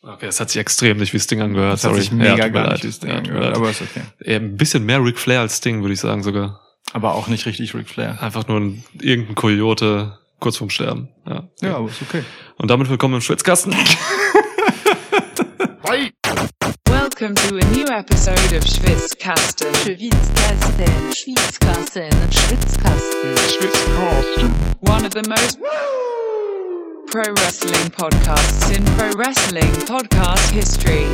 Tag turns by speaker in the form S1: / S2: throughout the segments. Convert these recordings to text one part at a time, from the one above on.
S1: Okay, das hat sich extrem nicht wie Sting angehört.
S2: Das hat sich mega gar nicht wie Sting angehört, aber ist okay.
S1: Ein bisschen mehr Ric Flair als Sting, würde ich sagen sogar.
S2: Aber auch nicht richtig Ric Flair.
S1: Einfach nur irgendein Coyote kurz vorm Sterben.
S2: Ja, aber ist okay.
S1: Und damit willkommen im Schwitzkasten.
S3: Welcome to a new episode of Schwitzkasten.
S4: Schwitzkasten.
S3: One of the most pro wrestling podcasts in pro wrestling podcast history.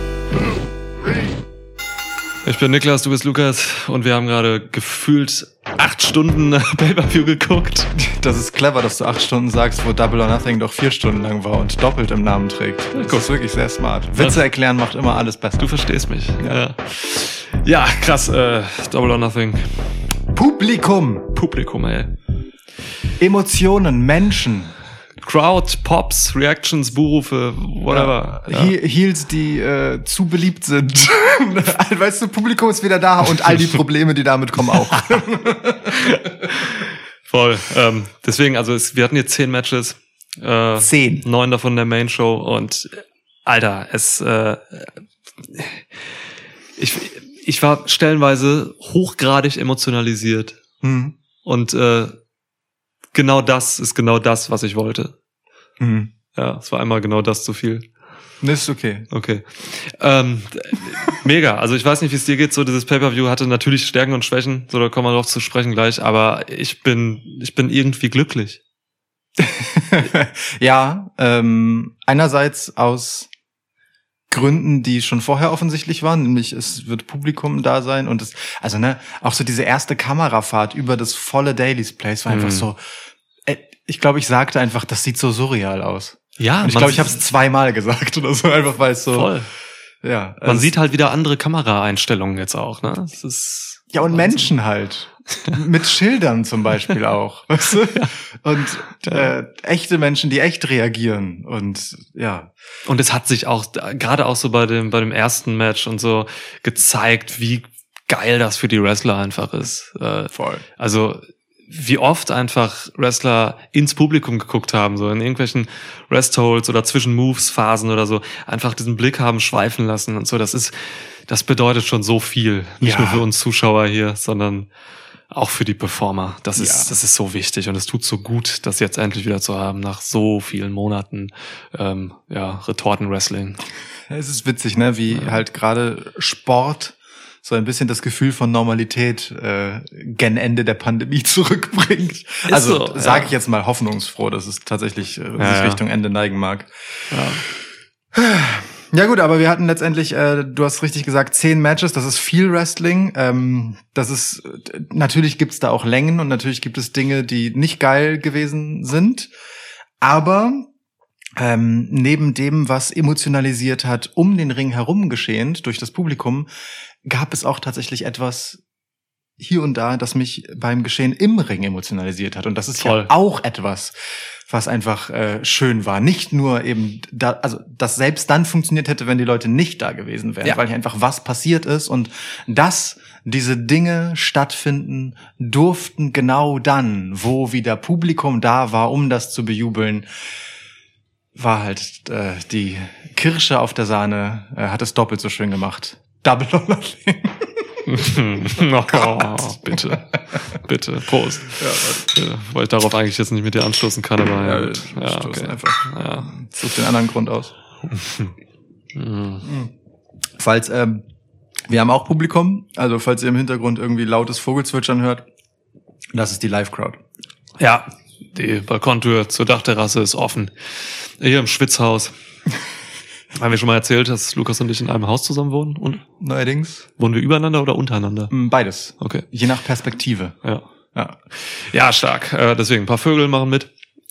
S1: Ich bin Niklas, du bist Lukas und wir haben gerade gefühlt 8 Stunden Pay-Per-View geguckt.
S2: Das ist clever, dass du 8 Stunden sagst, wo Double or Nothing doch 4 Stunden lang war und doppelt im Namen trägt. Das ist wirklich sehr smart. Witze erklären macht immer alles besser.
S1: Du verstehst mich. Ja, krass, Double or Nothing.
S2: Publikum,
S1: ey.
S2: Emotionen, Menschen.
S1: Crowd, Pops, Reactions, Buhrufe, whatever.
S2: Ja. Heels, die zu beliebt sind. Weißt du, Publikum ist wieder da und all die Probleme, die damit kommen, auch.
S1: Voll. Deswegen, also wir hatten jetzt 10 Matches.
S2: 10.
S1: 9 davon in der Main Show und Alter, ich war stellenweise hochgradig emotionalisiert. Und genau das ist genau das, was ich wollte. Ja, es war einmal genau das zu viel.
S2: Das ist okay.
S1: Okay. Mega. Also ich weiß nicht, wie es dir geht. So dieses Pay-Per-View hatte natürlich Stärken und Schwächen. So, da kommen wir drauf zu sprechen gleich. Aber ich bin irgendwie glücklich.
S2: Ja, einerseits aus Gründen, die schon vorher offensichtlich waren, nämlich es wird Publikum da sein und auch so diese erste Kamerafahrt über das volle Daily's Place war einfach so, ich glaube, ich sagte einfach, das sieht so surreal aus.
S1: Ja.
S2: Und ich glaube, ich habe es 2-mal gesagt oder so, einfach weil es so.
S1: Voll.
S2: Ja.
S1: Man sieht halt wieder andere Kameraeinstellungen jetzt auch, ne? Das ist
S2: ja, und Wahnsinn. Menschen halt. Mit Schildern zum Beispiel auch. Weißt du? Und echte Menschen, die echt reagieren. Und ja.
S1: Und es hat sich auch, gerade auch so bei dem ersten Match und so, gezeigt, wie geil das für die Wrestler einfach ist.
S2: Voll.
S1: Also wie oft einfach Wrestler ins Publikum geguckt haben, so in irgendwelchen Rest-Holds oder zwischen Moves-Phasen oder so, einfach diesen Blick haben schweifen lassen und so. Das bedeutet schon so viel. Nicht nur für uns Zuschauer hier, sondern auch für die Performer. Das ist so wichtig und es tut so gut, das jetzt endlich wieder zu haben, nach so vielen Monaten, Retorten-Wrestling.
S2: Es ist witzig, ne, wie halt gerade Sport so ein bisschen das Gefühl von Normalität gen Ende der Pandemie zurückbringt. Also so, sage ich jetzt mal hoffnungsfroh, dass es tatsächlich sich Richtung Ende neigen mag. Ja gut, aber wir hatten letztendlich, du hast richtig gesagt, 10 Matches, das ist viel Wrestling. Natürlich gibt's da auch Längen und natürlich gibt es Dinge, die nicht geil gewesen sind. Aber neben dem, was emotionalisiert hat, um den Ring herum geschehend durch das Publikum, gab es auch tatsächlich etwas hier und da, das mich beim Geschehen im Ring emotionalisiert hat. Und das ist ja auch etwas, was einfach schön war. Nicht nur eben, das selbst dann funktioniert hätte, wenn die Leute nicht da gewesen wären, weil hier einfach was passiert ist und dass diese Dinge stattfinden durften genau dann, wo wieder Publikum da war, um das zu bejubeln, war halt die Kirsche auf der Sahne, hat es doppelt so schön gemacht. Double or Nothing.
S1: Bitte, Prost. Weil ich darauf eigentlich jetzt nicht mit dir anstoßen kann, aber
S2: stoßen einfach. Ja. Such den anderen Grund aus. Falls, wir haben auch Publikum, also falls ihr im Hintergrund irgendwie lautes Vogelzwitschern hört, das ist die Live-Crowd.
S1: Ja, die Balkontür zur Dachterrasse ist offen. Hier im Schwitzhaus. Haben wir schon mal erzählt, dass Lukas und ich in einem Haus zusammen wohnen? Und
S2: neuerdings.
S1: Wohnen wir übereinander oder untereinander?
S2: Beides.
S1: Okay.
S2: Je nach Perspektive.
S1: Ja, stark. Deswegen, ein paar Vögel machen mit.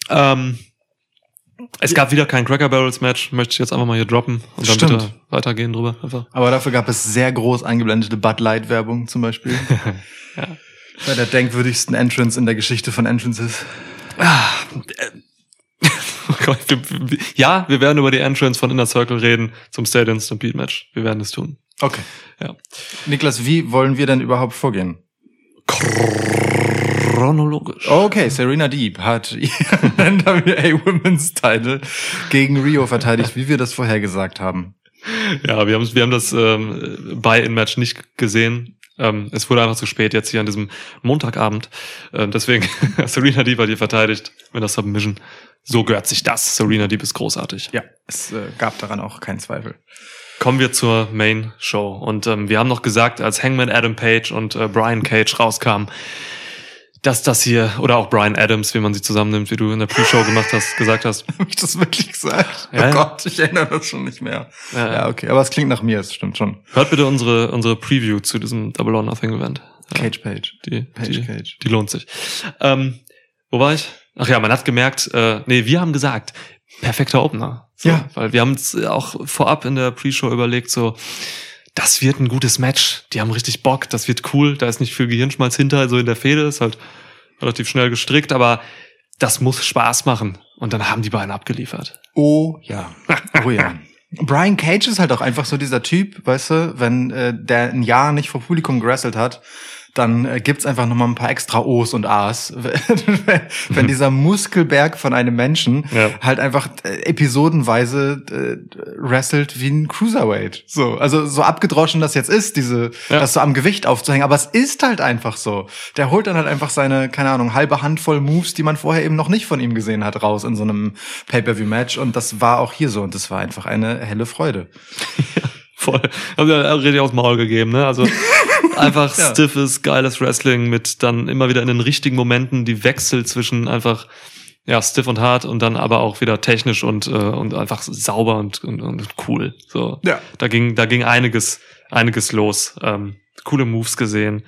S1: Es gab wieder kein Cracker Barrels Match, möchte ich jetzt einfach mal hier droppen und dann bitte weitergehen drüber. Einfach.
S2: Aber dafür gab es sehr groß eingeblendete Bud Light Werbung zum Beispiel. Bei der denkwürdigsten Entrance in der Geschichte von Entrances.
S1: Ja, wir werden über die Entrance von Inner Circle reden zum Stadium Stampede Match. Wir werden es tun.
S2: Okay. Ja. Niklas, wie wollen wir denn überhaupt vorgehen?
S1: chronologisch.
S2: Okay, Serena Deeb hat ihren NWA Women's Title gegen Rio verteidigt, wie wir das vorher gesagt haben.
S1: Ja, wir haben das Buy-in-Match nicht gesehen. Es wurde einfach zu spät jetzt hier an diesem Montagabend. Deswegen Serena Deeb hat hier verteidigt mit der Submission. So gehört sich das. Serena Deeb ist großartig.
S2: Ja, es gab daran auch keinen Zweifel.
S1: Kommen wir zur Main Show. Und wir haben noch gesagt, als Hangman Adam Page und Brian Cage rauskamen, dass das hier, oder auch Brian Adams, wie man sie zusammennimmt, wie du in der Pre-Show gesagt hast.
S2: Habe ich das wirklich gesagt?
S1: Ja,
S2: oh Gott, ich erinnere das schon nicht mehr. Ja, okay, aber es klingt nach mir, es stimmt schon.
S1: Hört bitte unsere Preview zu diesem Double or Nothing Event.
S2: Cage.
S1: Die lohnt sich. Wo war ich? Ach ja, man hat gemerkt, wir haben gesagt, perfekter Opener. So,
S2: ja.
S1: Weil wir haben uns auch vorab in der Pre-Show überlegt, so, das wird ein gutes Match. Die haben richtig Bock, das wird cool. Da ist nicht viel Gehirnschmalz hinter, also in der Fehde ist halt relativ schnell gestrickt, aber das muss Spaß machen. Und dann haben die beiden abgeliefert.
S2: Oh ja. Oh ja. Brian Cage ist halt auch einfach so dieser Typ, weißt du, wenn der ein Jahr nicht vor Publikum gewrestelt hat, dann gibt's einfach nochmal ein paar extra O's und A's. Wenn dieser Muskelberg von einem Menschen halt einfach episodenweise wrestelt wie ein Cruiserweight. So, also so abgedroschen das jetzt ist, das so am Gewicht aufzuhängen, aber es ist halt einfach so. Der holt dann halt einfach seine, keine Ahnung, halbe Handvoll Moves, die man vorher eben noch nicht von ihm gesehen hat, raus in so einem Pay-Per-View-Match, und das war auch hier so, und das war einfach eine helle Freude.
S1: Voll. Haben wir richtig aufs Maul gegeben, ne? Also einfach stiffes, geiles Wrestling mit dann immer wieder in den richtigen Momenten die Wechsel zwischen einfach stiff und hart und dann aber auch wieder technisch und einfach sauber und cool. So. Ja. Da ging einiges los. Coole Moves gesehen.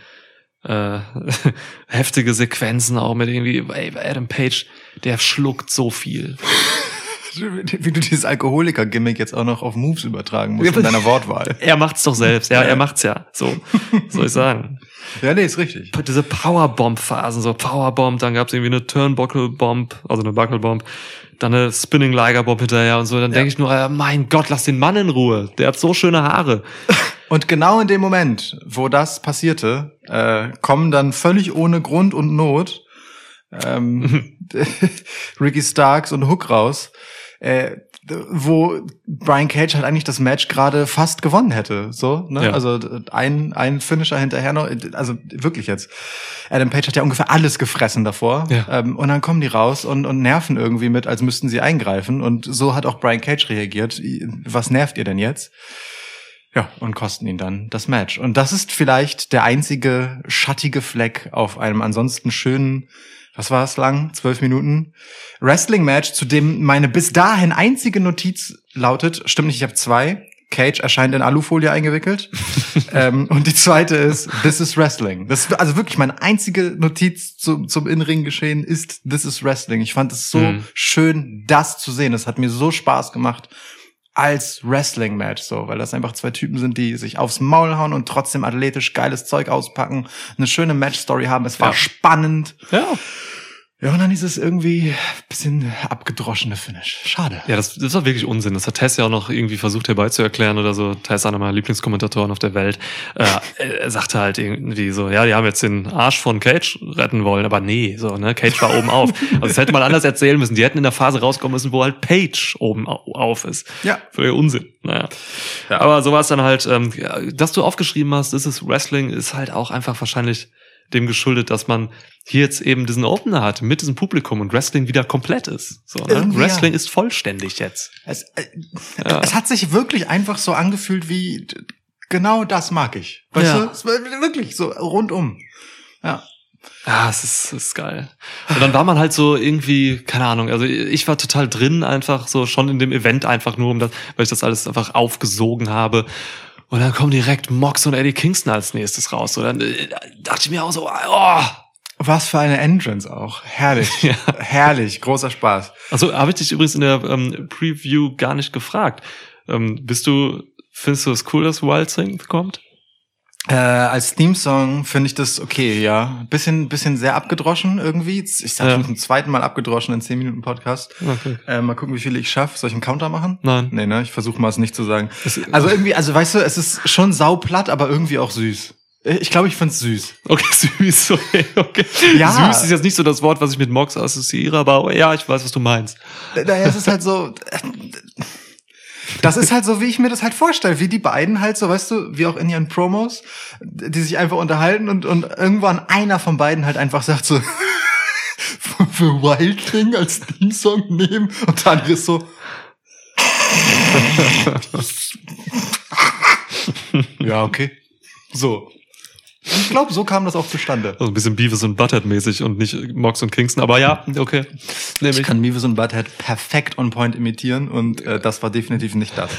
S1: Heftige Sequenzen auch mit irgendwie Adam Page, der schluckt so viel.
S2: Wie du dieses Alkoholiker-Gimmick jetzt auch noch auf Moves übertragen musst in deiner Wortwahl.
S1: Er macht's doch selbst. Ja, er macht's ja. So, soll ich sagen.
S2: Ja, nee, ist richtig.
S1: Diese Powerbomb-Phasen, so Powerbomb, dann gab's irgendwie eine Turnbuckle-Bomb, also eine Buckle-Bomb, dann eine Spinning-Liger-Bomb hinterher und so. Dann denke ich nur, mein Gott, lass den Mann in Ruhe. Der hat so schöne Haare.
S2: Und genau in dem Moment, wo das passierte, kommen dann völlig ohne Grund und Not Ricky Starks und Hook raus, wo Brian Cage halt eigentlich das Match gerade fast gewonnen hätte, so, ne? Ja. Also ein Finisher hinterher noch, also wirklich jetzt. Adam Page hat ja ungefähr alles gefressen davor, und dann kommen die raus und nerven irgendwie mit, als müssten sie eingreifen, und so hat auch Brian Cage reagiert. Was nervt ihr denn jetzt? Ja, und kosten ihn dann das Match. Und das ist vielleicht der einzige schattige Fleck auf einem ansonsten schönen, was war es lang? 12 Minuten Wrestling-Match, zu dem meine bis dahin einzige Notiz lautet, stimmt nicht, ich habe 2. Cage erscheint in Alufolie eingewickelt. Und die zweite ist, this is Wrestling. Das ist also wirklich meine einzige Notiz zum In-Ring-Geschehen ist, this is Wrestling. Ich fand es so schön, das zu sehen. Das hat mir so Spaß gemacht als Wrestling-Match, so, weil das einfach 2 Typen sind, die sich aufs Maul hauen und trotzdem athletisch geiles Zeug auspacken, eine schöne Match-Story haben. Es war spannend. Ja, und dann ist es irgendwie ein bisschen abgedroschene Finish. Schade.
S1: Ja, das war wirklich Unsinn. Das hat Tess ja auch noch irgendwie versucht herbeizuerklären oder so. Tess, einer meiner Lieblingskommentatoren auf der Welt, er sagte halt irgendwie so, ja, die haben jetzt den Arsch von Cage retten wollen, aber nee, so, ne, Cage war oben auf. Also das hätte man anders erzählen müssen. Die hätten in der Phase rauskommen müssen, wo halt Page oben auf ist. Ja. Völliger Unsinn. Naja. Ja. Aber so war es dann halt, dass du aufgeschrieben hast, das ist Wrestling, ist halt auch einfach wahrscheinlich dem geschuldet, dass man hier jetzt eben diesen Opener hat mit diesem Publikum und Wrestling wieder komplett ist. So, ne? Wrestling ist vollständig jetzt.
S2: Es hat sich wirklich einfach so angefühlt wie, genau das mag ich. Weißt du? Es war wirklich so rundum. Ja.
S1: Ja, es ist geil. Und dann war man halt so irgendwie, keine Ahnung, also ich war total drin einfach so schon in dem Event einfach nur, weil ich das alles einfach aufgesogen habe. Und dann kommen direkt Mox und Eddie Kingston als nächstes raus. So, dann dachte ich mir auch so, oh.
S2: Was für eine Entrance auch. Herrlich. Herrlich. Großer Spaß.
S1: Also habe ich dich übrigens in der Preview gar nicht gefragt. Findest du es cool, dass Wild Thing kommt?
S2: Als Theme-Song finde ich das okay, ja. Bisschen sehr abgedroschen irgendwie. Ich sag schon zum zweiten Mal abgedroschen in 10 Minuten Podcast. Okay. Mal gucken, wie viele ich schaffe. Soll ich einen Counter machen?
S1: Nein.
S2: Nee, ne? Ich versuche mal es nicht zu sagen. Also irgendwie, also weißt du, es ist schon sauplatt, aber irgendwie auch süß. Ich glaube, ich find's süß.
S1: Okay, süß, okay.
S2: Ja.
S1: Süß ist jetzt nicht so das Wort, was ich mit Mox assoziiere, aber ja, ich weiß, was du meinst.
S2: Naja, es ist halt so, das ist halt so, wie ich mir das halt vorstelle, wie die beiden halt so, weißt du, wie auch in ihren Promos, die sich einfach unterhalten und irgendwann einer von beiden halt einfach sagt so, für Wild Thing als Theme-Song nehmen und der andere ist so, ja, okay. So. Ich glaube, so kam das auch zustande.
S1: Also ein bisschen Beavis und Butthead mäßig und nicht Mox und Kingston, aber ja, okay.
S2: Ich kann Beavis und Butthead perfekt on point imitieren und das war definitiv nicht das.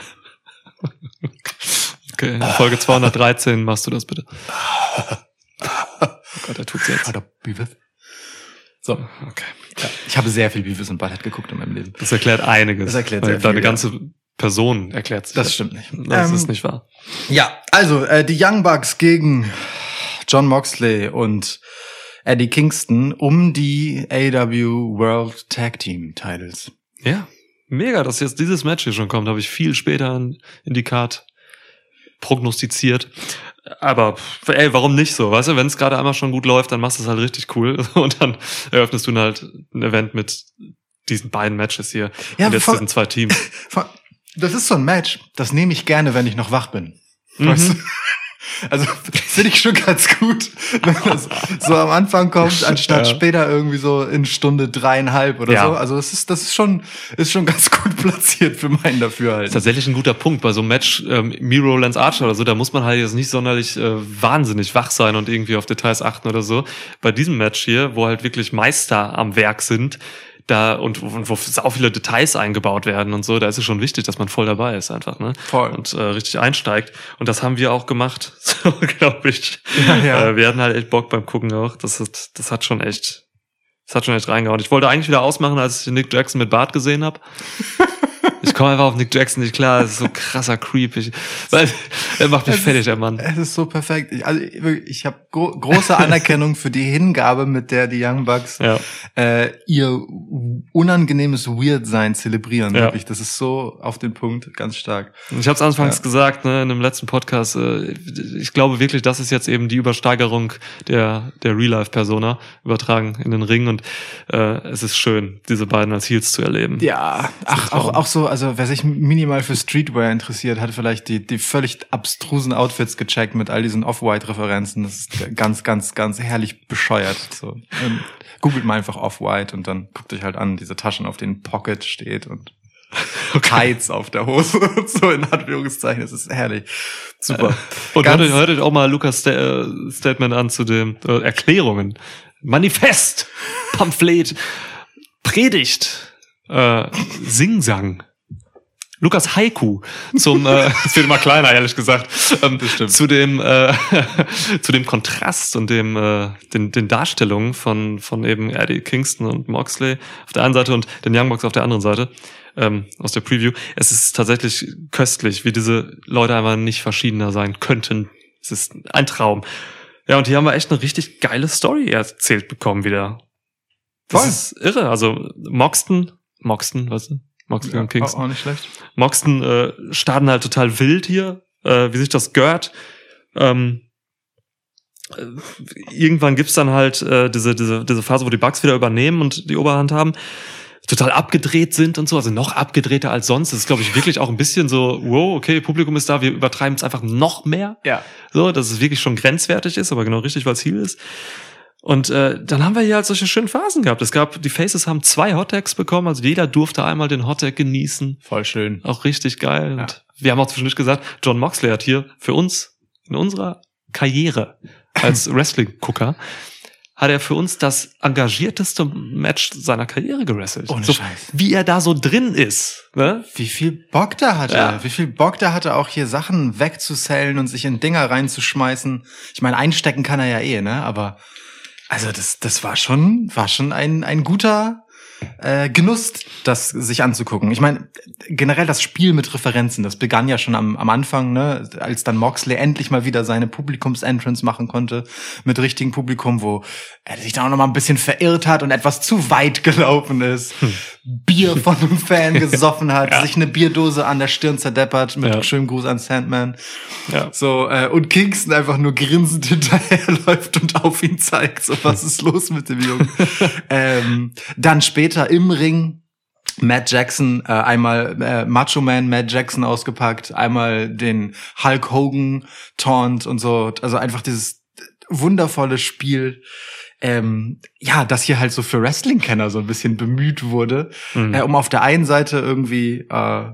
S1: Okay, in Folge 213 machst du das bitte. Oh Gott, er tut's jetzt.
S2: Beavis. So, okay. Ja, ich habe sehr viel Beavis und Butthead geguckt in meinem Leben.
S1: Das erklärt einiges.
S2: Das erklärt sehr viel,
S1: deine ganze Person erklärt sich.
S2: Das stimmt nicht.
S1: Das ist nicht wahr.
S2: Ja, also die Young Bucks gegen Jon Moxley und Eddie Kingston um die AEW World Tag Team Titles.
S1: Ja, mega, dass jetzt dieses Match hier schon kommt. Habe ich viel später in die Card prognostiziert. Aber ey, warum nicht so? Weißt du, wenn es gerade einmal schon gut läuft, dann machst du es halt richtig cool. Und dann eröffnest du halt ein Event mit diesen beiden Matches hier.
S2: Ja,
S1: und jetzt diesen zwei Teams.
S2: Das ist so ein Match, das nehme ich gerne, wenn ich noch wach bin. Weißt du? Also finde ich schon ganz gut, wenn das so am Anfang kommt, anstatt später irgendwie so in Stunde 3,5 oder so. Also das ist schon ganz gut platziert für meinen Dafürhalten.
S1: Ist tatsächlich ein guter Punkt. Bei so einem Match Miro, Lance Archer oder so, da muss man halt jetzt nicht sonderlich wahnsinnig wach sein und irgendwie auf Details achten oder so. Bei diesem Match hier, wo halt wirklich Meister am Werk sind, da und wo sau viele Details eingebaut werden und so, da ist es schon wichtig, dass man voll dabei ist einfach, ne?
S2: Voll.
S1: Und richtig einsteigt. Und das haben wir auch gemacht, so glaube ich.
S2: Ja.
S1: Wir hatten halt echt Bock beim Gucken auch. Das hat schon echt reingehauen. Ich wollte eigentlich wieder ausmachen, als ich Nick Jackson mit Bart gesehen habe. Ich komme einfach auf Nick Jackson nicht klar. Das ist so krasser Creep. Er macht mich fertig, der Mann.
S2: Es ist so perfekt. Ich habe große Anerkennung für die Hingabe, mit der die Young Bucks ihr unangenehmes Weird-Sein zelebrieren.
S1: Ja.
S2: Wirklich. Das ist so auf den Punkt, ganz stark.
S1: Ich habe es anfangs gesagt, ne, in dem letzten Podcast. Ich glaube wirklich, das ist jetzt eben die Übersteigerung der Real-Life-Persona übertragen in den Ring. Und es ist schön, diese beiden als Heels zu erleben.
S2: Ja, auch so, also wer sich minimal für Streetwear interessiert, hat vielleicht die völlig abstrusen Outfits gecheckt mit all diesen Off-White-Referenzen. Das ist ganz, ganz, ganz herrlich bescheuert. So, googelt mal einfach Off-White und dann guckt euch halt an, diese Taschen, auf denen Pocket steht und Tights auf der Hose und so in Anführungszeichen. Das ist herrlich. Super.
S1: Und hört euch auch mal Lukas Statement an zu den Erklärungen. Manifest, Pamphlet, Predigt, Singsang. Lukas Haiku zum, es wird immer kleiner, ehrlich gesagt, zu dem Kontrast und den Darstellungen von eben Eddie Kingston und Moxley auf der einen Seite und den Young Bucks auf der anderen Seite, aus der Preview. Es ist tatsächlich köstlich, wie diese Leute einfach nicht verschiedener sein könnten. Es ist ein Traum. Ja, und hier haben wir echt eine richtig geile Story erzählt bekommen wieder. Das ist irre. Also Moxton, weißt du? Moxley und Kingston.
S2: Auch nicht schlecht.
S1: Moxton starten halt total wild hier, wie sich das gehört. Irgendwann gibt's dann halt diese Phase, wo die Bucks wieder übernehmen und die Oberhand haben, total abgedreht sind und so, also noch abgedrehter als sonst. Das ist, glaube ich, wirklich auch ein bisschen so, wow, okay, Publikum ist da, wir übertreiben es einfach noch mehr.
S2: Ja.
S1: So, dass es wirklich schon grenzwertig ist, aber genau richtig, weil es Heel ist. Und dann haben wir hier halt solche schönen Phasen gehabt. Die Faces haben 2 Hot-Tags bekommen, also jeder durfte einmal den Hot-Tag genießen.
S2: Voll schön.
S1: Auch richtig geil.
S2: Ja.
S1: Und wir haben auch zwischendurch gesagt, Jon Moxley hat hier für uns in unserer Karriere als Wrestling-Gucker hat er für uns das engagierteste Match seiner Karriere gewrestelt.
S2: Ohne
S1: so,
S2: Scheiß.
S1: wie er da so drin ist. Ne?
S2: Wie viel Bock der hatte.
S1: Ja.
S2: Wie viel Bock der hatte, auch hier Sachen wegzusellen und sich in Dinger reinzuschmeißen. Ich meine, einstecken kann er ja ne? Aber also das war schon ein guter Genuss, das sich anzugucken. Ich meine, generell das Spiel mit Referenzen, das begann ja schon am Anfang, ne, als dann Moxley endlich mal wieder seine Publikums-Entrance machen konnte mit richtigem Publikum, wo er sich dann auch noch mal ein bisschen verirrt hat und etwas zu weit gelaufen ist, Bier von einem Fan gesoffen hat, sich eine Bierdose an der Stirn zerdeppert mit schönem Gruß an Sandman. Ja. So, und Kingston einfach nur grinsend hinterherläuft und auf ihn zeigt, so, was ist los mit dem Jungen? Dann später im Ring Matt Jackson, einmal Macho Man Matt Jackson ausgepackt, einmal den Hulk Hogan Taunt und so, also einfach dieses wundervolle Spiel, das hier halt so für Wrestling-Kenner so ein bisschen bemüht wurde, um auf der einen Seite irgendwie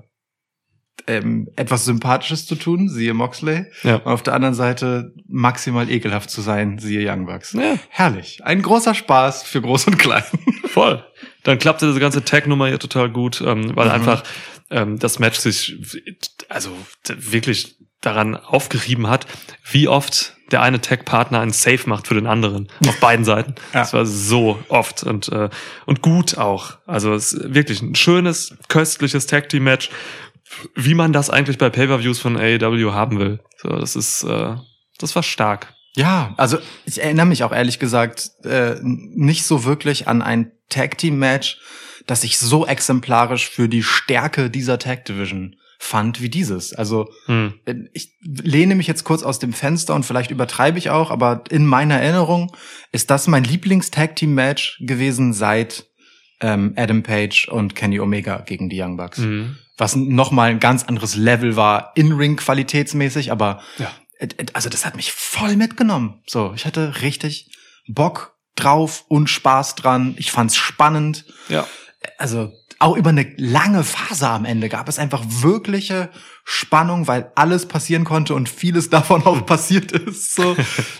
S2: etwas Sympathisches zu tun, siehe Moxley, und auf der anderen Seite maximal ekelhaft zu sein, siehe Young Bucks. Ja. Herrlich. Ein großer Spaß für Groß und Klein.
S1: Voll. Dann klappte diese ganze Tag-Nummer hier total gut, weil einfach das Match sich also wirklich daran aufgerieben hat, wie oft der eine Tag-Partner einen Save macht für den anderen auf beiden Seiten. Ja. Das war so oft und gut auch. Also es ist wirklich ein schönes, köstliches Tag-Team-Match, wie man das eigentlich bei Pay-Per-Views von AEW haben will. So, das war stark.
S2: Ja, also ich erinnere mich auch ehrlich gesagt nicht so wirklich an ein Tag-Team-Match, das ich so exemplarisch für die Stärke dieser Tag-Division fand wie dieses. Also ich lehne mich jetzt kurz aus dem Fenster und vielleicht übertreibe ich auch, aber in meiner Erinnerung ist das mein Lieblings-Tag-Team-Match gewesen seit Adam Page und Kenny Omega gegen die Young Bucks. Was nochmal ein ganz anderes Level war, in-Ring qualitätsmäßig, aber also das hat mich voll mitgenommen. So, ich hatte richtig Bock drauf und Spaß dran. Ich fand's spannend. Ja. Also auch über eine lange Phase am Ende gab es einfach wirkliche Spannung, weil alles passieren konnte und vieles davon auch passiert ist. So,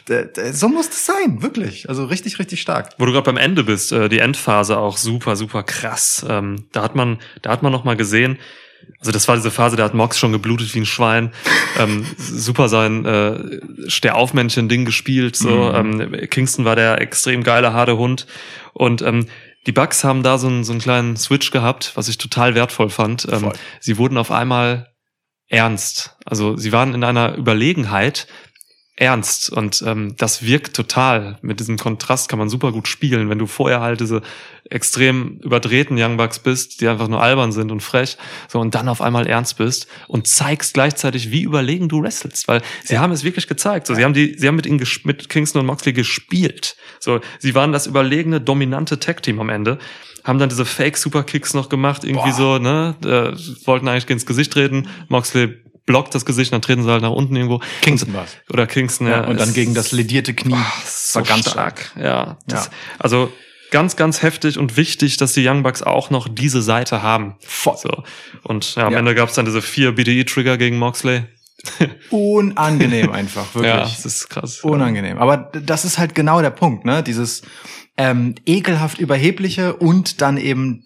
S2: so muss es sein, wirklich. Also richtig, richtig stark.
S1: Wo du gerade beim Ende bist, die Endphase auch super, super krass. Da hat man noch mal gesehen, also das war diese Phase, da hat Mox schon geblutet wie ein Schwein, super sein Steh-auf-Männchen-Ding gespielt. So, Kingston war der extrem geile, harte Hund und die Bucks haben da so einen kleinen Switch gehabt, was ich total wertvoll fand. Sie wurden auf einmal ernst. Also sie waren in einer Überlegenheit ernst und das wirkt total. Mit diesem Kontrast kann man super gut spielen, wenn du vorher halt diese extrem überdrehten Young Bucks bist, die einfach nur albern sind und frech, so, und dann auf einmal ernst bist und zeigst gleichzeitig, wie überlegen du wrestlest, weil sie haben es wirklich gezeigt. So, sie haben mit Kingston und Moxley gespielt. So, sie waren das überlegene, dominante Tag-Team am Ende, haben dann diese Fake-Superkicks noch gemacht, irgendwie so, ne, wollten eigentlich ins Gesicht treten, Moxley blockt das Gesicht, dann treten sie halt nach unten irgendwo.
S2: Kingston war's.
S1: Oder Kingston, ja.
S2: Und dann gegen das ledierte Knie.
S1: So war ganz stark. Ja. Also ganz, ganz heftig und wichtig, dass die Young Bucks auch noch diese Seite haben. Voll. So. Und am Ende gab's dann diese 4 BDE-Trigger gegen Moxley.
S2: Unangenehm einfach, wirklich.
S1: Ja, das ist krass.
S2: Unangenehm. Aber das ist halt genau der Punkt, ne? Dieses ekelhaft Überhebliche und dann eben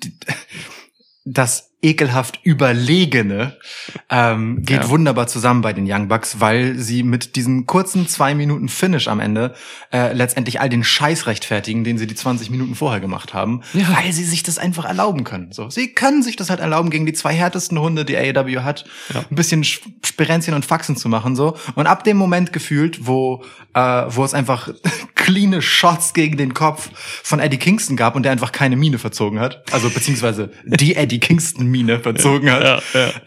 S2: das ekelhaft Überlegene geht wunderbar zusammen bei den Young Bucks, weil sie mit diesem kurzen 2 Minuten Finish am Ende letztendlich all den Scheiß rechtfertigen, den sie die 20 Minuten vorher gemacht haben, weil sie sich das einfach erlauben können. So, sie können sich das halt erlauben, gegen die 2 härtesten Hunde, die AEW hat, ein bisschen Sperenzchen und Faxen zu machen, so. Und ab dem Moment gefühlt, wo es einfach cleane Shots gegen den Kopf von Eddie Kingston gab und der einfach keine Miene verzogen hat, also beziehungsweise die Eddie Kingston Miene verzogen hat.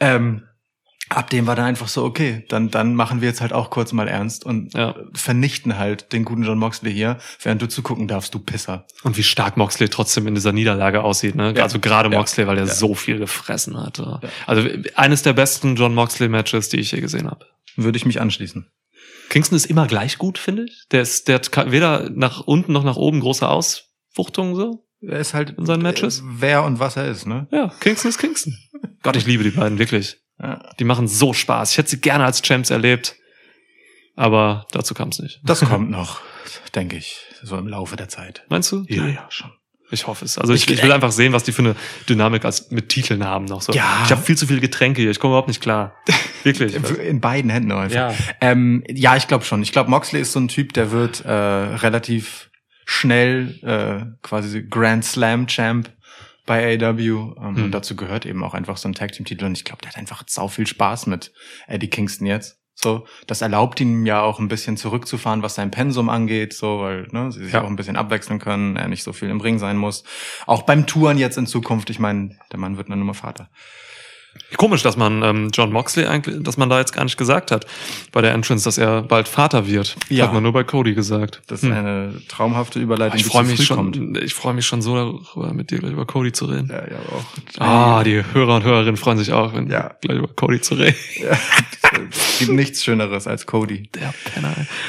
S2: Ab dem war dann einfach so, okay, dann machen wir jetzt halt auch kurz mal ernst und vernichten halt den guten John Moxley hier, während du zugucken darfst, du Pisser.
S1: Und wie stark Moxley trotzdem in dieser Niederlage aussieht, ne? Also gerade Moxley, weil er so viel gefressen hat. Ja. Also eines der besten John Moxley-Matches, die ich je gesehen habe.
S2: Würde ich mich anschließen.
S1: Kingston ist immer gleich gut, finde ich. Der hat weder nach unten noch nach oben große Auswuchtungen so.
S2: Er ist halt
S1: in seinen Matches.
S2: Wer und was er ist, ne?
S1: Ja, Kingston ist Kingston. Gott, ich liebe die beiden, wirklich. Ja. Die machen so Spaß. Ich hätte sie gerne als Champs erlebt, aber dazu kam es nicht.
S2: Das kommt noch, denke ich, so im Laufe der Zeit.
S1: Meinst du?
S2: Ja, schon.
S1: Ich hoffe es. Also ich will einfach sehen, was die für eine Dynamik mit Titeln haben noch so. Ja. Ich habe viel zu viele Getränke hier. Ich komme überhaupt nicht klar. Wirklich.
S2: In beiden Händen einfach. Ja, ich glaube schon. Ich glaube, Moxley ist so ein Typ, der wird relativ schnell quasi Grand Slam Champ bei AEW. Und dazu gehört eben auch einfach so ein Tag-Team-Titel. Und ich glaube, der hat einfach sau viel Spaß mit Eddie Kingston jetzt. So, das erlaubt ihm ja auch ein bisschen zurückzufahren, was sein Pensum angeht, so, weil sie sich auch ein bisschen abwechseln können, er nicht so viel im Ring sein muss. Auch beim Touren jetzt in Zukunft, ich meine, der Mann wird dann nur mal Vater.
S1: Komisch, dass man John Moxley eigentlich, dass man da jetzt gar nicht gesagt hat bei der Entrance, dass er bald Vater wird.
S2: Ja.
S1: Hat man nur bei Cody gesagt.
S2: Das ist eine traumhafte Überleitung,
S1: Ich freue mich schon so darüber, mit dir gleich über Cody zu reden.
S2: Ja, auch.
S1: Die Hörer und Hörerinnen freuen sich auch, wenn gleich über Cody zu reden.
S2: Ja. Es gibt nichts Schöneres als Cody.
S1: Der Penner.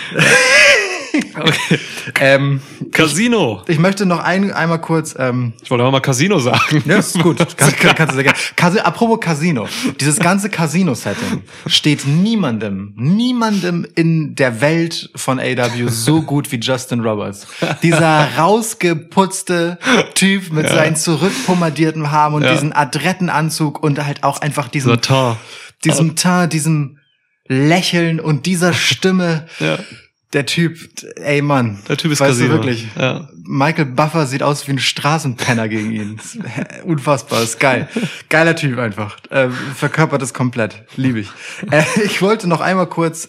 S1: Okay. Casino.
S2: Ich möchte noch einmal kurz.
S1: Ich wollte auch mal Casino sagen.
S2: Ja, ist gut. Kannst du sehr gerne. Apropos Casino. Dieses ganze Casino-Setting steht niemandem in der Welt von AEW so gut wie Justin Roberts. Dieser rausgeputzte Typ mit seinen zurückpomadierten Haaren und diesen adretten Anzug und halt auch einfach diesem Teint, diesem Lächeln und dieser Stimme. Ja. Der Typ, ey Mann.
S1: Der Typ ist
S2: weißt
S1: Casino.
S2: Du wirklich? Ja. Michael Buffer sieht aus wie ein Straßenpenner gegen ihn. Unfassbar, ist geil. Geiler Typ einfach. Verkörpert es komplett. Liebe ich. Ich wollte noch einmal kurz,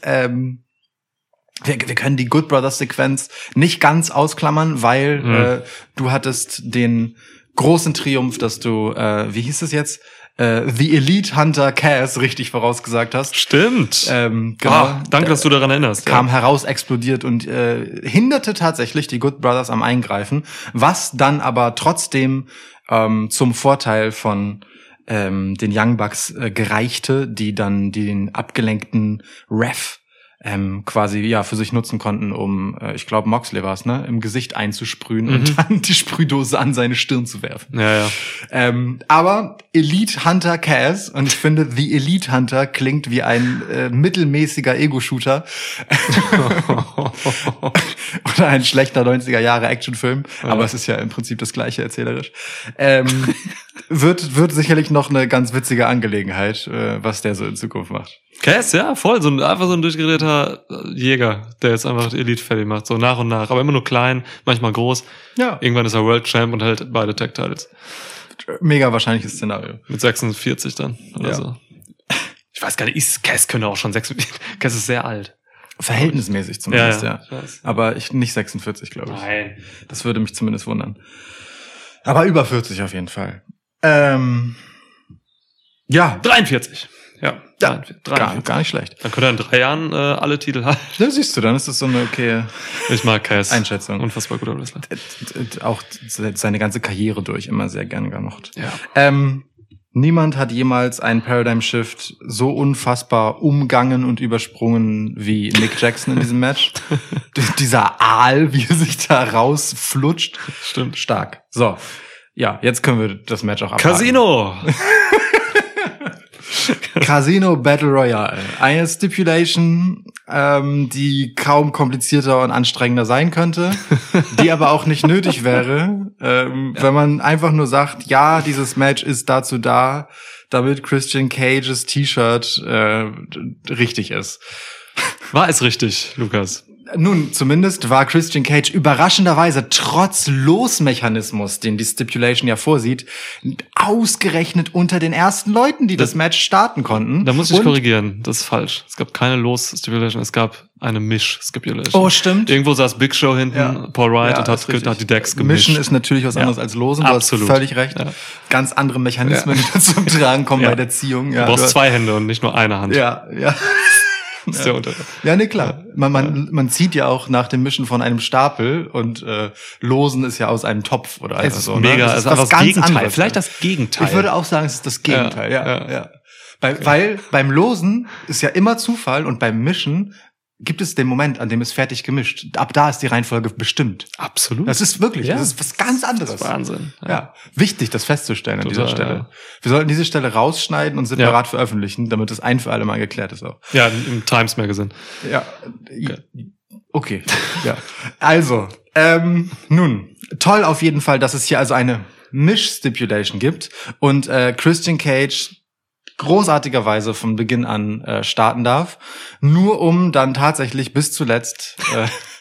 S2: wir können die Good Brothers Sequenz nicht ganz ausklammern, weil du hattest den großen Triumph, dass du, wie hieß es jetzt? The Elite Hunter Cass richtig vorausgesagt hast.
S1: Stimmt.
S2: Genau.
S1: Danke, dass du daran erinnerst.
S2: Kam heraus, explodiert und hinderte tatsächlich die Good Brothers am Eingreifen, was dann aber trotzdem zum Vorteil von den Young Bucks gereichte, die dann den abgelenkten Ref quasi für sich nutzen konnten, um, ich glaube Moxley war es, ne, im Gesicht einzusprühen und dann die Sprühdose an seine Stirn zu werfen.
S1: Ja.
S2: Aber Elite Hunter Cass, und ich finde, The Elite Hunter klingt wie ein mittelmäßiger Ego-Shooter oder ein schlechter 90er-Jahre-Actionfilm, aber es ist ja im Prinzip das Gleiche erzählerisch. Wird sicherlich noch eine ganz witzige Angelegenheit, was der so in Zukunft macht.
S1: Cass, ja, voll. Einfach so ein durchgedrehter Jäger, der jetzt einfach Elite fertig macht. So nach und nach. Aber immer nur klein, manchmal groß. Ja. Irgendwann ist er World Champ und hält beide Tag-Titles.
S2: Mega wahrscheinliches Szenario.
S1: Mit 46 dann oder so. Ich weiß gar nicht, Cass könnte auch schon 46. Cass ist sehr alt.
S2: Verhältnismäßig zumindest, ja.
S1: Weiß.
S2: Aber nicht 46, glaube ich.
S1: Nein.
S2: Das würde mich zumindest wundern. Aber über 40 auf jeden Fall. Ja.
S1: 43. Ja. 43.
S2: Gar nicht schlecht.
S1: Dann könnte er in 3 Jahren alle Titel haben.
S2: Ja, siehst du, dann ist das so eine okay
S1: Ich mag Cass.
S2: Einschätzung.
S1: Unfassbar guter Wrestler.
S2: Auch seine ganze Karriere durch immer sehr gern gemocht.
S1: Ja.
S2: Niemand hat jemals einen Paradigm Shift so unfassbar umgangen und übersprungen wie Nick Jackson in diesem Match. Dieser Aal, wie er sich da rausflutscht.
S1: Stimmt.
S2: Stark. So. Ja, jetzt können wir das Match auch abhaken.
S1: Casino!
S2: Casino Battle Royale. Eine Stipulation, die kaum komplizierter und anstrengender sein könnte, die aber auch nicht nötig wäre, wenn man einfach nur sagt, ja, dieses Match ist dazu da, damit Christian Cages T-Shirt richtig ist.
S1: War es richtig, Lukas?
S2: Nun, zumindest war Christian Cage überraschenderweise trotz Losmechanismus, den die Stipulation ja vorsieht, ausgerechnet unter den ersten Leuten, die das Match starten konnten.
S1: Da muss ich korrigieren, das ist falsch. Es gab keine Los-Stipulation, es gab eine Misch-Stipulation.
S2: Oh, stimmt.
S1: Irgendwo saß Big Show hinten, Paul Wright, und hat die Decks gemischt.
S2: Mischen ist natürlich was anderes als Losen, du hast völlig recht. Ja. Ganz andere Mechanismen, die zum Tragen kommen bei der Ziehung. Ja,
S1: du brauchst 2 Hände und nicht nur eine Hand.
S2: Ja.
S1: Das ist der Unterschied.
S2: Ja, ne, klar. Man zieht ja auch nach dem Mischen von einem Stapel und Losen ist ja aus einem Topf oder
S1: einfach so. Mega,
S2: ne?
S1: Das ist was ganz Gegenteil. Anderes. Vielleicht das Gegenteil.
S2: Ich würde auch sagen, es ist das Gegenteil, ja. Weil beim Losen ist ja immer Zufall und beim Mischen gibt es den Moment, an dem es fertig gemischt. Ab da ist die Reihenfolge bestimmt.
S1: Absolut.
S2: Das ist wirklich, das ist was ganz anderes.
S1: Das ist Wahnsinn.
S2: Ja. Wichtig, das festzustellen an dieser Stelle. Wir sollten diese Stelle rausschneiden und separat veröffentlichen, damit es ein für alle Mal geklärt ist auch.
S1: Ja, im Times Magazine.
S2: Ja. Okay. Ja. Also, nun, toll auf jeden Fall, dass es hier also eine Misch-Stipulation gibt und Christian Cage großartigerweise von Beginn an starten darf, nur um dann tatsächlich bis zuletzt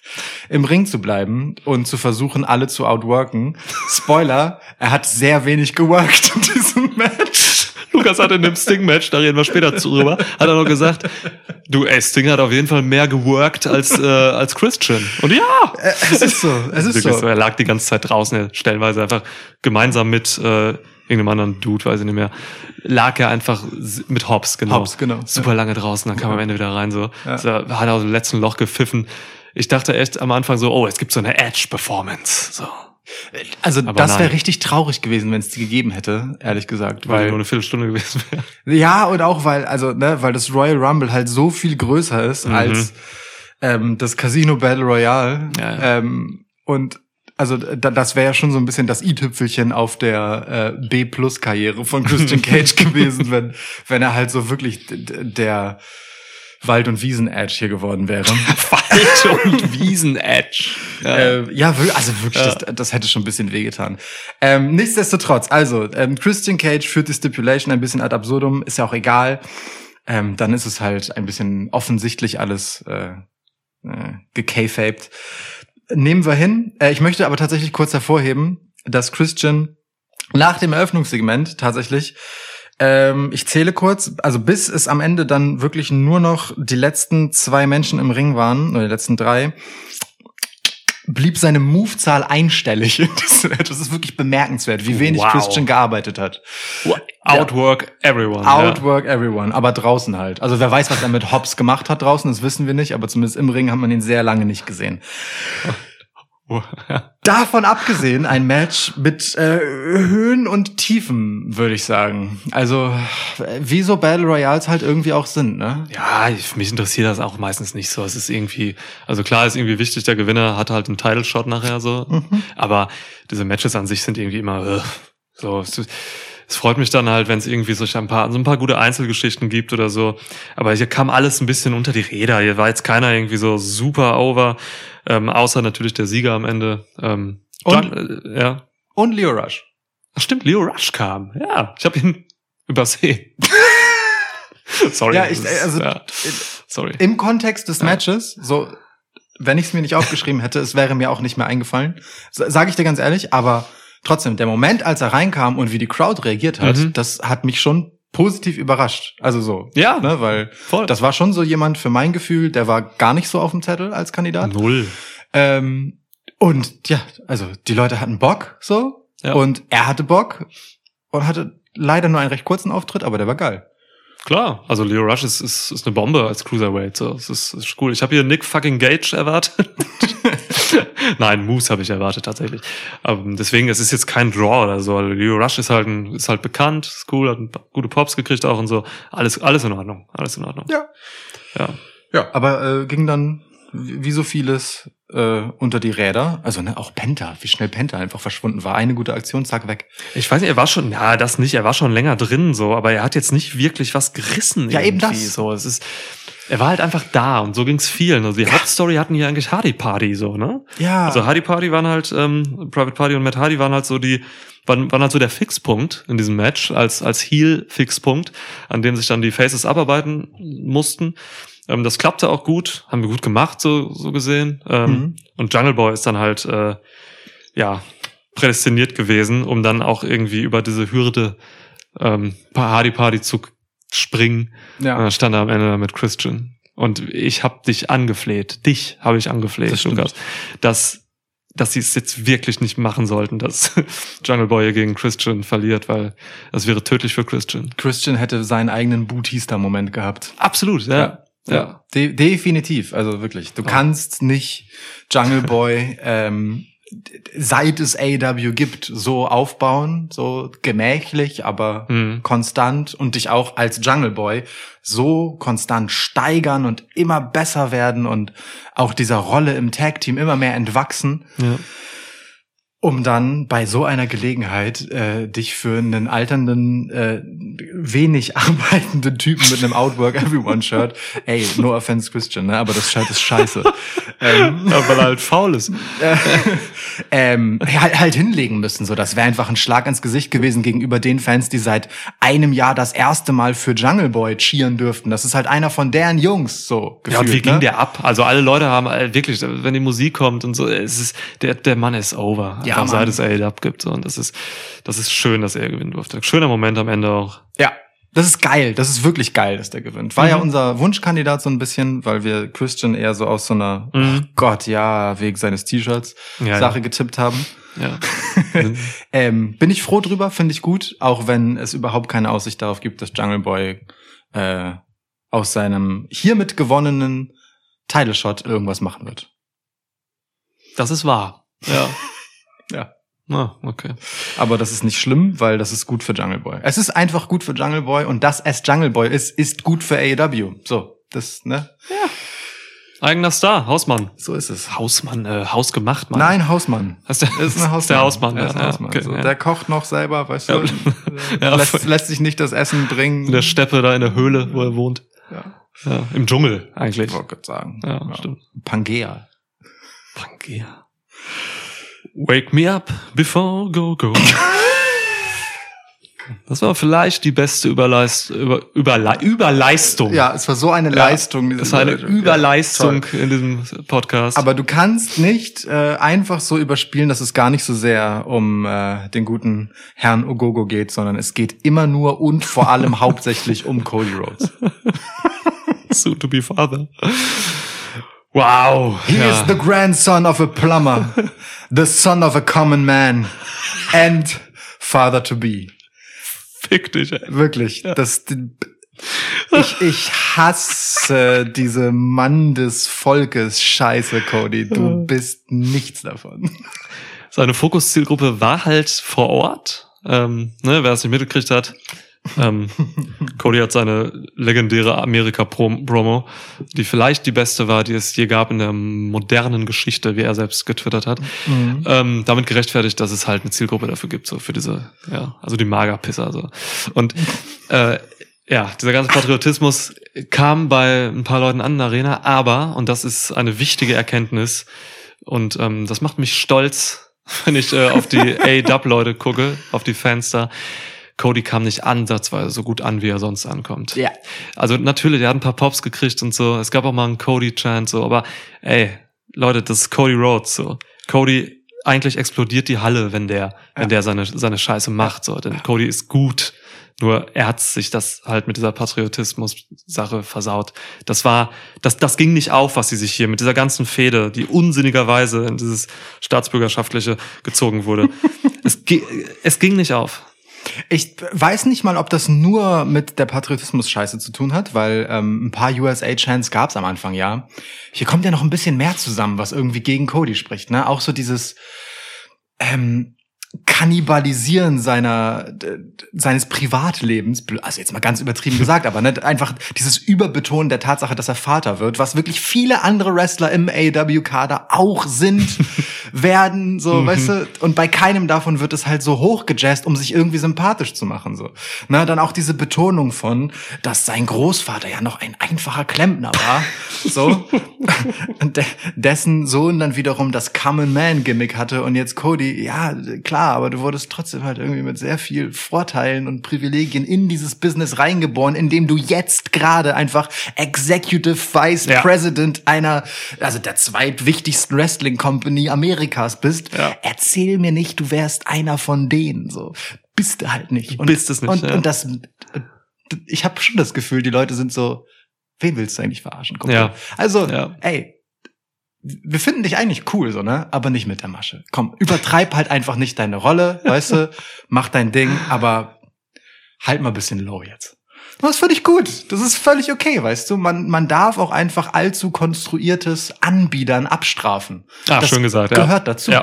S2: im Ring zu bleiben und zu versuchen, alle zu outworken. Spoiler, er hat sehr wenig geworkt in diesem Match.
S1: Lukas hat in dem Sting-Match, da reden wir später drüber, hat er noch gesagt, Sting hat auf jeden Fall mehr geworkt als Christian. Und ja!
S2: Es ist so,
S1: Er lag die ganze Zeit draußen, stellenweise einfach gemeinsam mit irgendeinem anderen Dude, weiß ich nicht mehr, lag er einfach mit Hobbs, genau. Super lange draußen, dann kam er am Ende wieder rein, so.
S2: Ja.
S1: So, hat aus dem letzten Loch gepfiffen. Ich dachte echt am Anfang so, es gibt so eine Edge-Performance, so.
S2: Also
S1: Aber
S2: das wäre
S1: nein.
S2: richtig traurig gewesen, wenn es die gegeben hätte, ehrlich gesagt.
S1: Weil nur eine Viertelstunde gewesen wäre.
S2: Ja, und auch weil das Royal Rumble halt so viel größer ist als das Casino Battle Royale.
S1: Ja.
S2: Und also das wäre ja schon so ein bisschen das i-Tüpfelchen auf der B-Plus-Karriere von Christian Cage gewesen, wenn er halt so wirklich der Wald- und Wiesen-Edge hier geworden wäre.
S1: Wald- und Wiesen-Edge.
S2: Wirklich, das hätte schon ein bisschen wehgetan. Nichtsdestotrotz, also Christian Cage führt die Stipulation ein bisschen ad absurdum, ist ja auch egal. Dann ist es halt ein bisschen offensichtlich alles gekayfabed. Nehmen wir hin. Ich möchte aber tatsächlich kurz hervorheben, dass Christian nach dem Eröffnungssegment tatsächlich ich zähle kurz, also bis es am Ende dann wirklich nur noch die letzten 2 Menschen im Ring waren, oder die letzten 3, blieb seine Move-Zahl einstellig. Das ist wirklich bemerkenswert, wie wenig Christian gearbeitet hat.
S1: Outwork everyone.
S2: Outwork everyone, aber draußen halt. Also wer weiß, was er mit Hobbs gemacht hat draußen, das wissen wir nicht, aber zumindest im Ring hat man ihn sehr lange nicht gesehen. Davon abgesehen ein Match mit Höhen und Tiefen, würde ich sagen. Also wie so Battle Royals halt irgendwie auch sind, ne?
S1: Ja, mich interessiert das auch meistens nicht so. Es ist irgendwie, also klar ist irgendwie wichtig, der Gewinner hat halt einen Title Shot nachher so. Aber diese Matches an sich sind irgendwie immer so. Es freut mich dann halt, wenn es irgendwie so ein paar gute Einzelgeschichten gibt oder so. Aber hier kam alles ein bisschen unter die Räder. Hier war jetzt keiner irgendwie so super over, außer natürlich der Sieger am Ende.
S2: Und Lio Rush.
S1: Ach stimmt, Lio Rush kam. Ja, ich habe ihn übersehen. Sorry. Sorry.
S2: Im Kontext des Matches, so, wenn ich es mir nicht aufgeschrieben hätte, es wäre mir auch nicht mehr eingefallen. Sage ich dir ganz ehrlich, aber trotzdem, der Moment, als er reinkam und wie die Crowd reagiert hat, das hat mich schon positiv überrascht. Also so.
S1: Ja.
S2: Ne, weil
S1: voll.
S2: Das war schon so jemand für mein Gefühl, der war gar nicht so auf dem Zettel als Kandidat.
S1: 0.
S2: Und ja, also die Leute hatten Bock so und er hatte Bock und hatte leider nur einen recht kurzen Auftritt, aber der war geil.
S1: Klar, also Lio Rush ist eine Bombe als Cruiserweight. So. Es ist cool. Ich habe hier Nick fucking Gage erwartet. Nein, Moose habe ich erwartet tatsächlich. Deswegen, es ist jetzt kein Draw oder so. Lio Rush ist halt bekannt, ist cool, hat gute Pops gekriegt auch und so. Alles in Ordnung. Alles in Ordnung.
S2: Ja, aber ging dann wie so vieles unter die Räder. Also auch Penta, wie schnell Penta einfach verschwunden war. Eine gute Aktion, zack, weg.
S1: Ich weiß nicht, er war schon länger drin, so, aber er hat jetzt nicht wirklich was gerissen.
S2: Ja, eben das.
S1: So, er war halt einfach da und so ging's vielen. Also die Hauptstory hatten hier eigentlich Hardy Party, so, ne?
S2: Ja.
S1: Also Hardy Party waren halt, Private Party und Matt Hardy waren halt so waren halt so der Fixpunkt in diesem Match, als Heel-Fixpunkt, an dem sich dann die Faces abarbeiten mussten. Das klappte auch gut, haben wir gut gemacht, so gesehen. Und Jungle Boy ist dann halt, prädestiniert gewesen, um dann auch irgendwie über diese Hürde Hardy Party zu springen. Ja. Und dann stand er am Ende mit Christian. Und ich habe dich angefleht, Lukas, dass sie es jetzt wirklich nicht machen sollten, dass Jungle Boy gegen Christian verliert, weil das wäre tödlich für Christian.
S2: Christian hätte seinen eigenen Bautista-Moment gehabt.
S1: Absolut, ja.
S2: Definitiv, also wirklich. Du kannst nicht Jungle Boy, seit es AEW gibt, so aufbauen, so gemächlich, aber konstant und dich auch als Jungle Boy so konstant steigern und immer besser werden und auch dieser Rolle im Tag-Team immer mehr entwachsen. Ja. Um dann bei so einer Gelegenheit dich für einen alternden, wenig arbeitenden Typen mit einem Outwork Everyone Shirt, ey, no offense Christian, ne, aber das Shirt ist scheiße.
S1: Ja, weil er halt faul ist.
S2: halt hinlegen müssen. So, das wäre einfach ein Schlag ins Gesicht gewesen gegenüber den Fans, die seit einem Jahr das erste Mal für Jungle Boy cheeren dürften. Das ist halt einer von deren Jungs, so gefühlt.
S1: Ja, und wie ging
S2: ne?
S1: der ab? Also alle Leute haben wirklich, wenn die Musik kommt und so, es ist der Mann ist over.
S2: Ja,
S1: einfach, seit es AEW gibt. So. Und das ist schön, dass er gewinnen durfte. Schöner Moment am Ende auch.
S2: Ja, das ist geil. Das ist wirklich geil, dass der gewinnt. War ja unser Wunschkandidat so ein bisschen, weil wir Christian eher so aus so einer, oh Gott, ja, wegen seines T-Shirts Sache getippt haben.
S1: Ja.
S2: Bin ich froh drüber, finde ich gut, auch wenn es überhaupt keine Aussicht darauf gibt, dass Jungle Boy aus seinem hiermit gewonnenen Title Shot irgendwas machen wird.
S1: Das ist wahr. Ja.
S2: Ja.
S1: Ah, okay.
S2: Aber das ist nicht schlimm, weil das ist gut für Jungle Boy. Es ist einfach gut für Jungle Boy und dass es Jungle Boy ist gut für AEW. So, das, ne?
S1: Ja. Eigener Star, Hausmann.
S2: So ist es.
S1: Hausmann, hausgemacht, Mann.
S2: Nein, Hausmann.
S1: Ist der Hausmann.
S2: Der Hausmann.
S1: Okay,
S2: so,
S1: ja.
S2: der kocht noch selber, weißt du?
S1: Ja,
S2: lässt sich nicht das Essen bringen.
S1: in der Steppe da in der Höhle, wo er wohnt.
S2: Ja.
S1: Ja, im Dschungel eigentlich.
S2: Ich wollte gerade sagen.
S1: Ja, stimmt.
S2: Pangea.
S1: Pangea. Wake me up before go. Das war vielleicht die beste Überleistung.
S2: Ja, es war so eine Leistung.
S1: Es war eine Überleistung in diesem Podcast.
S2: Aber du kannst nicht einfach so überspielen, dass es gar nicht so sehr um den guten Herrn Ogogo geht, sondern es geht immer nur und vor allem hauptsächlich um Cody Rhodes.
S1: Soon to be father. Wow.
S2: He is the grandson of a plumber, the son of a common man and father to be.
S1: Fick dich, ey.
S2: Wirklich,
S1: Ja.
S2: Ich hasse diese Mann des Volkes Scheiße, Cody. Du bist nichts davon.
S1: Seine Fokuszielgruppe war halt vor Ort. Wer es nicht mitgekriegt hat. Cody hat seine legendäre Amerika-Promo, die vielleicht die beste war, die es je gab in der modernen Geschichte, wie er selbst getwittert hat, damit gerechtfertigt, dass es halt eine Zielgruppe dafür gibt, so für diese, also die Magerpisser, so. Und, dieser ganze Patriotismus kam bei ein paar Leuten an in der Arena, aber, und das ist eine wichtige Erkenntnis, und das macht mich stolz, wenn ich auf die AEW-Leute gucke, auf die Fans da. Cody kam nicht ansatzweise so gut an, wie er sonst ankommt.
S2: Ja.
S1: Also natürlich, er hat ein paar Pops gekriegt und so. Es gab auch mal einen Cody-Chant, so. Aber ey, Leute, das ist Cody Rhodes, so. Cody, eigentlich explodiert die Halle, wenn der seine Scheiße macht, so. Denn Cody ist gut. Nur er hat sich das halt mit dieser Patriotismus-Sache versaut. Das ging nicht auf, was sie sich hier mit dieser ganzen Fehde, die unsinnigerweise in dieses Staatsbürgerschaftliche gezogen wurde. Es ging nicht auf.
S2: Ich weiß nicht mal, ob das nur mit der Patriotismus-Scheiße zu tun hat, weil ein paar USA-Chants gab's am Anfang, ja. Hier kommt ja noch ein bisschen mehr zusammen, was irgendwie gegen Cody spricht, ne? Auch so dieses Kannibalisieren seines Privatlebens, also jetzt mal ganz übertrieben gesagt, aber ne, einfach dieses Überbetonen der Tatsache, dass er Vater wird, was wirklich viele andere Wrestler im AEW-Kader auch werden, so, weißt du, und bei keinem davon wird es halt so hochgejazzt, um sich irgendwie sympathisch zu machen, so. Na, dann auch diese Betonung von, dass sein Großvater ja noch ein einfacher Klempner war, so, und dessen Sohn dann wiederum das Common Man Gimmick hatte und jetzt Cody, ja, klar, aber du wurdest trotzdem halt irgendwie mit sehr viel Vorteilen und Privilegien in dieses Business reingeboren, in dem du jetzt gerade einfach Executive Vice President also der zweitwichtigsten Wrestling Company Amerikas bist. Ja. Erzähl mir nicht, du wärst einer von denen, so. Bist du halt nicht. Und,
S1: bist es nicht,
S2: und das, ich habe schon das Gefühl, die Leute sind so, wen willst du eigentlich verarschen? Guck mal. Also, ey, wir finden dich eigentlich cool, so, ne? Aber nicht mit der Masche. Komm, übertreib halt einfach nicht deine Rolle, weißt du? Mach dein Ding, aber halt mal ein bisschen low jetzt. Das ist völlig gut. Das ist völlig okay, weißt du? Man darf auch einfach allzu konstruiertes Anbiedern abstrafen.
S1: Ah, schön gesagt,
S2: gehört dazu.
S1: Ja.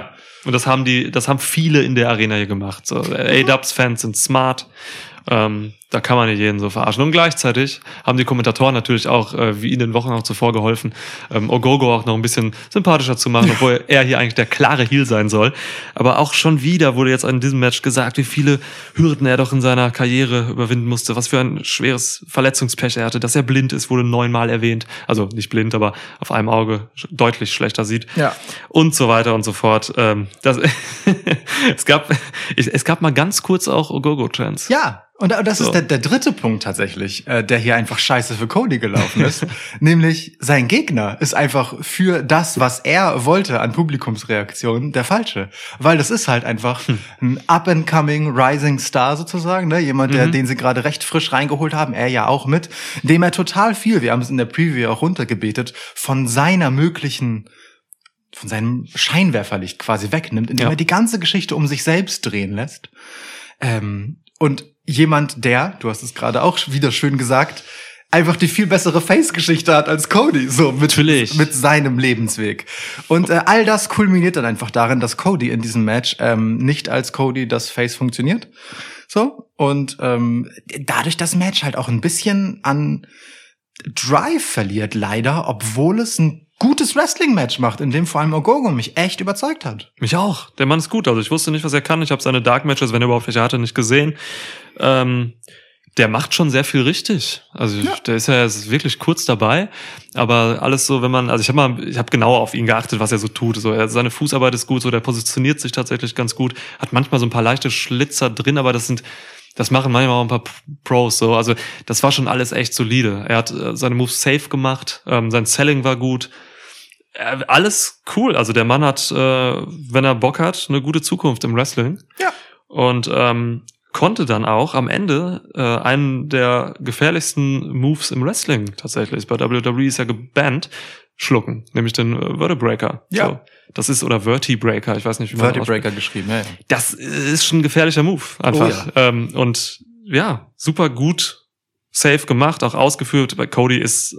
S1: Und das haben viele in der Arena hier gemacht. So, A-Dubs-Fans sind smart. Da kann man nicht jeden so verarschen. Und gleichzeitig haben die Kommentatoren natürlich auch, wie in den Wochen auch zuvor geholfen, Ogogo auch noch ein bisschen sympathischer zu machen, obwohl er hier eigentlich der klare Heel sein soll. Aber auch schon wieder wurde jetzt in diesem Match gesagt, wie viele Hürden er doch in seiner Karriere überwinden musste, was für ein schweres Verletzungspech er hatte, dass er blind ist, wurde 9-mal erwähnt. Also nicht blind, aber auf einem Auge deutlich schlechter sieht.
S2: Ja.
S1: Und so weiter und so fort. Es gab mal ganz kurz auch Ogogo-Chants.
S2: Ja. Und das ist der dritte Punkt tatsächlich, der hier einfach scheiße für Cody gelaufen ist. Nämlich sein Gegner ist einfach für das, was er wollte an Publikumsreaktionen, der falsche. Weil das ist halt einfach ein up-and-coming Rising Star sozusagen, ne? Jemand, den sie gerade recht frisch reingeholt haben, er ja auch mit, dem er total viel, wir haben es in der Preview auch runtergebetet, von seinem Scheinwerferlicht quasi wegnimmt, indem er die ganze Geschichte um sich selbst drehen lässt. Und jemand, der, du hast es gerade auch wieder schön gesagt, einfach die viel bessere Face-Geschichte hat als Cody, so mit seinem Lebensweg. Und all das kulminiert dann einfach darin, dass Cody in diesem Match nicht als Cody das Face funktioniert. So. Und dadurch das Match halt auch ein bisschen an Drive verliert, leider, obwohl es ein gutes Wrestling-Match macht, in dem vor allem Ogogo mich echt überzeugt hat.
S1: Mich auch. Der Mann ist gut. Also ich wusste nicht, was er kann. Ich habe seine Dark-Matches, wenn er überhaupt welche hatte, nicht gesehen. Der macht schon sehr viel richtig. Also der ist ja jetzt wirklich kurz dabei. Aber alles so, wenn man, also ich habe genauer auf ihn geachtet, was er so tut. So, seine Fußarbeit ist gut, so der positioniert sich tatsächlich ganz gut. Hat manchmal so ein paar leichte Schlitzer drin, aber das machen manchmal auch ein paar Pros so. Also das war schon alles echt solide. Er hat seine Moves safe gemacht. Sein Selling war gut. Alles cool. Also der Mann hat, wenn er Bock hat, eine gute Zukunft im Wrestling.
S2: Ja.
S1: Und konnte dann auch am Ende einen der gefährlichsten Moves im Wrestling tatsächlich, bei WWE ist ja gebannt, schlucken, nämlich den Vertebreaker.
S2: Ja.
S1: So, das ist, oder Vertebreaker, ich weiß nicht, wie man
S2: Vertebreaker geschrieben, ja.
S1: Das ist schon ein gefährlicher Move, einfach.
S2: Oh, ja.
S1: Und ja, super gut safe gemacht, auch ausgeführt. Cody ist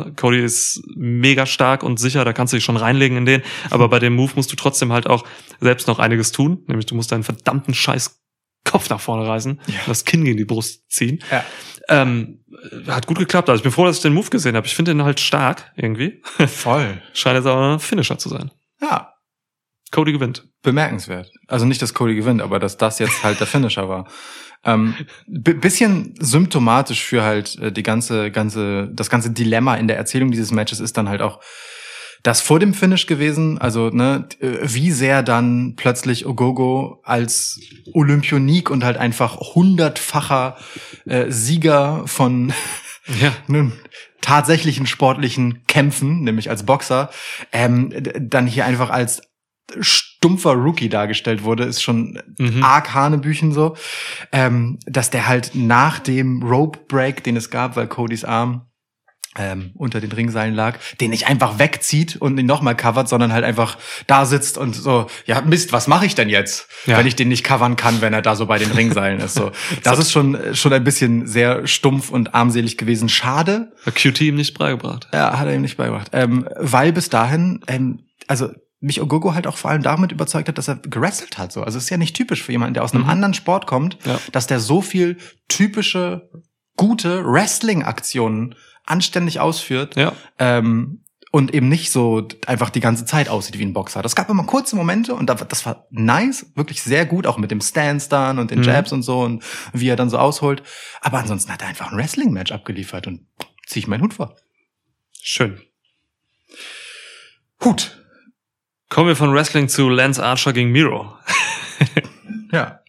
S1: mega stark und sicher, da kannst du dich schon reinlegen in den. Aber bei dem Move musst du trotzdem halt auch selbst noch einiges tun, nämlich du musst deinen verdammten Scheiß Kopf nach vorne reißen, das Kinn gegen die Brust ziehen.
S2: Ja.
S1: Hat gut geklappt. Also ich bin froh, dass ich den Move gesehen habe. Ich finde den halt stark irgendwie.
S2: Voll.
S1: Scheint jetzt aber ein Finisher zu sein.
S2: Ja.
S1: Cody gewinnt.
S2: Bemerkenswert. Also nicht, dass Cody gewinnt, aber dass das jetzt halt der Finisher war. Bisschen symptomatisch für halt das ganze Dilemma in der Erzählung dieses Matches ist dann halt auch das vor dem Finish gewesen, also wie sehr dann plötzlich Ogogo als Olympionik und halt einfach 100-facher Sieger von tatsächlichen sportlichen Kämpfen, nämlich als Boxer, dann hier einfach als stumpfer Rookie dargestellt wurde, ist schon arg Hanebüchen so, dass der halt nach dem Rope Break, den es gab, weil Codys Arm unter den Ringseilen lag, den nicht einfach wegzieht und ihn nochmal covert, sondern halt einfach da sitzt und so, ja Mist, was mache ich denn jetzt, wenn ich den nicht covern kann, wenn er da so bei den Ringseilen ist. So, das ist schon ein bisschen sehr stumpf und armselig gewesen. Schade.
S1: Hat QT ihm nicht beigebracht.
S2: Ja, hat er ihm nicht beigebracht. Weil bis dahin, also mich Ogogo halt auch vor allem damit überzeugt hat, dass er gewrestelt hat. So. Also es ist ja nicht typisch für jemanden, der aus einem anderen Sport kommt, dass der so viel typische, gute Wrestling-Aktionen anständig ausführt und eben nicht so einfach die ganze Zeit aussieht wie ein Boxer. Das gab immer kurze Momente und das war nice, wirklich sehr gut, auch mit dem Stance dann und den Jabs und so und wie er dann so ausholt. Aber ansonsten hat er einfach ein Wrestling-Match abgeliefert und zieh ich meinen Hut vor.
S1: Schön.
S2: Hut.
S1: Kommen wir von Wrestling zu Lance Archer gegen Miro.
S2: Ja.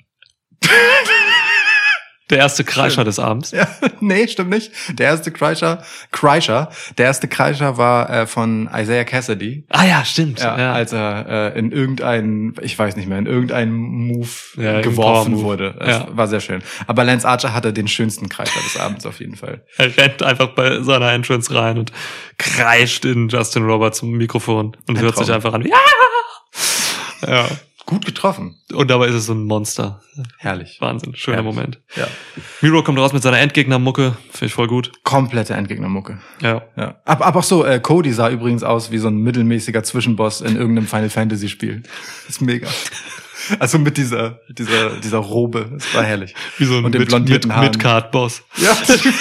S1: Der erste Kreischer des Abends.
S2: Ja, nee, stimmt nicht. Der erste Kreischer war von Isaiah Cassidy.
S1: Ah ja, stimmt.
S2: Ja. Als er in irgendeinen Move geworfen wurde. Das war sehr schön. Aber Lance Archer hatte den schönsten Kreischer des Abends auf jeden Fall.
S1: Er rennt einfach bei seiner Entrance rein und kreischt in Justin Roberts Mikrofon und hört sich einfach an. Ja!
S2: Gut getroffen.
S1: Und dabei ist es so ein Monster.
S2: Herrlich.
S1: Wahnsinn, schöner
S2: Herrlich.
S1: Moment.
S2: Ja.
S1: Miro kommt raus mit seiner Endgegner-Mucke, finde ich voll gut.
S2: Komplette Endgegnermucke.
S1: Ja.
S2: Ja. Aber auch so, Cody sah übrigens aus wie so ein mittelmäßiger Zwischenboss in irgendeinem Final Fantasy Spiel. Das ist mega. Also mit dieser Robe. Das war herrlich.
S1: Wie so ein
S2: und den blondierten Haaren.
S1: Mid-Card-Boss.
S2: Ja.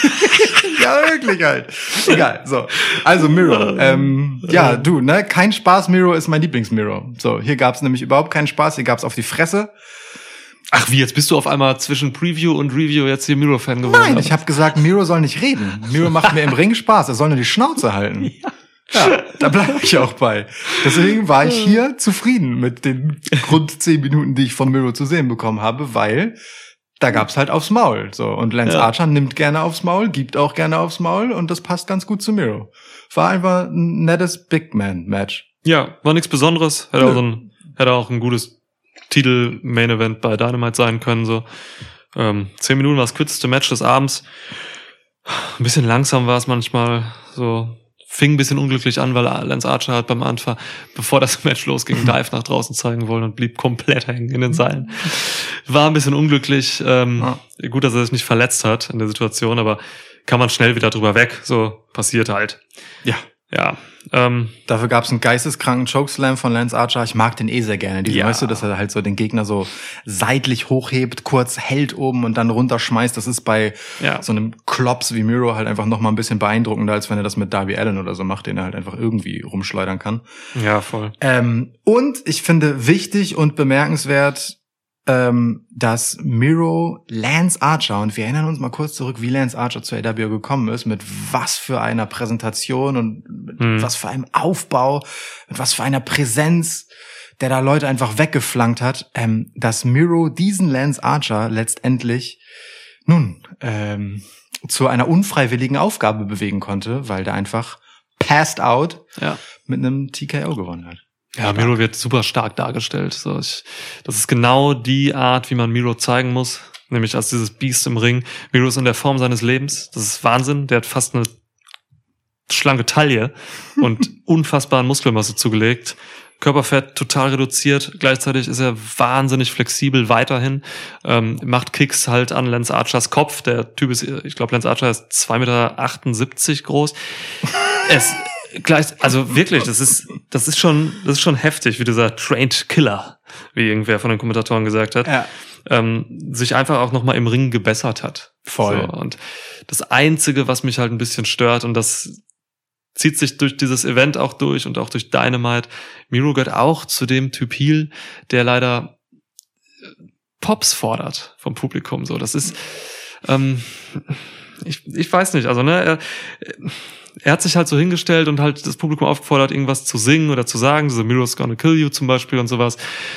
S2: Ja, wirklich halt. Egal, so. Also Miro. Ja, du, ne? Kein Spaß, Miro ist mein Lieblings-Miro. So, hier gab's nämlich überhaupt keinen Spaß. Hier gab's auf die Fresse.
S1: Ach wie, jetzt bist du auf einmal zwischen Preview und Review jetzt hier Miro-Fan geworden?
S2: Nein, ich habe gesagt, Miro soll nicht reden. Miro macht mir im Ring Spaß. Er soll nur die Schnauze halten. Ja, da bleibe ich auch bei. Deswegen war ich hier zufrieden mit den rund 10 Minuten, die ich von Miro zu sehen bekommen habe, weil da gab's halt aufs Maul. So, und Lance Archer nimmt gerne aufs Maul, gibt auch gerne aufs Maul und das passt ganz gut zu Miro. War einfach ein nettes Big Man-Match.
S1: Ja, war nichts Besonderes. Hätte auch ein gutes Titel-Main-Event bei Dynamite sein können. So 10 Minuten war das kürzeste Match des Abends. Ein bisschen langsam war es manchmal. So fing ein bisschen unglücklich an, weil Lance Archer hat beim Anfang, bevor das Match losging, Dive nach draußen zeigen wollen und blieb komplett hängen in den Seilen. War ein bisschen unglücklich. Gut, dass er sich nicht verletzt hat in der Situation, aber kann man schnell wieder drüber weg. So passiert halt.
S2: Ja.
S1: Ja.
S2: Dafür gab's einen geisteskranken Chokeslam von Lance Archer. Ich mag den sehr gerne. Weißt du, dass er halt so den Gegner so seitlich hochhebt, kurz hält oben und dann runterschmeißt. Das ist bei so einem Klops wie Miro halt einfach noch mal ein bisschen beeindruckender, als wenn er das mit Darby Allin oder so macht, den er halt einfach irgendwie rumschleudern kann.
S1: Ja, voll.
S2: Und ich finde wichtig und bemerkenswert, dass Miro Lance Archer, und wir erinnern uns mal kurz zurück, wie Lance Archer zu AEW gekommen ist, mit was für einer Präsentation und mit was für einem Aufbau, mit was für einer Präsenz, der da Leute einfach weggeflankt hat, dass Miro diesen Lance Archer letztendlich zu einer unfreiwilligen Aufgabe bewegen konnte, weil der einfach passed out mit einem TKO gewonnen hat.
S1: Ja, Miro wird super stark dargestellt. Das ist genau die Art, wie man Miro zeigen muss, nämlich als dieses Biest im Ring. Miro ist in der Form seines Lebens. Das ist Wahnsinn. Der hat fast eine schlanke Taille und unfassbare Muskelmasse zugelegt. Körperfett total reduziert. Gleichzeitig ist er wahnsinnig flexibel weiterhin. Macht Kicks halt an Lance Archers Kopf. Der Typ ist, ich glaube, Lance Archer ist 2,78 Meter groß. Also wirklich, das ist schon heftig, wie dieser Trained Killer, wie irgendwer von den Kommentatoren gesagt hat, sich einfach auch nochmal im Ring gebessert hat.
S2: Voll.
S1: So, und das Einzige, was mich halt ein bisschen stört, und das zieht sich durch dieses Event auch durch und auch durch Dynamite, Miro gehört auch zu dem Typ Heel, der leider Pops fordert vom Publikum. So, das ist, ich weiß nicht, also er hat sich halt so hingestellt und halt das Publikum aufgefordert, irgendwas zu singen oder zu sagen, diese Miro's Gonna Kill You zum Beispiel und sowas.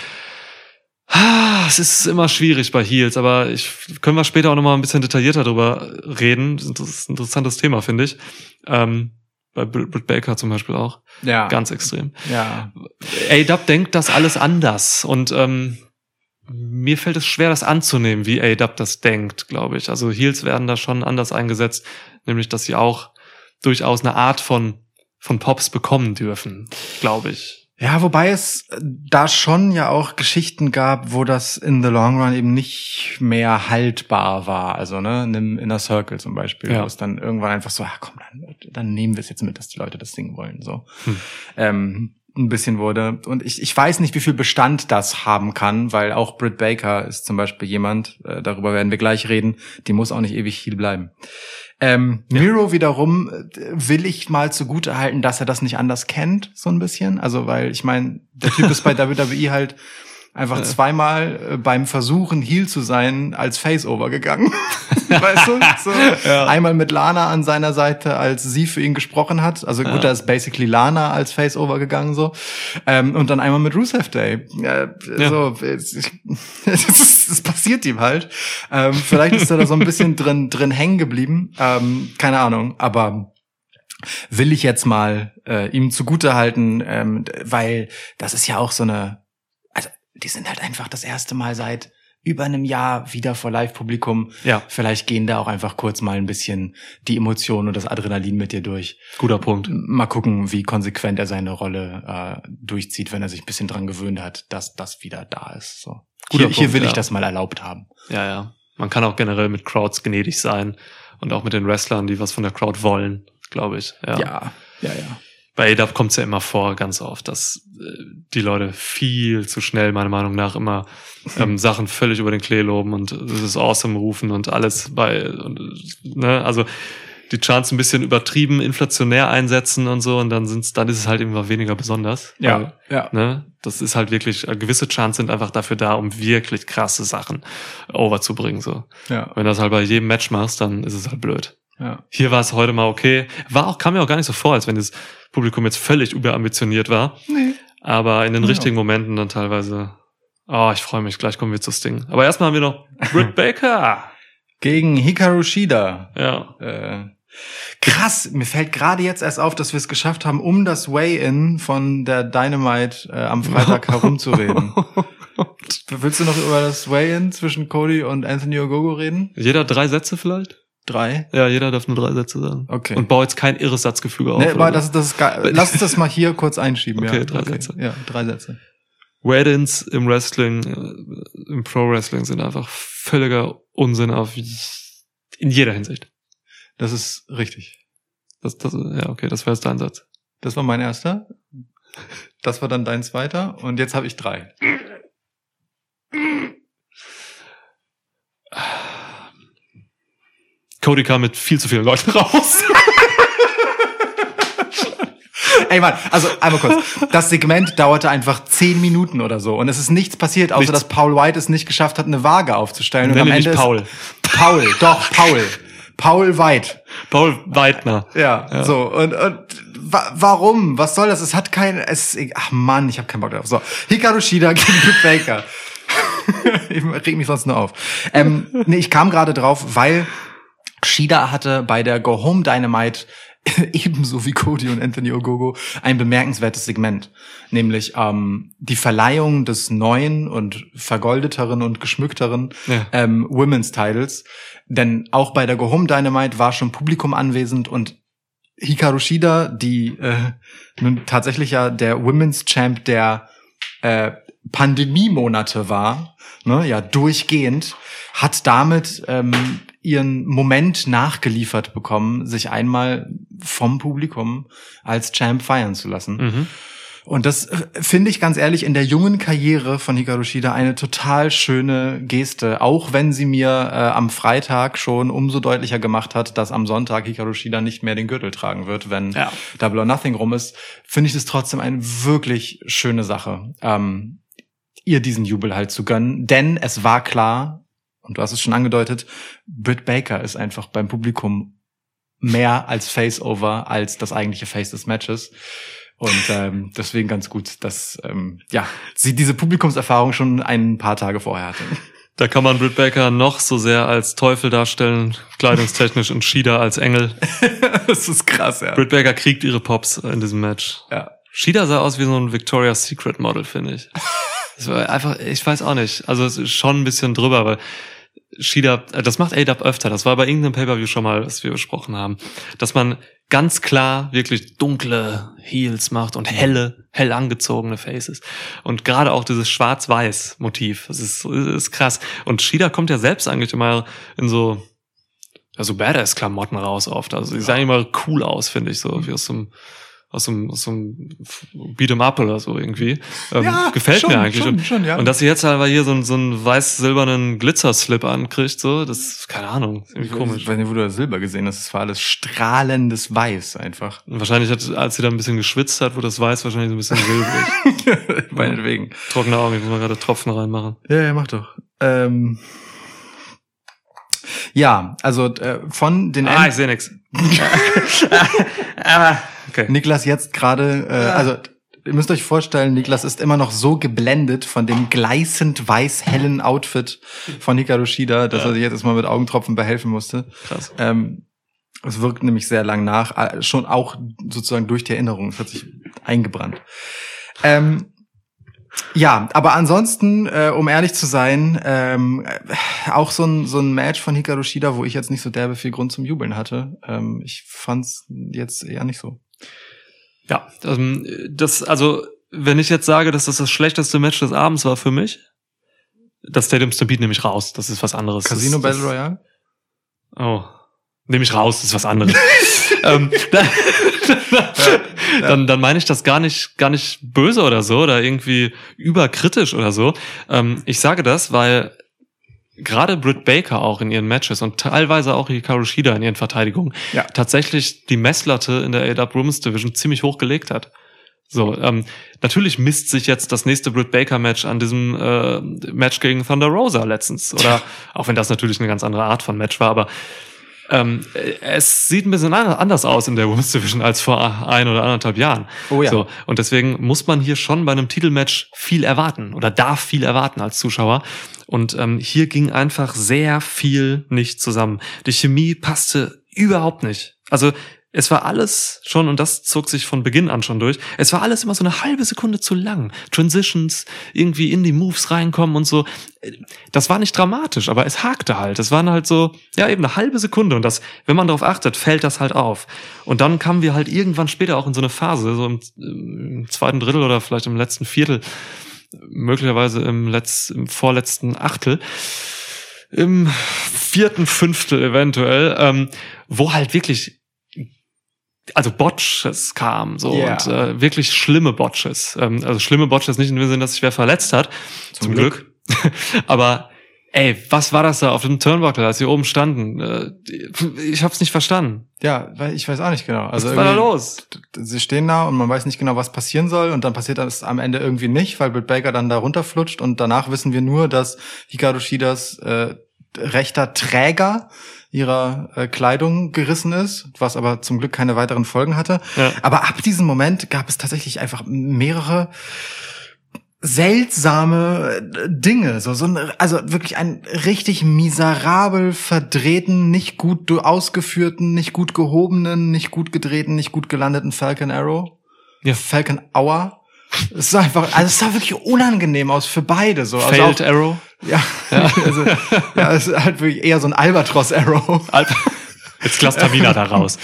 S1: Es ist immer schwierig bei Heels, aber können wir später auch nochmal ein bisschen detaillierter drüber reden. Das ist ein interessantes Thema, finde ich. Bei Britt Baker zum Beispiel auch.
S2: Ja.
S1: Ganz extrem.
S2: Ja.
S1: AEW denkt das alles anders und mir fällt es schwer, das anzunehmen, wie AEW das denkt, glaube ich. Also Heels werden da schon anders eingesetzt, nämlich, dass sie auch durchaus eine Art von Pops bekommen dürfen, glaube ich.
S2: Ja, wobei es da schon ja auch Geschichten gab, wo das in the long run eben nicht mehr haltbar war. Also, in Inner Circle zum Beispiel, wo es dann irgendwann einfach so, komm, dann nehmen wir es jetzt mit, dass die Leute das singen wollen, so. Ein bisschen wurde. Und ich weiß nicht, wie viel Bestand das haben kann, weil auch Britt Baker ist zum Beispiel jemand, darüber werden wir gleich reden, die muss auch nicht ewig viel bleiben. Miro wiederum will ich mal zugutehalten, dass er das nicht anders kennt, so ein bisschen. Also, weil ich meine, der Typ ist bei WWE halt einfach zweimal beim Versuchen, Heel zu sein, als Face-Over gegangen. Weißt du? So. Ja. Einmal mit Lana an seiner Seite, als sie für ihn gesprochen hat. Also gut, da ist basically Lana als Face-Over gegangen, so. Und dann einmal mit Rusev Day. So, das passiert ihm halt. Vielleicht ist er da so ein bisschen drin hängen geblieben. Keine Ahnung, aber will ich jetzt mal ihm zugutehalten, weil das ist ja auch so eine, also die sind halt einfach das erste Mal seit über einem Jahr wieder vor Live-Publikum.
S1: Ja.
S2: Vielleicht gehen da auch einfach kurz mal ein bisschen die Emotionen und das Adrenalin mit dir durch.
S1: Guter Punkt.
S2: Mal gucken, wie konsequent er seine Rolle durchzieht, wenn er sich ein bisschen dran gewöhnt hat, dass das wieder da ist. So. Hier will ich das mal erlaubt haben.
S1: Ja. Man kann auch generell mit Crowds gnädig sein und auch mit den Wrestlern, die was von der Crowd wollen, glaube ich.
S2: Ja.
S1: Bei AEW kommt es ja immer vor, ganz oft, dass die Leute viel zu schnell, meiner Meinung nach, immer Sachen völlig über den Klee loben und es ist awesome rufen und alles also die Chants ein bisschen übertrieben, inflationär einsetzen und so und dann ist es halt immer weniger besonders.
S2: Ja.
S1: Ne, das ist halt wirklich, gewisse Chants sind einfach dafür da, um wirklich krasse Sachen overzubringen, so.
S2: Ja.
S1: Wenn du das halt bei jedem Match machst, dann ist es halt blöd.
S2: Ja.
S1: Hier war es heute mal okay. Kam mir auch gar nicht so vor, als wenn das Publikum jetzt völlig überambitioniert war.
S2: Nee.
S1: Aber in den richtigen Momenten dann teilweise. Ich freue mich, gleich kommen wir zu Sting. Aber erstmal haben wir noch Britt Baker.
S2: Gegen Hikaru Shida.
S1: Ja.
S2: Krass, mir fällt gerade jetzt erst auf, dass wir es geschafft haben, um das Weigh-In von der Dynamite am Freitag herumzureden. Willst du noch über das Weigh-In zwischen Cody und Anthony Ogogo reden?
S1: Jeder 3 Sätze vielleicht?
S2: 3?
S1: Ja, jeder darf nur 3 Sätze sagen.
S2: Okay.
S1: Und bau jetzt kein irres Satzgefüge auf.
S2: Nee, aber das ist geil. Lass uns das mal hier kurz einschieben.
S1: Okay,
S2: ja.
S1: 3 Sätze.
S2: Ja, 3 Sätze.
S1: Weigh-ins im Wrestling, im Pro-Wrestling sind einfach völliger Unsinn in jeder Hinsicht.
S2: Das ist richtig.
S1: Das wäre jetzt dein Satz.
S2: Das war mein erster. Das war dann dein zweiter. Und jetzt habe ich 3.
S1: Cody kam mit viel zu vielen Leuten raus.
S2: Ey Mann, also einmal kurz. Das Segment dauerte einfach 10 Minuten oder so. Und es ist nichts passiert, außer dass Paul White es nicht geschafft hat, eine Waage aufzustellen. Und am Ende
S1: Paul.
S2: Paul White.
S1: Paul Weidner.
S2: Ja, so. Und warum? Was soll das? Es hat ach Mann, ich habe keinen Bock drauf. So, Hikaru Shida gegen Britt Baker. Ich reg mich sonst nur auf. Ich kam gerade drauf, weil Shida hatte bei der Go Home Dynamite ebenso wie Cody und Anthony Ogogo ein bemerkenswertes Segment, nämlich die Verleihung des neuen und vergoldeteren und geschmückteren Women's Titles. Denn auch bei der Go Home Dynamite war schon Publikum anwesend und Hikaru Shida, die nun tatsächlich ja der Women's Champ der Pandemie-Monate war, ne, ja durchgehend, hat damit ihren Moment nachgeliefert bekommen, sich einmal vom Publikum als Champ feiern zu lassen.
S1: Mhm.
S2: Und das finde ich ganz ehrlich in der jungen Karriere von Hikaru Shida eine total schöne Geste, auch wenn sie mir am Freitag schon umso deutlicher gemacht hat, dass am Sonntag Hikaru Shida nicht mehr den Gürtel tragen wird, wenn Double or Nothing rum ist, finde ich das trotzdem eine wirklich schöne Sache, ihr diesen Jubel halt zu gönnen, denn es war klar, und du hast es schon angedeutet, Britt Baker ist einfach beim Publikum mehr als Face-Over, als das eigentliche Face des Matches. Und deswegen ganz gut, dass sie diese Publikumserfahrung schon ein paar Tage vorher hatte.
S1: Da kann man Britt Baker noch so sehr als Teufel darstellen, kleidungstechnisch, und Shida als Engel.
S2: Das ist krass, ja.
S1: Britt Baker kriegt ihre Pops in diesem Match.
S2: Ja.
S1: Shida sah aus wie so ein Victoria's Secret Model, finde ich. Das war einfach, ich weiß auch nicht. Also es ist schon ein bisschen drüber, weil Shida, das macht AEW öfter. Das war bei irgendeinem Pay-Per-View schon mal, was wir besprochen haben. Dass man ganz klar wirklich dunkle Heels macht und hell angezogene Faces. Und gerade auch dieses Schwarz-Weiß-Motiv. Das ist krass. Und Shida kommt ja selbst eigentlich immer in so Badass-Klamotten raus oft. Also die sahen immer cool aus, finde ich, so wie aus so einem Beat'em Up oder so irgendwie. Gefällt mir eigentlich.
S2: Schon, ja.
S1: Und dass sie jetzt aber hier so einen weiß-silbernen Glitzer-Slip ankriegt, so, das ist, keine Ahnung, irgendwie komisch.
S2: Ich weiß nicht, wo du das Silber gesehen hast. Es war alles strahlendes Weiß einfach.
S1: Und wahrscheinlich als sie da ein bisschen geschwitzt hat, wurde das Weiß wahrscheinlich so ein bisschen silbrig.
S2: Meinetwegen.
S1: Trockene Augen, ich muss mal gerade Tropfen reinmachen.
S2: Ja, mach doch. Ja, also von den...
S1: ich sehe nix. Okay.
S2: Niklas jetzt gerade, also ihr müsst euch vorstellen, Niklas ist immer noch so geblendet von dem gleißend weiß-hellen Outfit von Hikaru Shida, dass er sich jetzt erstmal mit Augentropfen behelfen musste.
S1: Krass.
S2: Es wirkt nämlich sehr lang nach, schon auch sozusagen durch die Erinnerung. Es hat sich eingebrannt. Ja, aber ansonsten, um ehrlich zu sein, auch so ein Match von Hikaru Shida, wo ich jetzt nicht so derbe viel Grund zum Jubeln hatte. Ich fand's jetzt eher nicht so.
S1: Ja, also wenn ich jetzt sage, dass das schlechteste Match des Abends war für mich, das Stadium Stampede nehme ich raus. Das ist was anderes.
S2: Casino Battle Royale?
S1: Oh, nehme ich raus. Das ist was anderes. Dann meine ich das gar nicht böse oder so oder irgendwie überkritisch oder so. Ich sage das, weil gerade Britt Baker auch in ihren Matches und teilweise auch Hikaru Shida in ihren Verteidigungen tatsächlich die Messlatte in der AEW Women's Division ziemlich hochgelegt hat. So, natürlich misst sich jetzt das nächste Britt Baker Match an diesem Match gegen Thunder Rosa letztens. Oder auch wenn das natürlich eine ganz andere Art von Match war, aber es sieht ein bisschen anders aus in der Women's Division als vor 1 oder 1,5 Jahren.
S2: Oh ja.
S1: So, und deswegen muss man hier schon bei einem Titelmatch viel erwarten oder darf viel erwarten als Zuschauer. Und hier ging einfach sehr viel nicht zusammen. Die Chemie passte überhaupt nicht. Also es war alles schon, und das zog sich von Beginn an schon durch, es war alles immer so eine halbe Sekunde zu lang. Transitions, irgendwie in die Moves reinkommen und so. Das war nicht dramatisch, aber es hakte halt. Es waren halt so, ja eben eine halbe Sekunde. Und das, wenn man darauf achtet, fällt das halt auf. Und dann kamen wir halt irgendwann später auch in so eine Phase, so im zweiten Drittel oder vielleicht im letzten Viertel, möglicherweise im vorletzten Achtel, im vierten Fünftel eventuell, wo halt wirklich Botches kamen, so, und wirklich schlimme Botches. Also schlimme Botches nicht in dem Sinne, dass sich wer verletzt hat, zum Glück. Aber ey, was war das da auf dem Turnbuckle, als sie oben standen? Ich hab's nicht verstanden.
S2: Ja, weil ich weiß auch nicht genau. Also
S1: was war da los?
S2: Sie stehen da und man weiß nicht genau, was passieren soll, und dann passiert das am Ende irgendwie nicht, weil Britt Baker dann da runterflutscht, und danach wissen wir nur, dass Hikaru Shidas rechter Träger ihrer Kleidung gerissen ist, was aber zum Glück keine weiteren Folgen hatte. Ja. Aber ab diesem Moment gab es tatsächlich einfach mehrere seltsame Dinge, also wirklich einen richtig miserabel verdrehten, nicht gut ausgeführten, nicht gut gehobenen, nicht gut gedrehten, nicht gut gelandeten Falcon Arrow. Ja. Falcon Hour. Es sah wirklich unangenehm aus für beide, so.
S1: Failed also auch, Arrow.
S2: Ja. Also, es ist halt wirklich eher so ein Albatros Arrow.
S1: Jetzt lass Tamina da raus.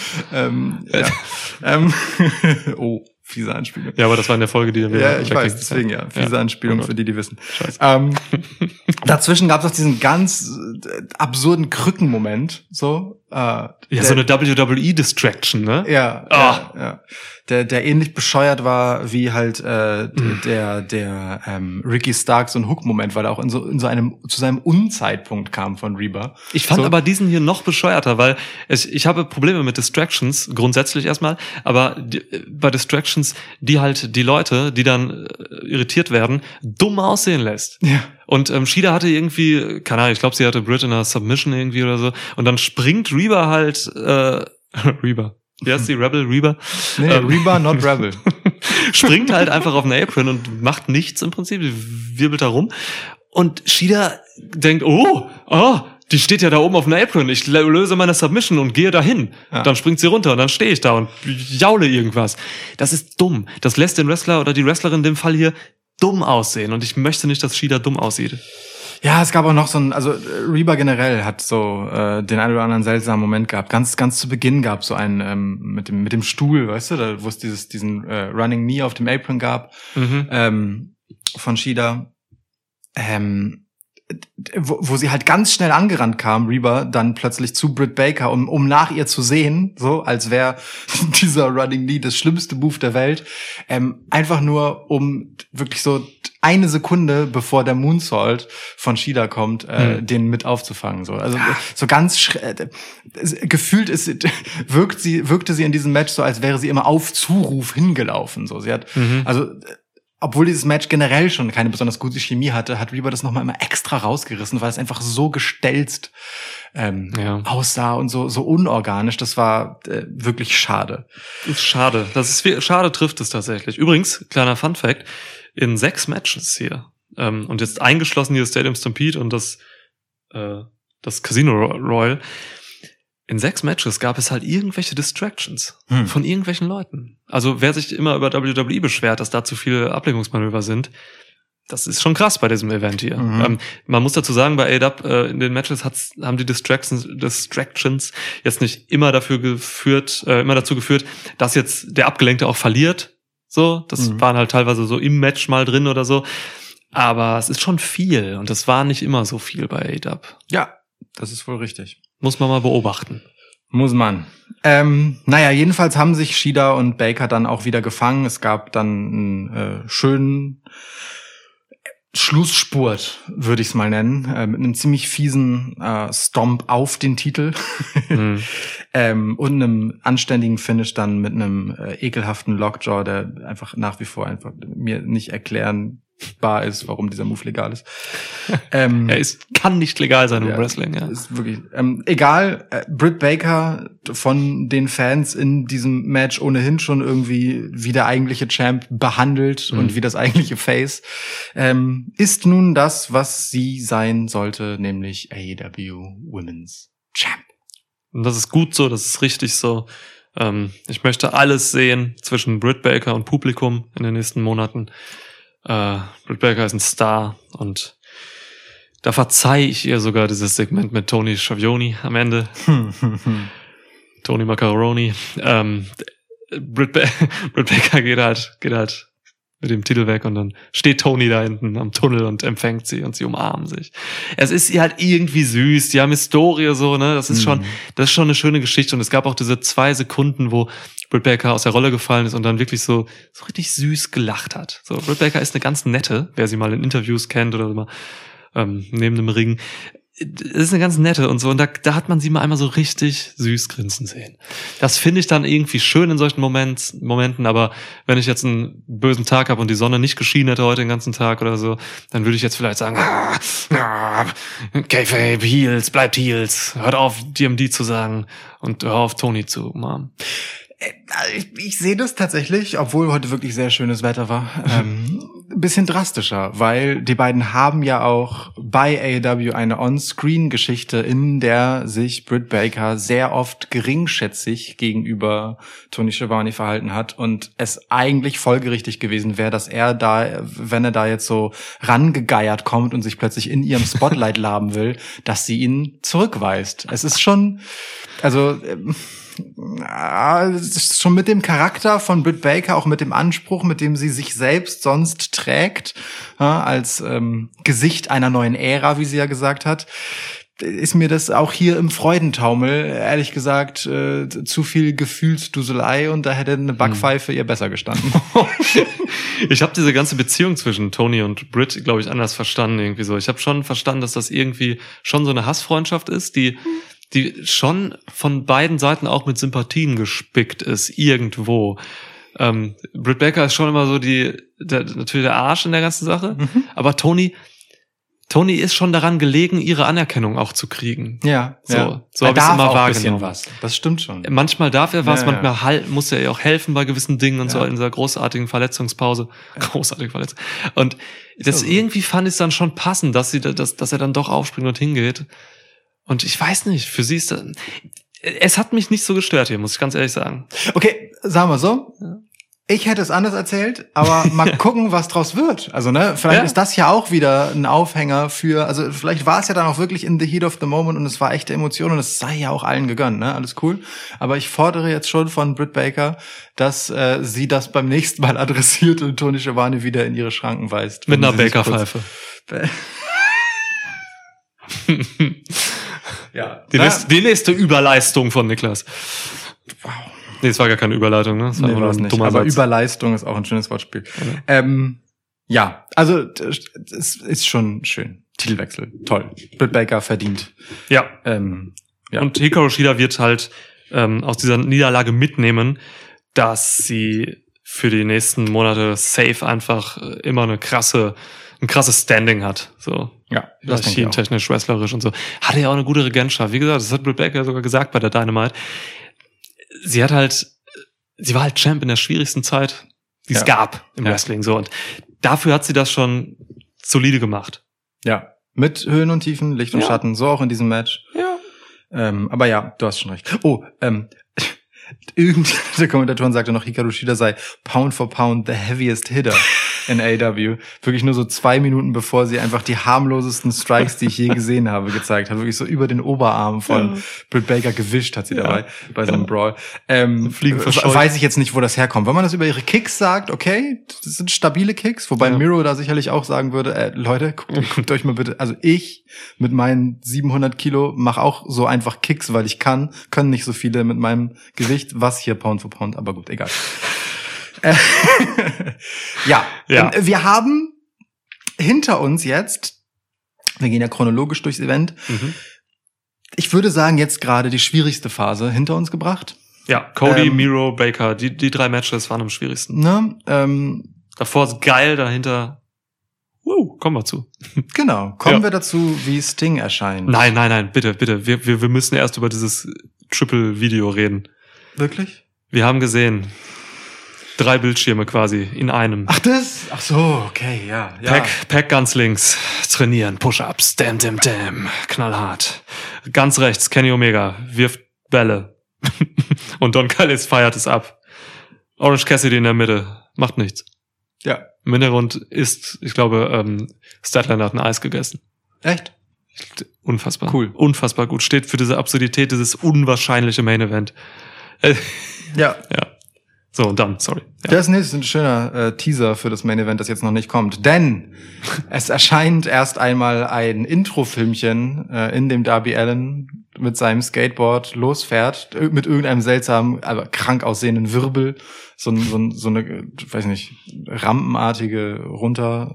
S2: Oh, fiese Anspielung.
S1: Ja, aber das war in der Folge, die wir...
S2: Ja, ich weiß, deswegen fiese Anspielung für die wissen. Dazwischen gab es auch diesen ganz absurden Krückenmoment, so.
S1: So eine WWE-Distraction, ne?
S2: Ja. Der ähnlich bescheuert war wie halt der Ricky Stark so ein Hook-Moment, weil er auch in so einem zu seinem Unzeitpunkt kam von Reba.
S1: Ich fand aber diesen hier noch bescheuerter, weil ich habe Probleme mit Distractions grundsätzlich erstmal, aber bei Distractions, die halt die Leute, die dann irritiert werden, dumm aussehen lässt. Ja. Und Shida hatte irgendwie, keine Ahnung, ich glaube, sie hatte Britt in einer Submission irgendwie oder so, und dann springt Reba halt Reba. Wie heißt die? Reba?
S2: Nee, Reba, not Rebel.
S1: Springt halt einfach auf den Apron und macht nichts im Prinzip, wirbelt da rum. Und Shida denkt, die steht ja da oben auf dem Apron, ich löse meine Submission und gehe dahin. Ja. Dann springt sie runter und dann stehe ich da und jaule irgendwas. Das ist dumm. Das lässt den Wrestler oder die Wrestlerin in dem Fall hier dumm aussehen, und ich möchte nicht, dass Shida dumm aussieht.
S2: Ja, es gab auch noch Reba generell hat so den einen oder anderen seltsamen Moment gehabt. Ganz zu Beginn gab so einen mit dem Stuhl, weißt du, wo es diesen Running Knee auf dem Apron gab von Shida, wo sie halt ganz schnell angerannt kam, Reba, dann plötzlich zu Britt Baker, um nach ihr zu sehen, so als wäre dieser Running Knee das schlimmste Move der Welt, einfach nur um wirklich so eine Sekunde bevor der Moonsault von Shida kommt, den mit aufzufangen, so. Also so ganz gefühlt wirkte sie in diesem Match so, als wäre sie immer auf Zuruf hingelaufen, so. Sie hat obwohl dieses Match generell schon keine besonders gute Chemie hatte, hat Reba das nochmal immer extra rausgerissen, weil es einfach so gestelzt aussah und so unorganisch. Das war wirklich schade.
S1: Das ist schade. Schade trifft es tatsächlich. Übrigens, kleiner Funfact, in 6 Matches hier, und jetzt eingeschlossen hier Stadium Stampede und das Casino Royal, in 6 Matches gab es halt irgendwelche Distractions von irgendwelchen Leuten. Also wer sich immer über WWE beschwert, dass da zu viele Ablenkungsmanöver sind, das ist schon krass bei diesem Event hier. Man muss dazu sagen, bei AEW in den Matches haben die Distractions jetzt nicht immer dazu geführt, dass jetzt der Abgelenkte auch verliert. So, das waren halt teilweise so im Match mal drin oder so. Aber es ist schon viel und das war nicht immer so viel bei AEW.
S2: Ja, das ist wohl richtig.
S1: Muss man mal beobachten.
S2: Muss man. Jedenfalls haben sich Shida und Baker dann auch wieder gefangen. Es gab dann einen schönen Schlussspurt, würde ich es mal nennen, mit einem ziemlich fiesen Stomp auf den Titel und einem anständigen Finish dann mit einem ekelhaften Lockjaw, der einfach nach wie vor einfach mir nicht erklärbar ist, warum dieser Move legal ist.
S1: Kann nicht legal sein im Wrestling. Ja.
S2: Ist wirklich egal. Britt Baker von den Fans in diesem Match ohnehin schon irgendwie wie der eigentliche Champ behandelt und wie das eigentliche Face, ist nun das, was sie sein sollte, nämlich AEW Women's Champ.
S1: Und das ist gut so, das ist richtig so. Ich möchte alles sehen zwischen Britt Baker und Publikum in den nächsten Monaten. Britt Baker ist ein Star und da verzeihe ich ihr sogar dieses Segment mit Tony Schiavone am Ende. Tony Macaroni. Britt Baker geht halt mit dem Titel weg und dann steht Tony da hinten am Tunnel und empfängt sie und sie umarmen sich. Es ist halt irgendwie süß, die haben Historie so, ne? Das ist schon eine schöne Geschichte und es gab auch diese 2 Sekunden, wo Britt Baker aus der Rolle gefallen ist und dann wirklich so richtig süß gelacht hat. So, Britt Baker ist eine ganz nette, wer sie mal in Interviews kennt oder mal neben dem Ring. Das ist eine ganz nette und so. Und da hat man sie mal einmal so richtig süß grinsen sehen. Das finde ich dann irgendwie schön in solchen Momenten. Aber wenn ich jetzt einen bösen Tag habe und die Sonne nicht geschienen hätte heute den ganzen Tag oder so, dann würde ich jetzt vielleicht sagen, Kayfabe, Heels, bleibt Heels. Hört auf, DMD zu sagen und hör auf, Tony zu umarmen.
S2: Ich sehe das tatsächlich, obwohl heute wirklich sehr schönes Wetter war, ein bisschen drastischer, weil die beiden haben ja auch bei AEW eine On-Screen-Geschichte, in der sich Britt Baker sehr oft geringschätzig gegenüber Tony Schiavone verhalten hat und es eigentlich folgerichtig gewesen wäre, dass er da, wenn er da jetzt so rangegeiert kommt und sich plötzlich in ihrem Spotlight laben will, dass sie ihn zurückweist. Es ist schon, es ist schon mit dem Charakter von Britt Baker, auch mit dem Anspruch, mit dem sie sich selbst sonst trägt, als Gesicht einer neuen Ära, wie sie ja gesagt hat, ist mir das auch hier im Freudentaumel, ehrlich gesagt, zu viel Gefühlsduselei und da hätte eine Backpfeife ihr besser gestanden.
S1: Ich habe diese ganze Beziehung zwischen Tony und Britt, glaube ich, anders verstanden irgendwie so. Ich habe schon verstanden, dass das irgendwie schon so eine Hassfreundschaft ist, die schon von beiden Seiten auch mit Sympathien gespickt ist, irgendwo. Britt Baker ist schon immer so natürlich der Arsch in der ganzen Sache, aber Tony ist schon daran gelegen, ihre Anerkennung auch zu kriegen.
S2: Ja,
S1: so habe ich es immer wahrgenommen.
S2: Was. Das stimmt schon.
S1: Manchmal darf er was, manchmal muss er ihr auch helfen bei gewissen Dingen und so in dieser großartigen Verletzungspause. Ja. Großartige Verletzung. Und das irgendwie fand ich es dann schon passend, dass er dann doch aufspringt und hingeht. Und ich weiß nicht, für sie ist das, es hat mich nicht so gestört hier, muss ich ganz ehrlich sagen.
S2: Okay, sagen wir so. Ja. Ich hätte es anders erzählt, aber mal gucken, was draus wird. Also, vielleicht ist das ja auch wieder ein Aufhänger also vielleicht war es ja dann auch wirklich in the heat of the moment und es war echte Emotion und es sei ja auch allen gegönnt, alles cool. Aber ich fordere jetzt schon von Britt Baker, dass sie das beim nächsten Mal adressiert und Tony Schiavone wieder in ihre Schranken weist.
S1: Mit einer Baker-Pfeife.
S2: Ja.
S1: Die nächste Überleistung von Niklas.
S2: Wow.
S1: Nee, es war gar keine Überleitung, ne? Das war nur ein dummer
S2: aber
S1: Satz.
S2: Überleistung ist auch ein schönes Wortspiel. Ja. Also es ist schon schön. Titelwechsel, toll. Britt Baker verdient.
S1: Ja.
S2: Ja.
S1: Und Hikaru Shida wird halt aus dieser Niederlage mitnehmen, dass sie für die nächsten Monate safe einfach immer ein krasses Standing hat. So.
S2: Ja, das denke ich auch.
S1: Technisch, wrestlerisch und so. Hatte ja auch eine gute Regentschaft. Wie gesagt, das hat Britt Baker sogar gesagt bei der Dynamite. Sie war halt Champ in der schwierigsten Zeit, die es gab im Wrestling, so. Und dafür hat sie das schon solide gemacht.
S2: Ja. Mit Höhen und Tiefen, Licht und Schatten, so auch in diesem Match.
S1: Ja.
S2: Aber ja, du hast schon recht. Oh, irgendeine Kommentatorin sagte noch, Hikaru Shida sei Pound for Pound the heaviest hitter. in AEW. Wirklich nur so 2 Minuten, bevor sie einfach die harmlosesten Strikes, die ich je gesehen habe, gezeigt hat. Wirklich so über den Oberarm von Britt Baker gewischt hat sie dabei bei so einem Brawl.
S1: Fliegen verscheucht.
S2: Weiß ich jetzt nicht, wo das herkommt. Wenn man das über ihre Kicks sagt, okay, das sind stabile Kicks, wobei Miro da sicherlich auch sagen würde, Leute, guckt euch mal bitte, also ich mit meinen 700 Kilo mache auch so einfach Kicks, weil ich können nicht so viele mit meinem Gewicht, was hier Pound for Pound, aber gut, egal. Ja. Wir haben hinter uns jetzt, wir gehen ja chronologisch durchs Event, ich würde sagen, jetzt gerade die schwierigste Phase hinter uns gebracht.
S1: Ja, Cody, Miro, Baker, die 3 Matches waren am schwierigsten.
S2: Ne,
S1: davor ist geil, dahinter kommen wir zu.
S2: Genau, kommen wir dazu, wie Sting erscheint.
S1: Nein, bitte. Wir müssen erst über dieses Triple-Video reden.
S2: Wirklich?
S1: Wir haben gesehen, 3 Bildschirme quasi in einem.
S2: Ach so, okay, ja.
S1: Pack ganz links, trainieren, Push-Ups, damn, knallhart. Ganz rechts, Kenny Omega, wirft Bälle. Und Don Callis feiert es ab. Orange Cassidy in der Mitte, macht nichts.
S2: Ja.
S1: Im Hintergrund ist, ich glaube, Statlander hat ein Eis gegessen.
S2: Echt?
S1: Unfassbar.
S2: Cool.
S1: Unfassbar gut. Steht für diese Absurdität, dieses unwahrscheinliche Main Event.
S2: Ja.
S1: So, und dann, sorry. Ja.
S2: Das ist ein schöner Teaser für das Main Event, das jetzt noch nicht kommt. Denn es erscheint erst einmal ein Intro-Filmchen, in dem Darby Allin mit seinem Skateboard losfährt, mit irgendeinem seltsamen, aber krank aussehenden Wirbel, so eine, weiß nicht, rampenartige runter.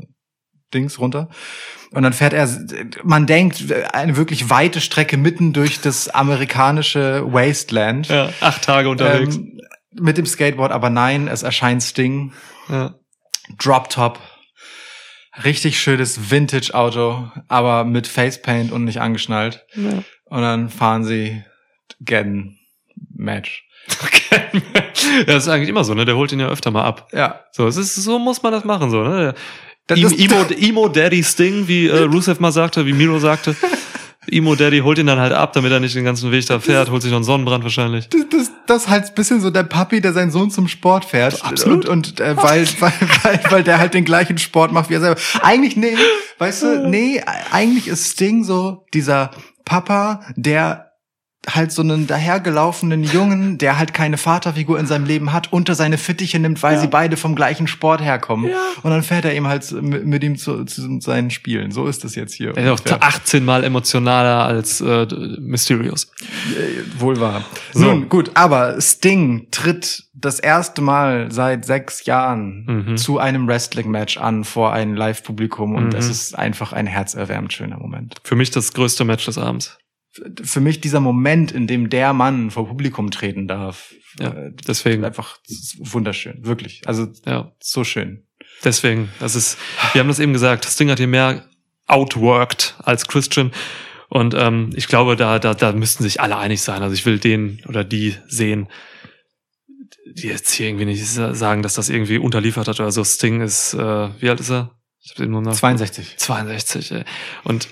S2: Und dann fährt er, man denkt, eine wirklich weite Strecke mitten durch das amerikanische Wasteland.
S1: Ja, 8 Tage unterwegs.
S2: Mit dem Skateboard, aber nein, es erscheint Sting.
S1: Ja.
S2: Drop Top. Richtig schönes Vintage-Auto, aber mit Facepaint und nicht angeschnallt.
S1: Ja.
S2: Und dann fahren sie gen Match.
S1: Okay. Ja, das ist eigentlich immer so, ne? Der holt ihn ja öfter mal ab.
S2: Ja.
S1: So muss man das machen, so, ne?
S2: Das
S1: Emo Daddy Sting, wie Rusev mal sagte, wie Miro sagte. Emo Daddy holt ihn dann halt ab, damit er nicht den ganzen Weg da fährt, holt sich noch einen Sonnenbrand wahrscheinlich.
S2: Das ist halt ein bisschen so der Papi, der seinen Sohn zum Sport fährt.
S1: Absolut.
S2: Und weil der halt den gleichen Sport macht wie er selber. Eigentlich, eigentlich ist Sting so dieser Papa, der halt so einen dahergelaufenen Jungen, der halt keine Vaterfigur in seinem Leben hat, unter seine Fittiche nimmt, weil sie beide vom gleichen Sport herkommen. Ja. Und dann fährt er eben halt mit ihm zu seinen Spielen. So ist es jetzt hier.
S1: Er ist auch 18 Mal emotionaler als Mysterious.
S2: Wohl wahr.
S1: So.
S2: Nun, gut, aber Sting tritt das erste Mal seit 6 Jahren zu einem Wrestling-Match an vor einem Live-Publikum und es ist einfach ein herzerwärmend schöner Moment.
S1: Für mich das größte Match des Abends.
S2: Für mich dieser Moment, in dem der Mann vor Publikum treten darf.
S1: Ja, deswegen.
S2: Einfach wunderschön, wirklich. Also, so schön.
S1: Deswegen, wir haben das eben gesagt, Sting hat hier mehr outworked als Christian. Und ich glaube, da müssten sich alle einig sein. Also ich will den oder die sehen, die jetzt hier irgendwie nicht sagen, dass das irgendwie unterliefert hat. Also Sting ist, wie alt ist er? Ich hab's eben nur nach
S2: 62.
S1: 62, ey. Und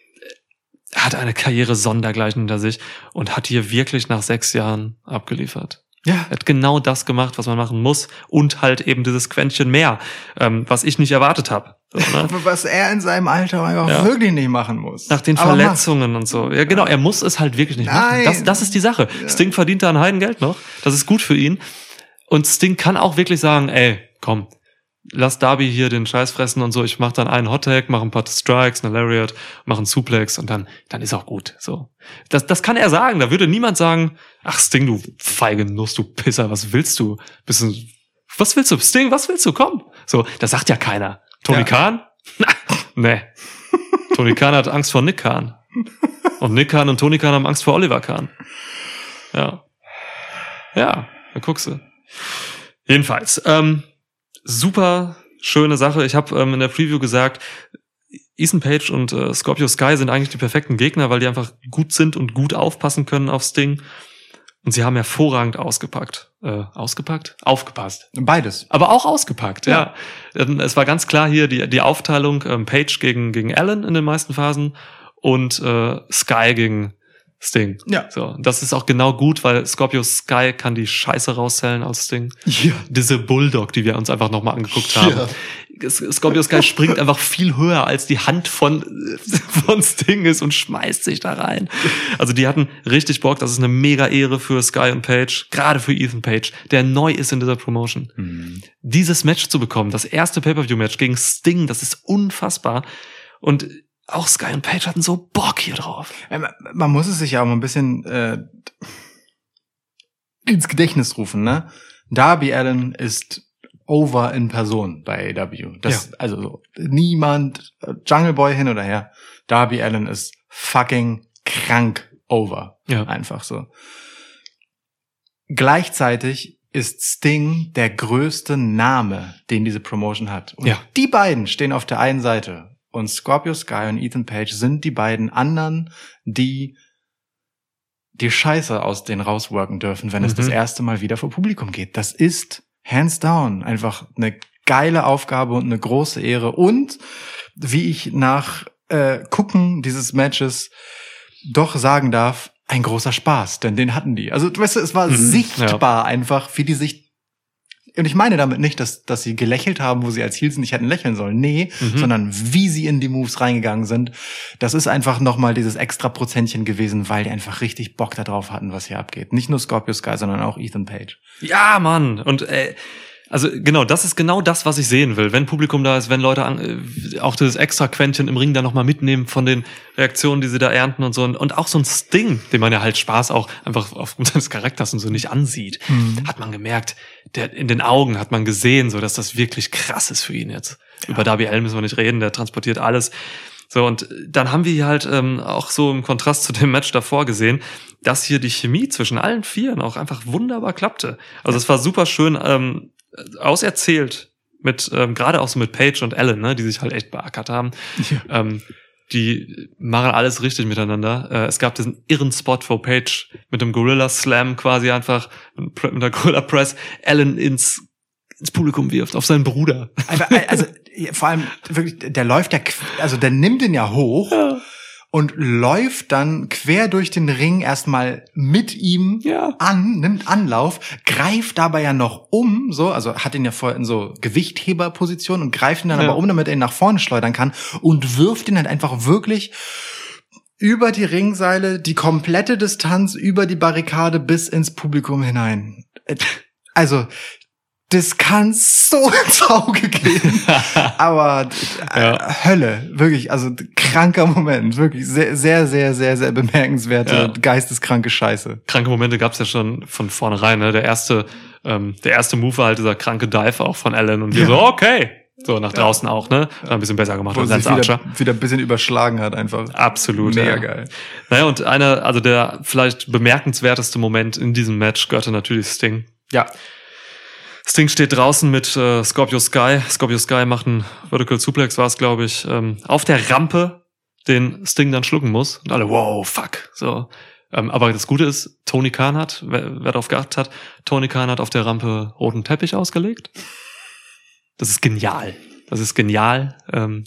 S1: er hat eine Karriere sondergleichen hinter sich und hat hier wirklich nach 6 Jahren abgeliefert.
S2: Ja.
S1: Er hat genau das gemacht, was man machen muss und halt eben dieses Quäntchen mehr, was ich nicht erwartet habe. So, ne?
S2: Was er in seinem Alter einfach wirklich nicht machen muss.
S1: Nach den Verletzungen und so. Ja, genau, er muss es halt wirklich nicht machen. Das ist die Sache. Ja. Sting verdient da ein Heidengeld noch. Das ist gut für ihn. Und Sting kann auch wirklich sagen, ey, komm, lass Darby hier den Scheiß fressen und so, ich mach dann einen Hottag, mach ein paar Strikes, eine Lariat, mach einen Suplex und dann ist auch gut. So. Das kann er sagen, da würde niemand sagen, ach Sting, du feige Nuss, du Pisser, was willst du? Was willst du? Sting, was willst du? Komm. So, das sagt ja keiner. Tony Khan? Nee. Tony Khan hat Angst vor Nick Khan. Und Nick Khan und Tony Khan haben Angst vor Oliver Khan. Ja. Ja, da guckst du. Jedenfalls, super schöne Sache. Ich habe in der Preview gesagt, Ethan Page und Scorpio Sky sind eigentlich die perfekten Gegner, weil die einfach gut sind und gut aufpassen können auf Sting. Und sie haben hervorragend aufgepasst.
S2: Beides.
S1: Aber auch ausgepackt, ja. Es war ganz klar hier die Aufteilung Page gegen Allen in den meisten Phasen und Sky gegen Sting.
S2: Ja.
S1: So, das ist auch genau gut, weil Scorpio Sky kann die Scheiße rauszählen als Sting.
S2: Ja.
S1: Diese Bulldog, die wir uns einfach nochmal angeguckt haben.
S2: Ja.
S1: Scorpio Sky springt einfach viel höher, als die Hand von Sting ist und schmeißt sich da rein. Also die hatten richtig Bock. Das ist eine mega Ehre für Sky und Page, gerade für Ethan Page, der neu ist in dieser Promotion. Dieses Match zu bekommen, das erste Pay-Per-View-Match gegen Sting, das ist unfassbar. Und auch Sky und Page hatten so Bock hier drauf.
S2: Man muss es sich ja auch mal ein bisschen ins Gedächtnis rufen, ne? Darby Allin ist over in Person bei AEW. Also so, niemand, Jungle Boy hin oder her, Darby Allin ist fucking krank over.
S1: Ja.
S2: Einfach so. Gleichzeitig ist Sting der größte Name, den diese Promotion hat. Und die beiden stehen auf der einen Seite. Und Scorpio Sky und Ethan Page sind die beiden anderen, die Scheiße aus denen rausworken dürfen, wenn es das erste Mal wieder vor Publikum geht. Das ist hands down einfach eine geile Aufgabe und eine große Ehre. Und wie ich nach Gucken dieses Matches doch sagen darf, ein großer Spaß, denn den hatten die. Also, weißt du, es war sichtbar einfach, wie die sich. Und ich meine damit nicht, dass sie gelächelt haben, wo sie als Heels nicht hätten lächeln sollen. Nee, sondern wie sie in die Moves reingegangen sind. Das ist einfach nochmal dieses extra Prozentchen gewesen, weil die einfach richtig Bock da drauf hatten, was hier abgeht. Nicht nur Scorpio Sky, sondern auch Ethan Page.
S1: Ja, Mann. Und also genau, das ist genau das, was ich sehen will. Wenn Publikum da ist, wenn Leute auch dieses extra Quäntchen im Ring da nochmal mitnehmen von den Reaktionen, die sie da ernten und so. Und auch so ein Sting, den man ja halt Spaß auch einfach aufgrund seines Charakters und so nicht ansieht, hat man gemerkt, in den Augen hat man gesehen, so dass das wirklich krass ist für ihn jetzt. Ja. Über Darby Allin müssen wir nicht reden, der transportiert alles. So, und dann haben wir hier halt auch so im Kontrast zu dem Match davor gesehen, dass hier die Chemie zwischen allen Vieren auch einfach wunderbar klappte. Also es war super schön auserzählt mit gerade auch so mit Page und Allin, ne, die sich halt echt beackert haben. Ja. Die machen alles richtig miteinander. Es gab diesen irren Spot, wo Page mit dem Gorilla Slam quasi einfach mit der Gorilla Press Allin ins Publikum wirft, auf seinen Bruder.
S2: Also vor allem wirklich, der läuft ja, also der nimmt ihn ja hoch. Ja. Und läuft dann quer durch den Ring erstmal mit ihm an, nimmt Anlauf, greift dabei ja noch um, so, also hat ihn ja vorher in so Gewichtheberposition und greift ihn dann aber um, damit er ihn nach vorne schleudern kann und wirft ihn halt einfach wirklich über die Ringseile, die komplette Distanz über die Barrikade bis ins Publikum hinein. Also, das kann so ins Auge gehen. Aber Hölle, wirklich, also kranker Moment, wirklich sehr, sehr, sehr, sehr, sehr bemerkenswerte, geisteskranke Scheiße.
S1: Kranke Momente gab's ja schon von vornherein, ne? Der erste Move war halt dieser kranke Dive auch von Allin und wir so, okay. So, nach draußen auch, ne? Ein bisschen besser gemacht als Lance Archer.
S2: Wieder ein bisschen überschlagen hat einfach.
S1: Absolut.
S2: Mega geil.
S1: Naja, und also der vielleicht bemerkenswerteste Moment in diesem Match gehörte natürlich Sting.
S2: Ja.
S1: Sting steht draußen mit Scorpio Sky. Scorpio Sky macht einen Vertical Suplex, war es, glaube ich, auf der Rampe, den Sting dann schlucken muss. Und alle, wow, fuck. So. Aber das Gute ist, Tony Khan hat, wer darauf geachtet hat, Tony Khan hat auf der Rampe roten Teppich ausgelegt. Das ist genial. Das ist genial.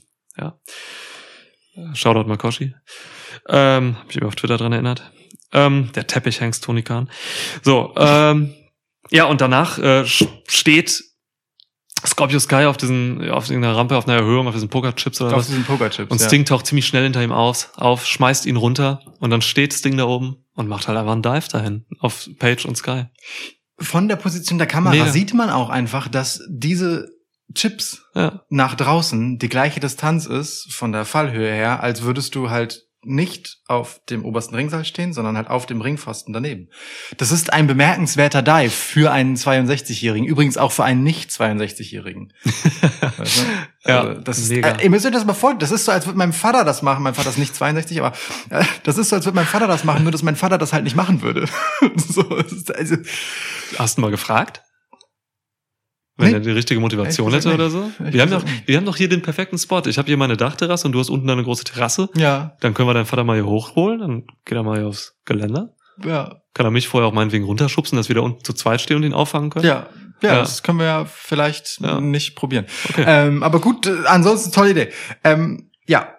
S1: Shoutout Makoshi. Hab ich immer auf Twitter dran erinnert. Der Teppich hängt Tony Khan. So, ja, und danach steht Scorpio Sky auf irgendeiner Rampe, auf einer Erhöhung, auf diesen Pokerchips oder was.
S2: Auf diesen Pokerchips,
S1: und Sting taucht ziemlich schnell hinter ihm auf, schmeißt ihn runter und dann steht Sting da oben und macht halt einfach einen Dive dahin auf Page und Sky.
S2: Von der Position der Kamera sieht man auch einfach, dass diese Chips nach draußen die gleiche Distanz ist von der Fallhöhe her, als würdest du halt nicht auf dem obersten Ringseil stehen, sondern halt auf dem Ringpfosten daneben. Das ist ein bemerkenswerter Dive für einen 62-Jährigen, übrigens auch für einen nicht-62-Jährigen. Weißt du? Also, das ist, ihr müsst euch das mal vorstellen, das ist so, als würde mein Vater das machen. Mein Vater ist nicht 62, aber das ist so, als würde mein Vater das machen, nur dass mein Vater das halt nicht machen würde. So, also,
S1: hast du mal gefragt? Wenn er die richtige Motivation hätte oder so. Wir haben doch hier den perfekten Spot. Ich habe hier meine Dachterrasse und du hast unten eine große Terrasse.
S2: Ja.
S1: Dann können wir deinen Vater mal hier hochholen, dann geht er mal hier aufs Geländer.
S2: Ja.
S1: Kann er mich vorher auch meinetwegen runterschubsen, dass wir da unten zu zweit stehen und ihn auffangen können?
S2: Ja, das können wir ja vielleicht nicht probieren. Okay. Aber gut, ansonsten tolle Idee.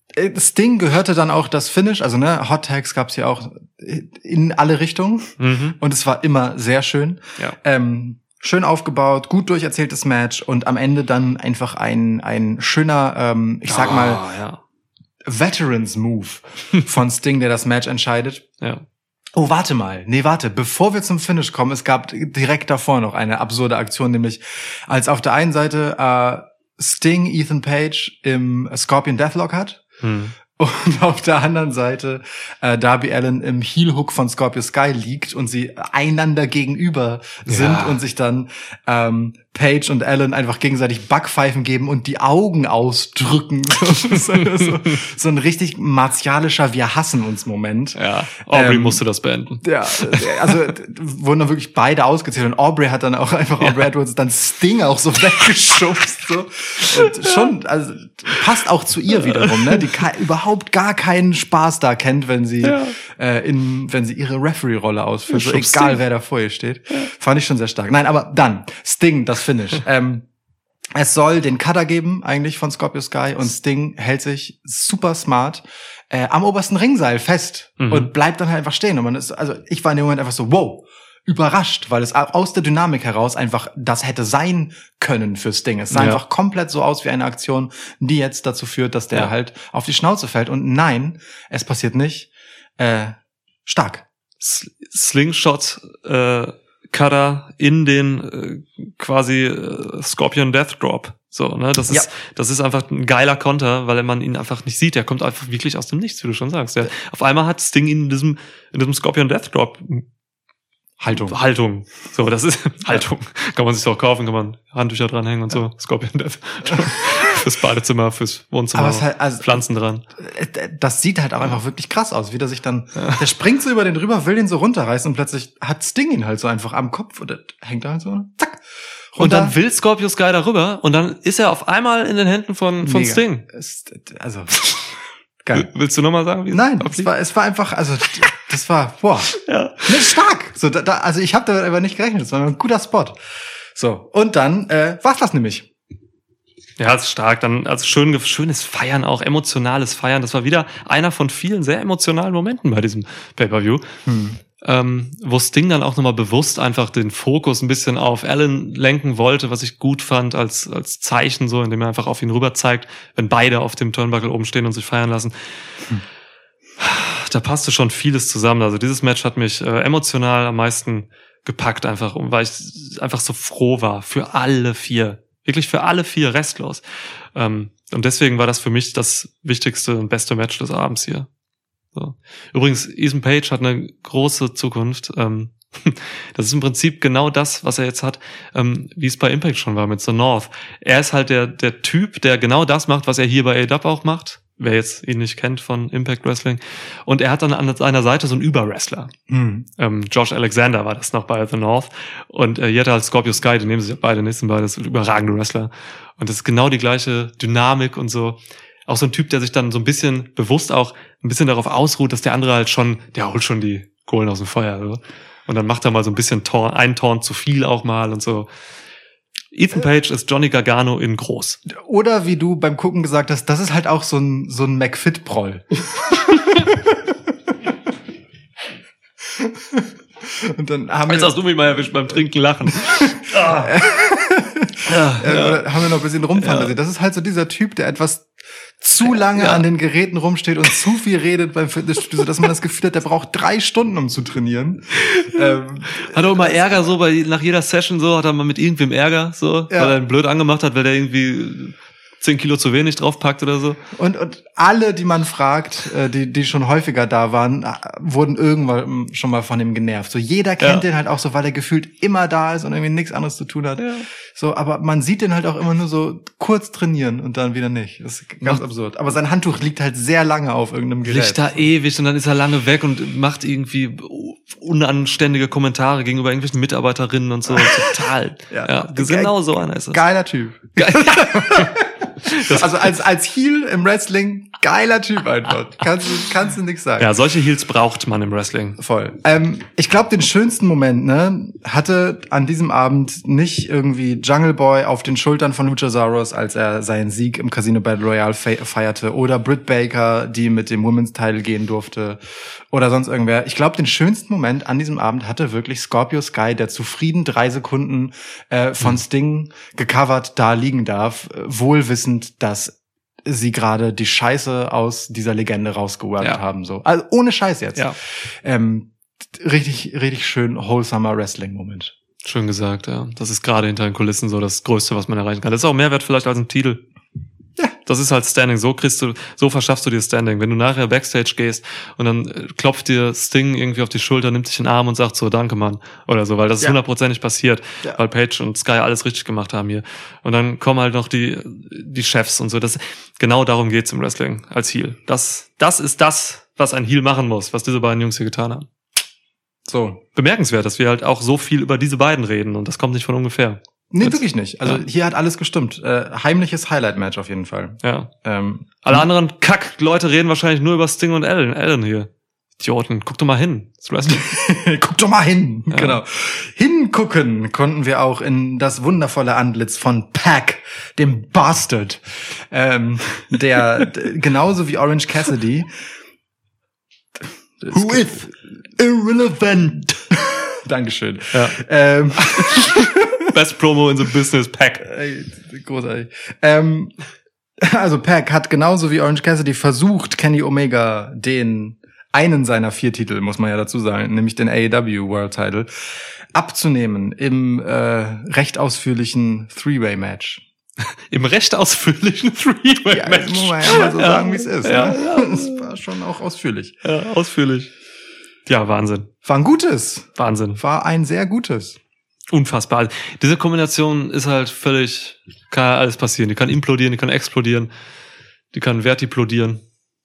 S2: Sting gehörte dann auch das Finish, also ne, Hot Tags gab's hier auch in alle Richtungen und es war immer sehr schön.
S1: Ja.
S2: Schön aufgebaut, gut durcherzähltes Match und am Ende dann einfach ein schöner, ich sag mal, Veterans-Move von Sting, der das Match entscheidet.
S1: Ja.
S2: Oh, warte, bevor wir zum Finish kommen, es gab direkt davor noch eine absurde Aktion, nämlich als auf der einen Seite Sting Ethan Page im Scorpion Deathlock hat und auf der anderen Seite Darby Allin im Heel-Hook von Scorpio Sky liegt und sie einander gegenüber sind und sich dann Page und Allin einfach gegenseitig Backpfeifen geben und die Augen ausdrücken. So ein richtig martialischer Wir hassen uns Moment.
S1: Ja, Aubrey musste das beenden.
S2: Ja, also wurden dann wirklich beide ausgezählt und Aubrey hat dann auch einfach Aubrey Edwards dann Sting auch so weggeschubst. So. Und schon, also passt auch zu ihr wiederum, ne? Die überhaupt gar keinen Spaß da kennt, wenn sie wenn sie ihre Referee-Rolle ausführt, so egal wer da vor ihr steht. Fand ich schon sehr stark. Nein, aber dann Sting, das Finish. Es soll den Cutter geben, eigentlich von Scorpio Sky, und Sting hält sich super smart am obersten Ringseil fest und bleibt dann halt einfach stehen. Und man ist, also ich war in dem Moment einfach so, wow, überrascht, weil es aus der Dynamik heraus einfach das hätte sein können für Sting. Es sah einfach komplett so aus wie eine Aktion, die jetzt dazu führt, dass der halt auf die Schnauze fällt. Und nein, es passiert nicht. Stark.
S1: Slingshot Cutter in den quasi Scorpion Death Drop. So, ne, das ist einfach ein geiler Konter, weil man ihn einfach nicht sieht. Der kommt einfach wirklich aus dem Nichts, wie du schon sagst. Auf einmal hat Sting ihn in diesem Scorpion Death Drop Haltung. So, das ist Haltung. Kann man sich auch kaufen, kann man Handtücher dranhängen und so. Scorpion Death. Fürs Badezimmer, fürs Wohnzimmer.
S2: Aber es halt, also,
S1: Pflanzen dran. Das
S2: sieht halt auch einfach wirklich krass aus, wie der sich dann, der springt so über den drüber, will den so runterreißen und plötzlich hat Sting ihn halt so einfach am Kopf und hängt da halt so, zack. Runter.
S1: Und dann will Scorpio Sky darüber und dann ist er auf einmal in den Händen von Sting.
S2: Also, geil.
S1: Willst du nochmal sagen, wie
S2: Nein, es war einfach, also, das war, boah, nicht stark. So, also ich habe da aber nicht gerechnet. Das war ein guter Spot. So, und dann war's das nämlich.
S1: Ja, ist stark. Dann also schönes Feiern auch, emotionales Feiern. Das war wieder einer von vielen sehr emotionalen Momenten bei diesem Pay-Per-View. Wo Sting dann auch nochmal bewusst einfach den Fokus ein bisschen auf Allin lenken wollte, was ich gut fand als Zeichen, so, indem er einfach auf ihn rüber zeigt, wenn beide auf dem Turnbuckle oben stehen und sich feiern lassen. Da passte schon vieles zusammen. Also dieses Match hat mich emotional am meisten gepackt, einfach, weil ich einfach so froh war für alle vier. Wirklich für alle vier restlos. Und deswegen war das für mich das wichtigste und beste Match des Abends hier. So. Übrigens, Ethan Page hat eine große Zukunft. Das ist im Prinzip genau das, was er jetzt hat, wie es bei Impact schon war mit The North. Er ist halt der Typ, der genau das macht, was er hier bei AEW auch macht. Wer jetzt ihn nicht kennt von Impact Wrestling. Und er hat dann an seiner Seite so einen Überwrestler. Josh Alexander war das noch bei The North. Und hier hat er halt Scorpio Sky, die nehmen sich beide nicht, sind beides überragende Wrestler. Und das ist genau die gleiche Dynamik und so. Auch so ein Typ, der sich dann so ein bisschen bewusst auch ein bisschen darauf ausruht, dass der andere halt der holt schon die Kohlen aus dem Feuer. So. Und dann macht er mal so ein bisschen einen Torn zu viel auch mal und so. Ethan Page ist Johnny Gargano in groß.
S2: Oder wie du beim Gucken gesagt hast, das ist halt auch so ein McFit-Proll. Und dann
S1: jetzt hast du mich mal erwischt beim Trinken lachen.
S2: Haben wir noch ein bisschen rumfantasiert. Das ist halt so dieser Typ, der etwas zu lange an den Geräten rumsteht und zu viel redet beim Fitnessstudio, sodass man das Gefühl hat, der braucht 3 Stunden, um zu trainieren.
S1: Hat auch immer Ärger so, nach jeder Session so, hat er mal mit irgendwem Ärger so, weil er ihn blöd angemacht hat, weil der irgendwie 10 Kilo zu wenig draufpackt oder so.
S2: Und alle, die man fragt, die schon häufiger da waren, wurden irgendwann schon mal von ihm genervt. So jeder kennt den halt auch so, weil er gefühlt immer da ist und irgendwie nichts anderes zu tun hat. Ja. So, aber man sieht den halt auch immer nur so kurz trainieren und dann wieder nicht. Das ist ganz absurd. Aber sein Handtuch liegt halt sehr lange auf irgendeinem Gerät.
S1: Liegt da ewig und dann ist er lange weg und macht irgendwie unanständige Kommentare gegenüber irgendwelchen Mitarbeiterinnen und so. Total. Genau so einer ist es.
S2: Geiler Typ. Also als Heel im Wrestling, geiler Typ einfach. Kannst du nichts sagen.
S1: Ja, solche Heels braucht man im Wrestling.
S2: Voll. Ich glaube, den schönsten Moment, hatte an diesem Abend nicht irgendwie Jungle Boy auf den Schultern von Luchasaurus, als er seinen Sieg im Casino Battle Royale feierte, oder Britt Baker, die mit dem Women's Title gehen durfte, oder sonst irgendwer. Ich glaube, den schönsten Moment an diesem Abend hatte wirklich Scorpio Sky, der zufrieden 3 Sekunden von Sting gecovert da liegen darf, wohlwissend, dass sie gerade die Scheiße aus dieser Legende rausgeworfen haben. So. Also ohne Scheiß jetzt.
S1: Ja.
S2: Richtig, richtig schön wholesomer Wrestling-Moment.
S1: Schön gesagt, ja. Das ist gerade hinter den Kulissen so das Größte, was man erreichen kann. Das ist auch mehr wert vielleicht als ein Titel. Ja. Das ist halt Standing. So verschaffst du dir Standing. Wenn du nachher Backstage gehst und dann klopft dir Sting irgendwie auf die Schulter, nimmt dich in den Arm und sagt so, danke Mann, oder so, weil das ist 100%ig passiert, weil Page und Sky alles richtig gemacht haben hier. Und dann kommen halt noch die Chefs und so. Genau darum geht's im Wrestling als Heel. Das ist das, was ein Heel machen muss, was diese beiden Jungs hier getan haben. So. Bemerkenswert, dass wir halt auch so viel über diese beiden reden und das kommt nicht von ungefähr.
S2: Nee, wirklich nicht. Also hier hat alles gestimmt. Heimliches Highlight-Match auf jeden Fall.
S1: Ja. Alle anderen Kack-Leute reden wahrscheinlich nur über Sting und Allen hier. Idioten, guck doch mal hin. Das Wrestling.
S2: Guck doch mal hin. Ja. Genau. Hingucken konnten wir auch in das wundervolle Antlitz von Pac, dem Bastard, der genauso wie Orange Cassidy
S1: Who is irrelevant.
S2: Dankeschön.
S1: Ja. Best Promo in the business, Pac.
S2: Großartig. Also Pac hat genauso wie Orange Cassidy versucht, Kenny Omega einen seiner 4 Titel, muss man ja dazu sagen, nämlich den AEW World Title, abzunehmen im recht ausführlichen Three-Way-Match.
S1: Im recht ausführlichen Three-Way-Match.
S2: Ja, muss man ja mal so sagen, wie es ist. Ja. Das war schon auch ausführlich.
S1: Ja, ausführlich. Ja, Wahnsinn.
S2: War ein gutes.
S1: Wahnsinn.
S2: War ein sehr gutes.
S1: Unfassbar. Also, diese Kombination ist halt kann alles passieren. Die kann implodieren, die kann explodieren, die kann vertiplodieren.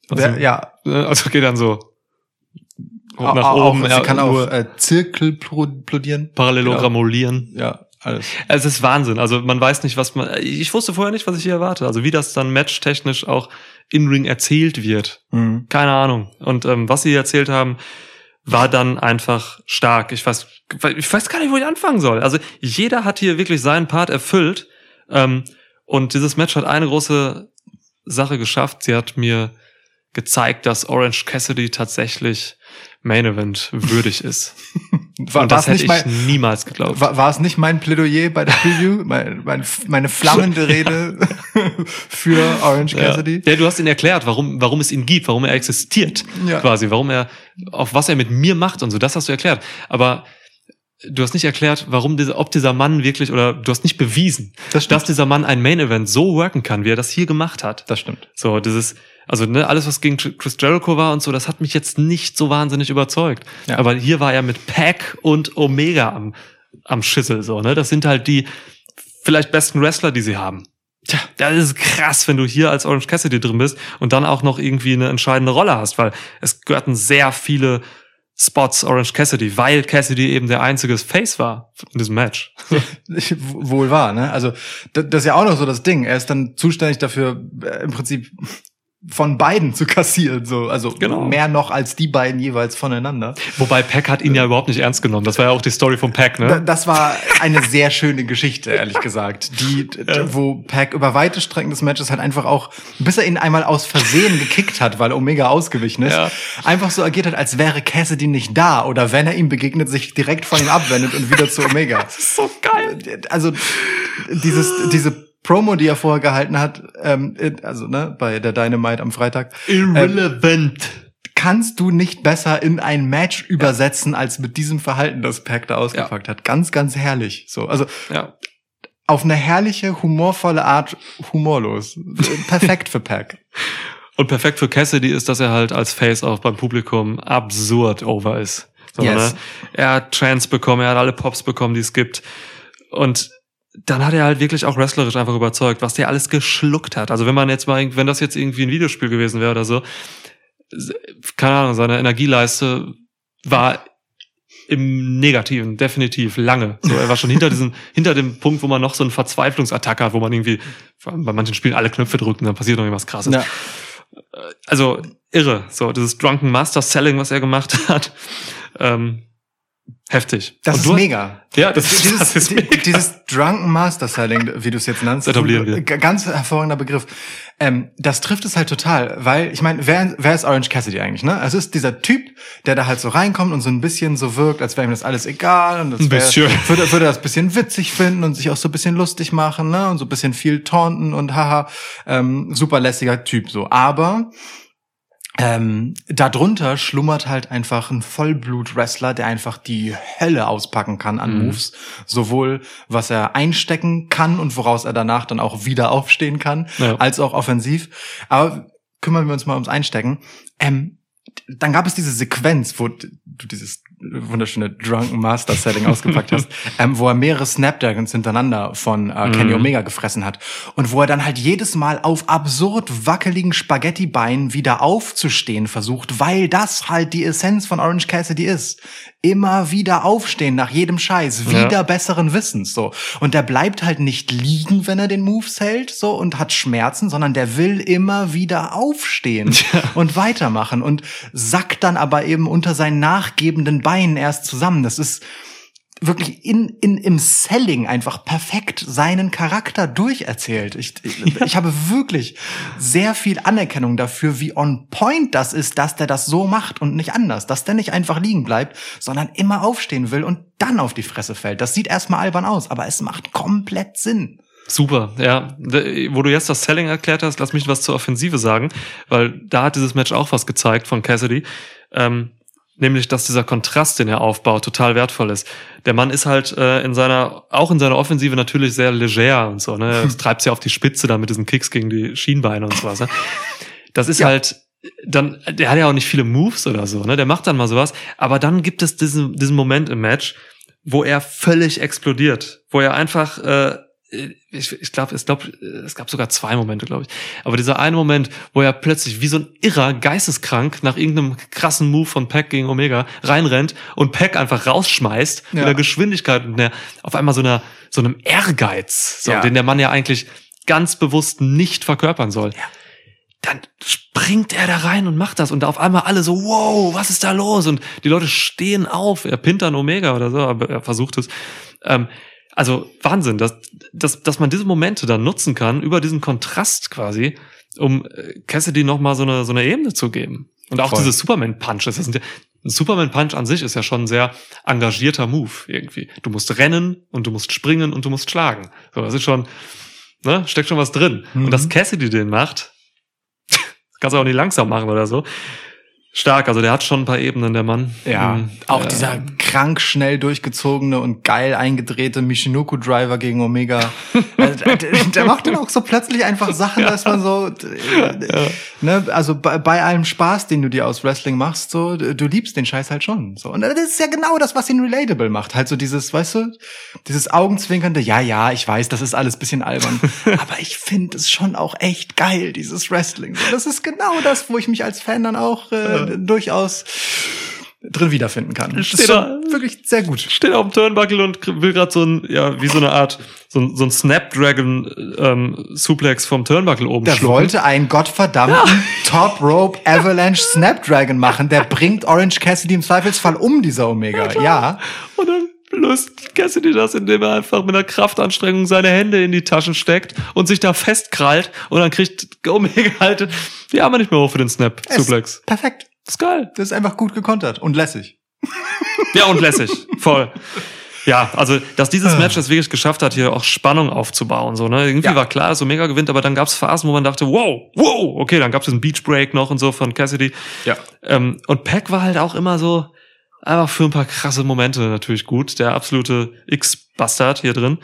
S1: Also geht dann so nach oben.
S2: Sie kann auch zirkelplodieren.
S1: Parallelogrammulieren.
S2: Ja, alles.
S1: Es ist Wahnsinn. Also man weiß nicht, ich wusste vorher nicht, was ich hier erwarte. Also wie das dann matchtechnisch auch in-Ring erzählt wird. Mhm. Keine Ahnung. Und was sie erzählt haben, war dann einfach stark. Ich weiß gar nicht, wo ich anfangen soll. Also jeder hat hier wirklich seinen Part erfüllt. Und dieses Match hat eine große Sache geschafft. Sie hat mir gezeigt, dass Orange Cassidy tatsächlich Main Event würdig ist. Und das hätte ich niemals geglaubt.
S2: War es nicht mein Plädoyer bei der Preview? meine flammende Rede für Orange Cassidy?
S1: Ja, du hast ihn erklärt, warum es ihn gibt, warum er existiert, quasi, auf was er mit mir macht und so. Das hast du erklärt. Aber du hast nicht erklärt, ob dieser Mann wirklich, oder du hast nicht bewiesen, dass dieser Mann ein Main Event so worken kann, wie er das hier gemacht hat.
S2: Das stimmt.
S1: So, alles, was gegen Chris Jericho war und so, das hat mich jetzt nicht so wahnsinnig überzeugt. Ja. Aber hier war er mit Pac und Omega am Schissel, so, ne? Das sind halt die vielleicht besten Wrestler, die sie haben. Tja, das ist krass, wenn du hier als Orange Cassidy drin bist und dann auch noch irgendwie eine entscheidende Rolle hast, weil es gehörten sehr viele Spots Orange Cassidy, weil Cassidy eben der einzige Face war in diesem Match.
S2: Wohl wahr, ne? Also, das ist ja auch noch so das Ding. Er ist dann zuständig dafür, im Prinzip von beiden zu kassieren, so. Also, mehr noch als die beiden jeweils voneinander.
S1: Wobei Pac hat ihn ja überhaupt nicht ernst genommen. Das war ja auch die Story von Pac, ne?
S2: Das war eine sehr schöne Geschichte, ehrlich gesagt. Wo Pac über weite Strecken des Matches halt einfach auch, bis er ihn einmal aus Versehen gekickt hat, weil Omega ausgewichen ist, einfach so agiert hat, als wäre Cassidy nicht da, oder wenn er ihm begegnet, sich direkt von ihm abwendet und wieder zu Omega.
S1: Das ist so geil.
S2: Also, diese Promo, die er vorher gehalten hat, bei der Dynamite am Freitag.
S1: Irrelevant.
S2: Kannst du nicht besser in ein Match übersetzen, als mit diesem Verhalten, das Pac da ausgepackt hat. Ganz, ganz herrlich. So, also, auf eine herrliche, humorvolle Art humorlos. Perfekt für Pac.
S1: Und perfekt für Cassidy ist, dass er halt als Face auch beim Publikum absurd over ist. So, ne? Er hat Chants bekommen, er hat alle Pops bekommen, die es gibt. Und dann hat er halt wirklich auch wrestlerisch einfach überzeugt, was der alles geschluckt hat. Also wenn das jetzt irgendwie ein Videospiel gewesen wäre oder so, keine Ahnung, seine Energieleiste war im Negativen, definitiv, lange. So, er war schon hinter dem Punkt, wo man noch so eine Verzweiflungsattacke hat, wo man irgendwie, bei manchen Spielen alle Knöpfe drückt und dann passiert noch irgendwas Krasses. Ja. Also, irre. So, dieses Drunken Master Selling, was er gemacht hat, heftig.
S2: Das ist mega.
S1: Ja, das ist mega.
S2: Dieses Drunken Master Selling, wie du es jetzt nennst,
S1: etablieren wir.
S2: Ganz hervorragender Begriff. Das trifft es halt total, weil, ich meine, wer ist Orange Cassidy eigentlich, ne? Es ist dieser Typ, der da halt so reinkommt und so ein bisschen so wirkt, als wäre ihm das alles egal und würde das bisschen witzig finden und sich auch so ein bisschen lustig machen, ne? Und so ein bisschen viel taunten und haha, super lässiger Typ, so. Aber darunter schlummert halt einfach ein Vollblut-Wrestler, der einfach die Hölle auspacken kann an Moves. Sowohl was er einstecken kann und woraus er danach dann auch wieder aufstehen kann, als auch offensiv. Aber kümmern wir uns mal ums Einstecken. Dann gab es diese Sequenz, wo du dieses wunderschöne Drunken Master Setting ausgepackt hast, wo er mehrere Snapdragons hintereinander von Kenny Omega gefressen hat und wo er dann halt jedes Mal auf absurd wackeligen Spaghetti-Beinen wieder aufzustehen versucht, weil das halt die Essenz von Orange Cassidy ist. Immer wieder aufstehen nach jedem Scheiß, wieder besseren Wissens, so. Und der bleibt halt nicht liegen, wenn er den Moves hält, so, und hat Schmerzen, sondern der will immer wieder aufstehen und weitermachen und sackt dann aber eben unter seinen nachgebenden Beinen erst zusammen. Das ist wirklich im Selling einfach perfekt seinen Charakter durcherzählt. Ich habe wirklich sehr viel Anerkennung dafür, wie on point das ist, dass der das so macht und nicht anders. Dass der nicht einfach liegen bleibt, sondern immer aufstehen will und dann auf die Fresse fällt. Das sieht erstmal albern aus, aber es macht komplett Sinn.
S1: Super, ja. Wo du jetzt das Selling erklärt hast, lass mich was zur Offensive sagen, weil da hat dieses Match auch was gezeigt von Cassidy. Nämlich, dass dieser Kontrast, den er aufbaut, total wertvoll ist. Der Mann ist halt in seiner Offensive natürlich sehr leger und so, ne? Er treibt sie auf die Spitze da mit diesen Kicks gegen die Schienbeine und sowas. Ne? Das ist halt dann, der hat ja auch nicht viele Moves oder so, ne? Der macht dann mal sowas, aber dann gibt es diesen Moment im Match, wo er völlig explodiert, wo er einfach ich glaube, es gab sogar 2 Momente, glaube ich. Aber dieser eine Moment, wo er plötzlich wie so ein Irrer, geisteskrank, nach irgendeinem krassen Move von Pac gegen Omega reinrennt und Pac einfach rausschmeißt mit einer Geschwindigkeit und auf einmal so einem Ehrgeiz, den der Mann ja eigentlich ganz bewusst nicht verkörpern soll. Ja. Dann springt er da rein und macht das und auf einmal alle so, wow, was ist da los? Und die Leute stehen auf, er pinnt dann Omega oder so, aber er versucht es. Also Wahnsinn, dass man diese Momente dann nutzen kann, über diesen Kontrast quasi, um Cassidy nochmal so eine Ebene zu geben. Und auch diese Superman-Punches. Ein Superman-Punch an sich ist ja schon ein sehr engagierter Move irgendwie. Du musst rennen und du musst springen und du musst schlagen. So, das ist schon, ne, steckt schon was drin. Und dass Cassidy den macht, kannst du auch nicht langsam machen oder so. Stark, also der hat schon ein paar Ebenen, der Mann.
S2: Ja, auch dieser krank schnell durchgezogene und geil eingedrehte Michinoku-Driver gegen Omega. Der macht dann auch so plötzlich einfach Sachen, dass man so, ne, also bei allem Spaß, den du dir aus Wrestling machst, so, du liebst den Scheiß halt schon. So. Und das ist ja genau das, was ihn relatable macht. Halt so dieses, weißt du, dieses augenzwinkernde, ja, ich weiß, das ist alles bisschen albern. Aber ich finde es schon auch echt geil, dieses Wrestling. So, das ist genau das, wo ich mich als Fan dann auch durchaus drin wiederfinden kann. Das ist wirklich sehr gut.
S1: Steht auf dem Turnbuckle und will gerade so ein, wie so eine Art, so ein Snapdragon Suplex vom Turnbuckle oben schlucken.
S2: Der wollte einen gottverdammten Top Rope Avalanche Snapdragon machen. Der bringt Orange Cassidy im Zweifelsfall um, dieser Omega. Ja.
S1: Und dann löst Cassidy das, indem er einfach mit einer Kraftanstrengung seine Hände in die Taschen steckt und sich da festkrallt und dann kriegt Omega halt die Arme nicht mehr hoch für den Snap-Suplex.
S2: Perfekt.
S1: Das ist geil.
S2: Das ist einfach gut gekontert und lässig.
S1: Ja, und lässig. Voll. Ja, also, dass dieses Match es wirklich geschafft hat, hier auch Spannung aufzubauen, so, ne? Irgendwie war klar, dass Omega gewinnt, aber dann gab's Phasen, wo man dachte, wow, okay, dann gab's diesen Beach Break noch und so von Cassidy.
S2: Ja.
S1: Und Pac war halt auch immer so, einfach für ein paar krasse Momente natürlich gut. Der absolute X-Bastard hier drin.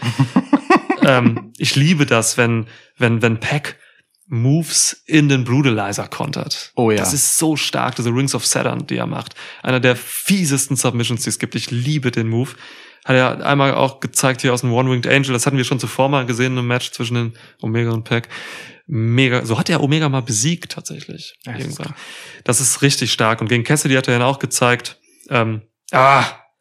S1: Ich liebe das, wenn Pac Moves in den Brutalizer kontert.
S2: Oh ja.
S1: Das ist so stark, diese Rings of Saturn, die er macht. Einer der fiesesten Submissions, die es gibt. Ich liebe den Move. Hat er einmal auch gezeigt hier aus dem One-Winged Angel. Das hatten wir schon zuvor mal gesehen im Match zwischen den Omega und Pac. Mega. So hat er Omega mal besiegt, tatsächlich. Das ist richtig stark. Und gegen Cassidy hat er dann auch gezeigt,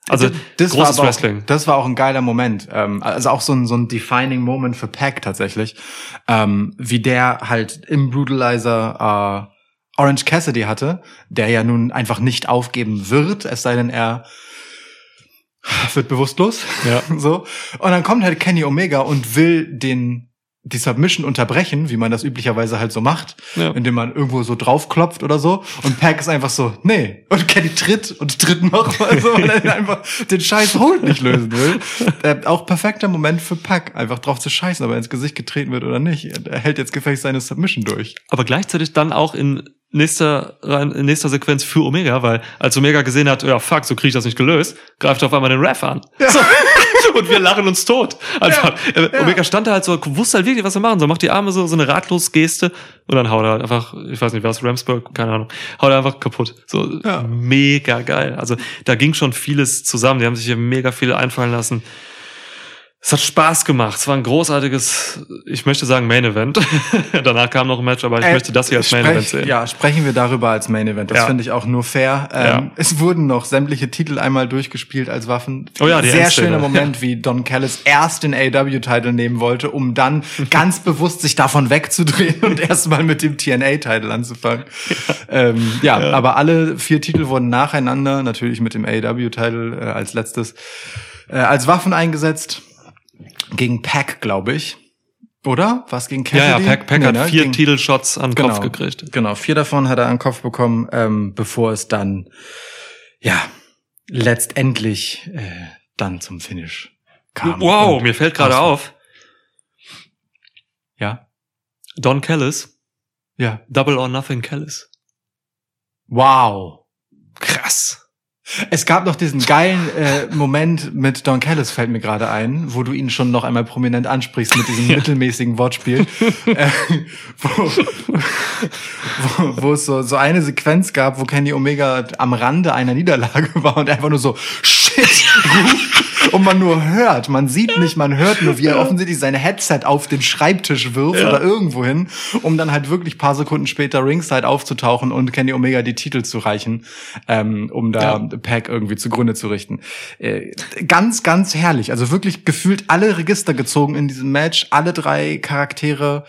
S1: Also
S2: das
S1: großes
S2: war
S1: Wrestling.
S2: Das war auch ein geiler Moment. Also auch so ein defining Moment für Pac tatsächlich. Wie der halt im Brutalizer Orange Cassidy hatte, der ja nun einfach nicht aufgeben wird, es sei denn, er wird bewusstlos.
S1: Ja.
S2: So. Und dann kommt halt Kenny Omega und will die Submission unterbrechen, wie man das üblicherweise halt so macht, indem man irgendwo so draufklopft oder so. Und Pac ist einfach so, nee. Und Kenny tritt nochmal so, weil er einfach den scheiß Hold nicht lösen will. Auch perfekter Moment für Pac, einfach drauf zu scheißen, ob er ins Gesicht getreten wird oder nicht. Er hält jetzt gefälligst seine Submission durch.
S1: Aber gleichzeitig dann auch in nächster Sequenz für Omega, weil als Omega gesehen hat, ja fuck, so krieg ich das nicht gelöst, greift er auf einmal den Ref an. Ja. So. Und wir lachen uns tot. Einfach. Ja. Omega stand da halt so, wusste halt wirklich, was er machen soll, macht die Arme so eine ratlos Geste und dann haut er halt einfach, ich weiß nicht, was, Ramsburg, keine Ahnung, haut er einfach kaputt. So mega geil. Also da ging schon vieles zusammen, die haben sich hier mega viel einfallen lassen. Es hat Spaß gemacht. Es war ein großartiges, ich möchte sagen, Main Event. Danach kam noch ein Match, aber ich möchte das hier als Main Event sehen.
S2: Ja, sprechen wir darüber als Main Event. Das finde ich auch nur fair. Es wurden noch sämtliche Titel einmal durchgespielt als Waffen.
S1: Oh ja, die
S2: sehr schöner Moment, wie Don Callis erst den AEW-Titel nehmen wollte, um dann ganz bewusst sich davon wegzudrehen und erstmal mit dem TNA-Titel anzufangen. Aber alle 4 Titel wurden nacheinander, natürlich mit dem AEW-Titel als letztes, als Waffen eingesetzt. Gegen Pac, glaube ich. Oder? Was gegen Cassidy?
S1: Ja, Pac hat 4 Titelshots an den Kopf gekriegt.
S2: Genau, 4 davon hat er an den Kopf bekommen, bevor es dann, letztendlich dann zum Finish kam.
S1: Wow, mir fällt gerade auf.
S2: Ja?
S1: Don Callis.
S2: Ja.
S1: Double or Nothing Callis.
S2: Wow.
S1: Krass.
S2: Es gab noch diesen geilen Moment mit Don Callis, fällt mir gerade ein, wo du ihn schon noch einmal prominent ansprichst mit diesem mittelmäßigen Wortspiel, wo es so eine Sequenz gab, wo Kenny Omega am Rande einer Niederlage war und einfach nur so Shit ruft und man nur hört, man sieht nicht, man hört nur, wie er offensichtlich sein Headset auf den Schreibtisch wirft oder irgendwo hin, um dann halt wirklich paar Sekunden später ringside aufzutauchen und Kenny Omega die Titel zu reichen, um da Pac irgendwie zugrunde zu richten. Ganz, ganz herrlich. Also wirklich gefühlt alle Register gezogen in diesem Match. Alle 3 Charaktere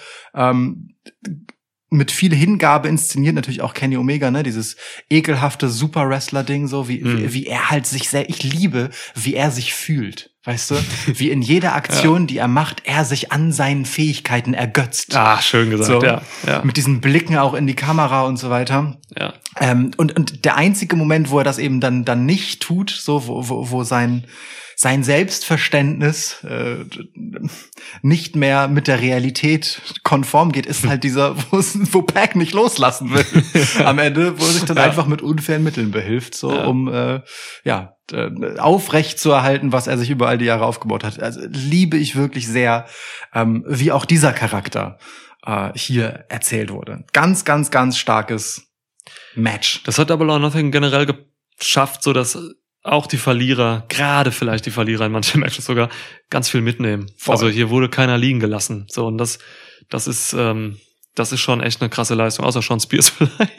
S2: mit viel Hingabe inszeniert. Natürlich auch Kenny Omega, ne? Dieses ekelhafte Super-Wrestler-Ding, so wie er halt sich ich liebe, wie er sich fühlt. Weißt du? Wie in jeder Aktion, die er macht, er sich an seinen Fähigkeiten ergötzt.
S1: Ah, schön gesagt,
S2: so,
S1: ja.
S2: Mit diesen Blicken auch in die Kamera und so weiter.
S1: Ja.
S2: Und der einzige Moment, wo er das eben dann nicht tut, so, wo sein Selbstverständnis nicht mehr mit der Realität konform geht, ist halt dieser, wo Pac nicht loslassen will. Am Ende, wo er sich dann einfach mit unfairen Mitteln behilft, so um aufrecht zu erhalten, was er sich über all die Jahre aufgebaut hat. Also liebe ich wirklich sehr, wie auch dieser Charakter hier erzählt wurde. Ganz, ganz, ganz starkes Match.
S1: Das hat Double or Nothing generell geschafft, so dass auch die Verlierer, gerade vielleicht die Verlierer in manchen Matches sogar, ganz viel mitnehmen.
S2: Voll.
S1: Also hier wurde keiner liegen gelassen. So, und das ist schon echt eine krasse Leistung, außer Sean Spears vielleicht.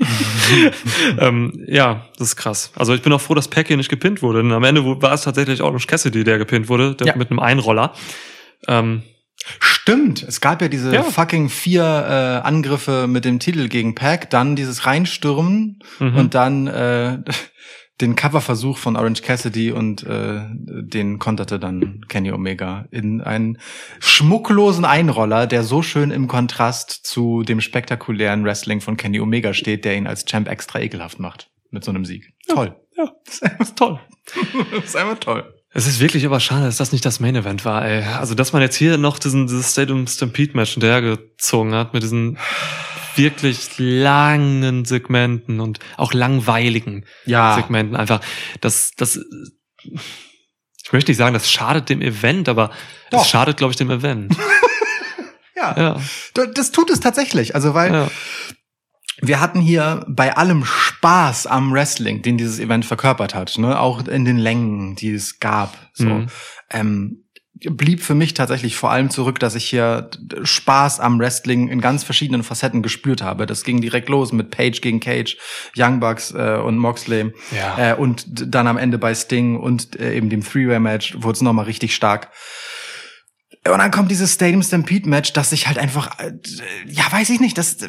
S1: Das ist krass. Also ich bin auch froh, dass Pac hier nicht gepinnt wurde. Denn am Ende war es tatsächlich Orange Cassidy, der gepinnt wurde, mit einem Einroller.
S2: Stimmt, es gab ja diese fucking 4 Angriffe mit dem Titel gegen Pac, dann dieses Reinstürmen und dann den Coverversuch von Orange Cassidy und den konterte dann Kenny Omega in einen schmucklosen Einroller, der so schön im Kontrast zu dem spektakulären Wrestling von Kenny Omega steht, der ihn als Champ extra ekelhaft macht mit so einem Sieg. Toll.
S1: Ja, das ist einfach toll.
S2: Das ist einfach toll.
S1: Es ist wirklich aber schade, dass das nicht das Main Event war, ey. Also, dass man jetzt hier noch dieses Stadium Stampede Match hinterhergezogen hat mit diesen wirklich langen Segmenten und auch langweiligen Segmenten einfach. Das, ich möchte nicht sagen, das schadet dem Event, aber es schadet, glaube ich, dem Event.
S2: Ja. Das tut es tatsächlich. Also, weil wir hatten hier bei allem Spaß am Wrestling, den dieses Event verkörpert hat, ne, auch in den Längen, die es gab, so, blieb für mich tatsächlich vor allem zurück, dass ich hier Spaß am Wrestling in ganz verschiedenen Facetten gespürt habe. Das ging direkt los mit Page gegen Cage, Young Bucks und Moxley.
S1: Ja.
S2: Und dann am Ende bei Sting und eben dem Three-Way-Match wurde es nochmal richtig stark. Und dann kommt dieses Stadium Stampede-Match, das sich halt einfach, weiß ich nicht, das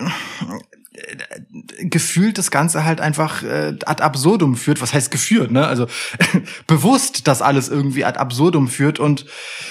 S2: gefühlt das Ganze halt einfach ad absurdum führt. Was heißt geführt, ne? Also bewusst, dass alles irgendwie ad absurdum führt und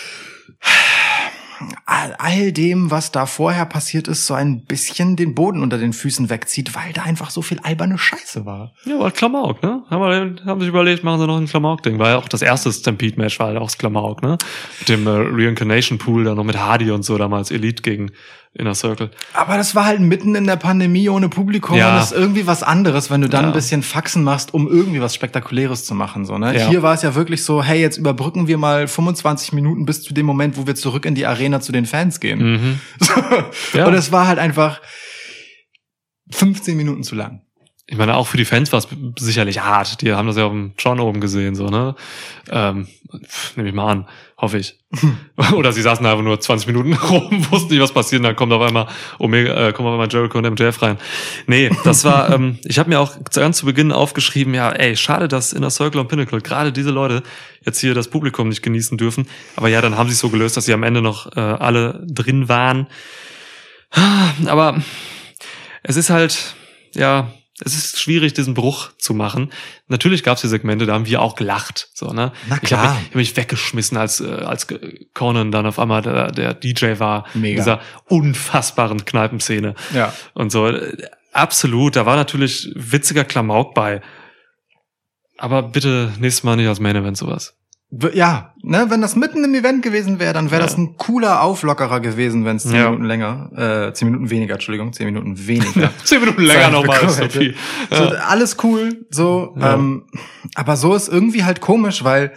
S2: all dem, was da vorher passiert ist, so ein bisschen den Boden unter den Füßen wegzieht, weil da einfach so viel alberne Scheiße war.
S1: Ja, war Klamauk, ne? Haben sich überlegt, machen sie noch ein Klamauk-Ding. War ja auch das erste Stampede-Match, war halt auch das Klamauk, ne? Mit dem Reincarnation-Pool, dann noch mit Hardy und so, damals Elite gegen Inner Circle.
S2: Aber das war halt mitten in der Pandemie ohne Publikum und das ist irgendwie was anderes, wenn du dann ein bisschen Faxen machst, um irgendwie was Spektakuläres zu machen, so, ne? Ja. Hier war es ja wirklich so, hey, jetzt überbrücken wir mal 25 Minuten bis zu dem Moment, wo wir zurück in die Arena zu den Fans gehen.
S1: Mhm.
S2: So. Ja. Und es war halt einfach 15 Minuten zu lang.
S1: Ich meine, auch für die Fans war es sicherlich hart. Die haben das ja auf dem John oben gesehen, so, ne? Nehme ich mal an, hoffe ich. Oder sie saßen einfach nur 20 Minuten rum, wussten nicht, was passiert, und dann kommt auf einmal Jericho und MJF rein. Nee, das war, ich habe mir auch ganz zu Beginn aufgeschrieben, ja, ey, schade, dass Inner Circle und Pinnacle, gerade diese Leute, jetzt hier das Publikum nicht genießen dürfen. Aber ja, dann haben sie es so gelöst, dass sie am Ende noch alle drin waren. Aber es ist halt, ja, es ist schwierig, diesen Bruch zu machen. Natürlich gab es die Segmente, da haben wir auch gelacht. So, ne?
S2: Na klar.
S1: Ich hab mich weggeschmissen, als Conan dann auf einmal der DJ war.
S2: Mega.
S1: In dieser unfassbaren Kneipenszene.
S2: Ja.
S1: Und so, absolut. Da war natürlich witziger Klamauk bei. Aber bitte nächstes Mal nicht als Main Event sowas.
S2: Ja, ne, wenn das mitten im Event gewesen wäre, dann wäre das ein cooler Auflockerer gewesen, wenn es 10 Minuten länger, 10 Minuten weniger, 10 Minuten weniger.
S1: 10 Minuten länger nochmal ist so viel.
S2: So, alles cool, so, aber so ist irgendwie halt komisch, weil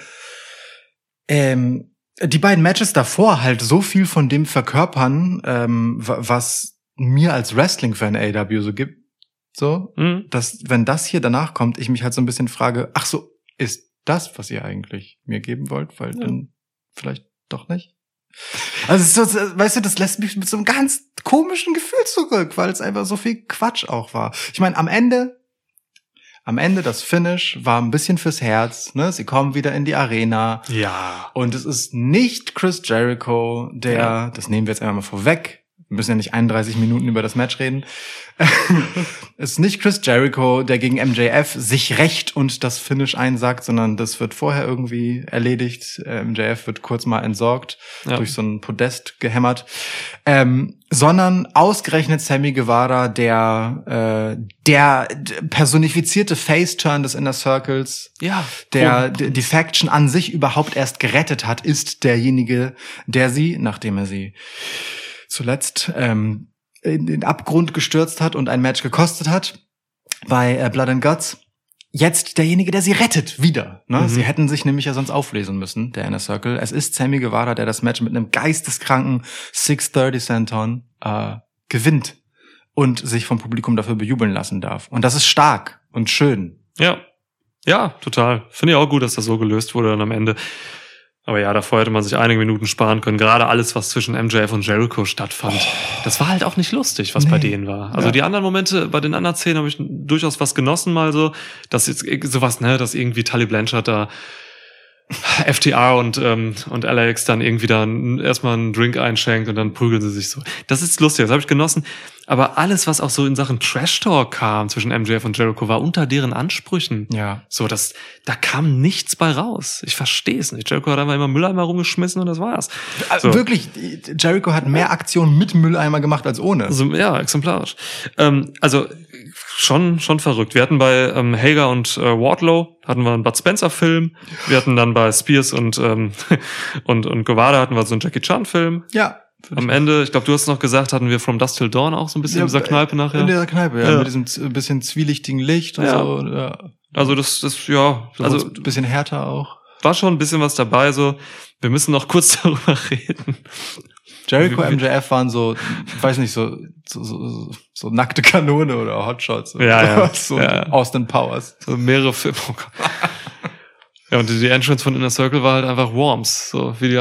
S2: die beiden Matches davor halt so viel von dem verkörpern, was mir als Wrestling-Fan AEW so gibt, so, dass, wenn das hier danach kommt, ich mich halt so ein bisschen frage, ach so, ist das, was ihr eigentlich mir geben wollt, weil dann vielleicht doch nicht. Also, so, weißt du, das lässt mich mit so einem ganz komischen Gefühl zurück, weil es einfach so viel Quatsch auch war. Ich meine, am Ende das Finish war ein bisschen fürs Herz, ne? Sie kommen wieder in die Arena.
S1: Ja.
S2: Und es ist nicht Chris Jericho, das nehmen wir jetzt einmal mal vorweg. Wir müssen ja nicht 31 Minuten über das Match reden. Es ist nicht Chris Jericho, der gegen MJF sich rächt und das Finish einsagt, sondern das wird vorher irgendwie erledigt. MJF wird kurz mal entsorgt, durch so ein Podest gehämmert. Sondern ausgerechnet Sammy Guevara, der personifizierte Face-Turn des Inner Circles, der die Faction an sich überhaupt erst gerettet hat, ist derjenige, der sie, nachdem er sie zuletzt in den Abgrund gestürzt hat und ein Match gekostet hat bei Blood and Guts, jetzt derjenige, der sie rettet, wieder. Ne? Sie hätten sich nämlich ja sonst auflösen müssen, der Inner Circle. Es ist Sammy Guevara, der das Match mit einem geisteskranken 630 Senton gewinnt und sich vom Publikum dafür bejubeln lassen darf. Und das ist stark und schön.
S1: Ja, total. Finde ich auch gut, dass das so gelöst wurde dann am Ende. Aber ja, davor hätte man sich einige Minuten sparen können. Gerade alles, was zwischen MJF und Jericho stattfand. Das war halt auch nicht lustig, was bei denen war. Also die anderen Momente, bei den anderen Szenen habe ich durchaus was genossen, mal so. Dass jetzt sowas, ne, dass irgendwie Tully Blanchard da FTR und LAX dann irgendwie dann erstmal einen Drink einschenkt und dann prügeln sie sich so. Das ist lustig, das habe ich genossen. Aber alles, was auch so in Sachen Trash-Talk kam zwischen MJF und Jericho, war unter deren Ansprüchen.
S2: Ja.
S1: So, da kam nichts bei raus. Ich verstehe es nicht. Jericho hat einfach immer Mülleimer rumgeschmissen und das war's.
S2: So. Wirklich, Jericho hat mehr Aktionen mit Mülleimer gemacht als ohne.
S1: Also, ja, exemplarisch. Also schon verrückt. Wir hatten bei Hager und Wardlow hatten wir einen Bud Spencer-Film. Wir hatten dann bei Spears und Guevara hatten wir so einen Jackie Chan-Film.
S2: Ja.
S1: Am Ende, ich glaube, du hast noch gesagt, hatten wir From Dusk Till Dawn auch so ein bisschen in dieser Kneipe nachher.
S2: In dieser Kneipe, ja. Mit diesem bisschen zwielichtigen Licht und so. Ja.
S1: Also das ja. Also
S2: ein bisschen härter auch.
S1: War schon ein bisschen was dabei, so. Wir müssen noch kurz darüber reden.
S2: Jericho, MJF waren so, weiß nicht, so nackte Kanone oder Hotshots.
S1: Ja.
S2: So Austin Powers.
S1: So mehrere Filme. Ja, und die Entrance von Inner Circle war halt einfach Worms, so wie die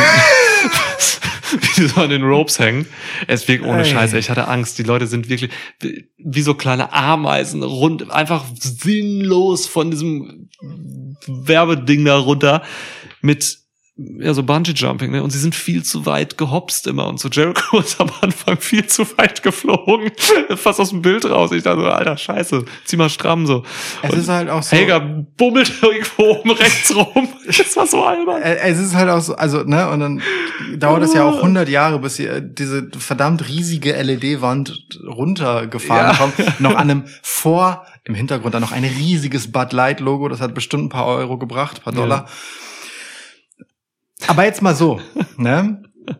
S1: wie die so an den Ropes hängen. Es wirkt ohne Scheiß, ich hatte Angst. Die Leute sind wirklich wie so kleine Ameisen rund, einfach sinnlos von diesem Werbeding da runter mit so Bungee-Jumping, ne? Und sie sind viel zu weit gehopst immer und so. Jericho ist am Anfang viel zu weit geflogen. Fast aus dem Bild raus. Ich dachte so, alter Scheiße, zieh mal stramm so.
S2: Es ist halt auch so.
S1: Hager bummelt irgendwo oben rechts rum. Das war so albern.
S2: Es ist halt auch so, also, ne, und dann dauert es ja auch 100 Jahre, bis sie diese verdammt riesige LED-Wand runtergefahren kommt. Noch an einem im Hintergrund dann noch ein riesiges Bud Light-Logo. Das hat bestimmt ein paar Euro gebracht, ein paar Dollar. Aber jetzt mal so, ne?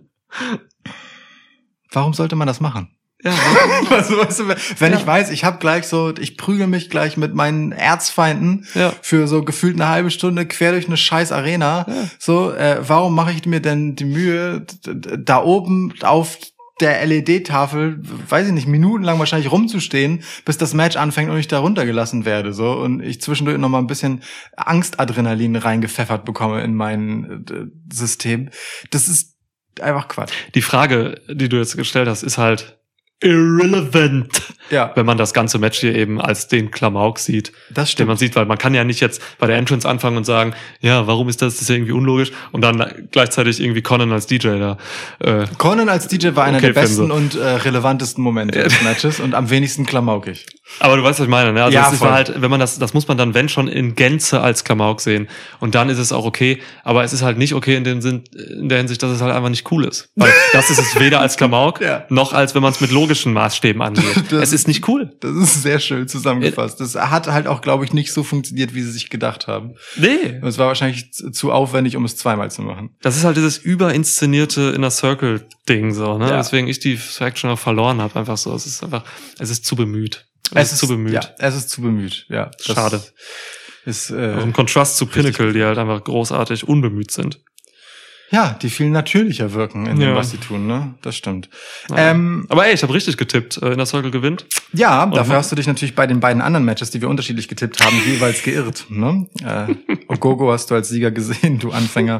S2: Warum sollte man das machen?
S1: Ja,
S2: weißt du, wenn ich weiß, ich prügel mich gleich mit meinen Erzfeinden für so gefühlt eine halbe Stunde quer durch eine scheiß Arena. Ja. So, warum mache ich mir denn die Mühe, da oben auf der LED-Tafel, weiß ich nicht, minutenlang wahrscheinlich rumzustehen, bis das Match anfängt und ich da runtergelassen werde, so, und ich zwischendurch noch mal ein bisschen Angstadrenalin reingepfeffert bekomme in mein System. Das ist einfach Quatsch.
S1: Die Frage, die du jetzt gestellt hast, ist halt irrelevant, wenn man das ganze Match hier eben als den Klamauk sieht,
S2: das stimmt.
S1: Den man sieht, weil man kann ja nicht jetzt bei der Entrance anfangen und sagen, ja, warum ist das? Das ist ja irgendwie unlogisch, und dann gleichzeitig irgendwie Conan als DJ da.
S2: Conan als DJ war einer der besten und relevantesten Momente des Matches und am wenigsten klamaukig.
S1: Aber du weißt, was ich meine, ne? Also
S2: ja,
S1: das ist halt, wenn man das muss man dann, wenn schon, in Gänze als Klamauk sehen, und dann ist es auch okay, aber es ist halt nicht okay in der Hinsicht, dass es halt einfach nicht cool ist. Weil das ist es weder als Klamauk, noch als wenn man es mit logischen Maßstäben angeht. Es ist nicht cool.
S2: Das ist sehr schön zusammengefasst. Das hat halt auch, glaube ich, nicht so funktioniert, wie sie sich gedacht haben.
S1: Nee.
S2: Und es war wahrscheinlich zu aufwendig, um es zweimal zu machen.
S1: Das ist halt dieses überinszenierte Inner Circle Ding, so, ne? Deswegen ich die Faction auch verloren habe, einfach so. Es ist zu bemüht. Es ist zu bemüht.
S2: Ja, es ist zu bemüht, ja.
S1: Schade.
S2: Ist,
S1: also im Kontrast zu Pinnacle, die halt einfach großartig unbemüht sind.
S2: Ja, die viel natürlicher wirken in dem, was sie tun, ne? Das stimmt.
S1: Ja. Aber ich habe richtig getippt. Inner Circle gewinnt.
S2: Ja, dafür hast du dich natürlich bei den beiden anderen Matches, die wir unterschiedlich getippt haben, jeweils geirrt, ne? Ogogo hast du als Sieger gesehen, du Anfänger.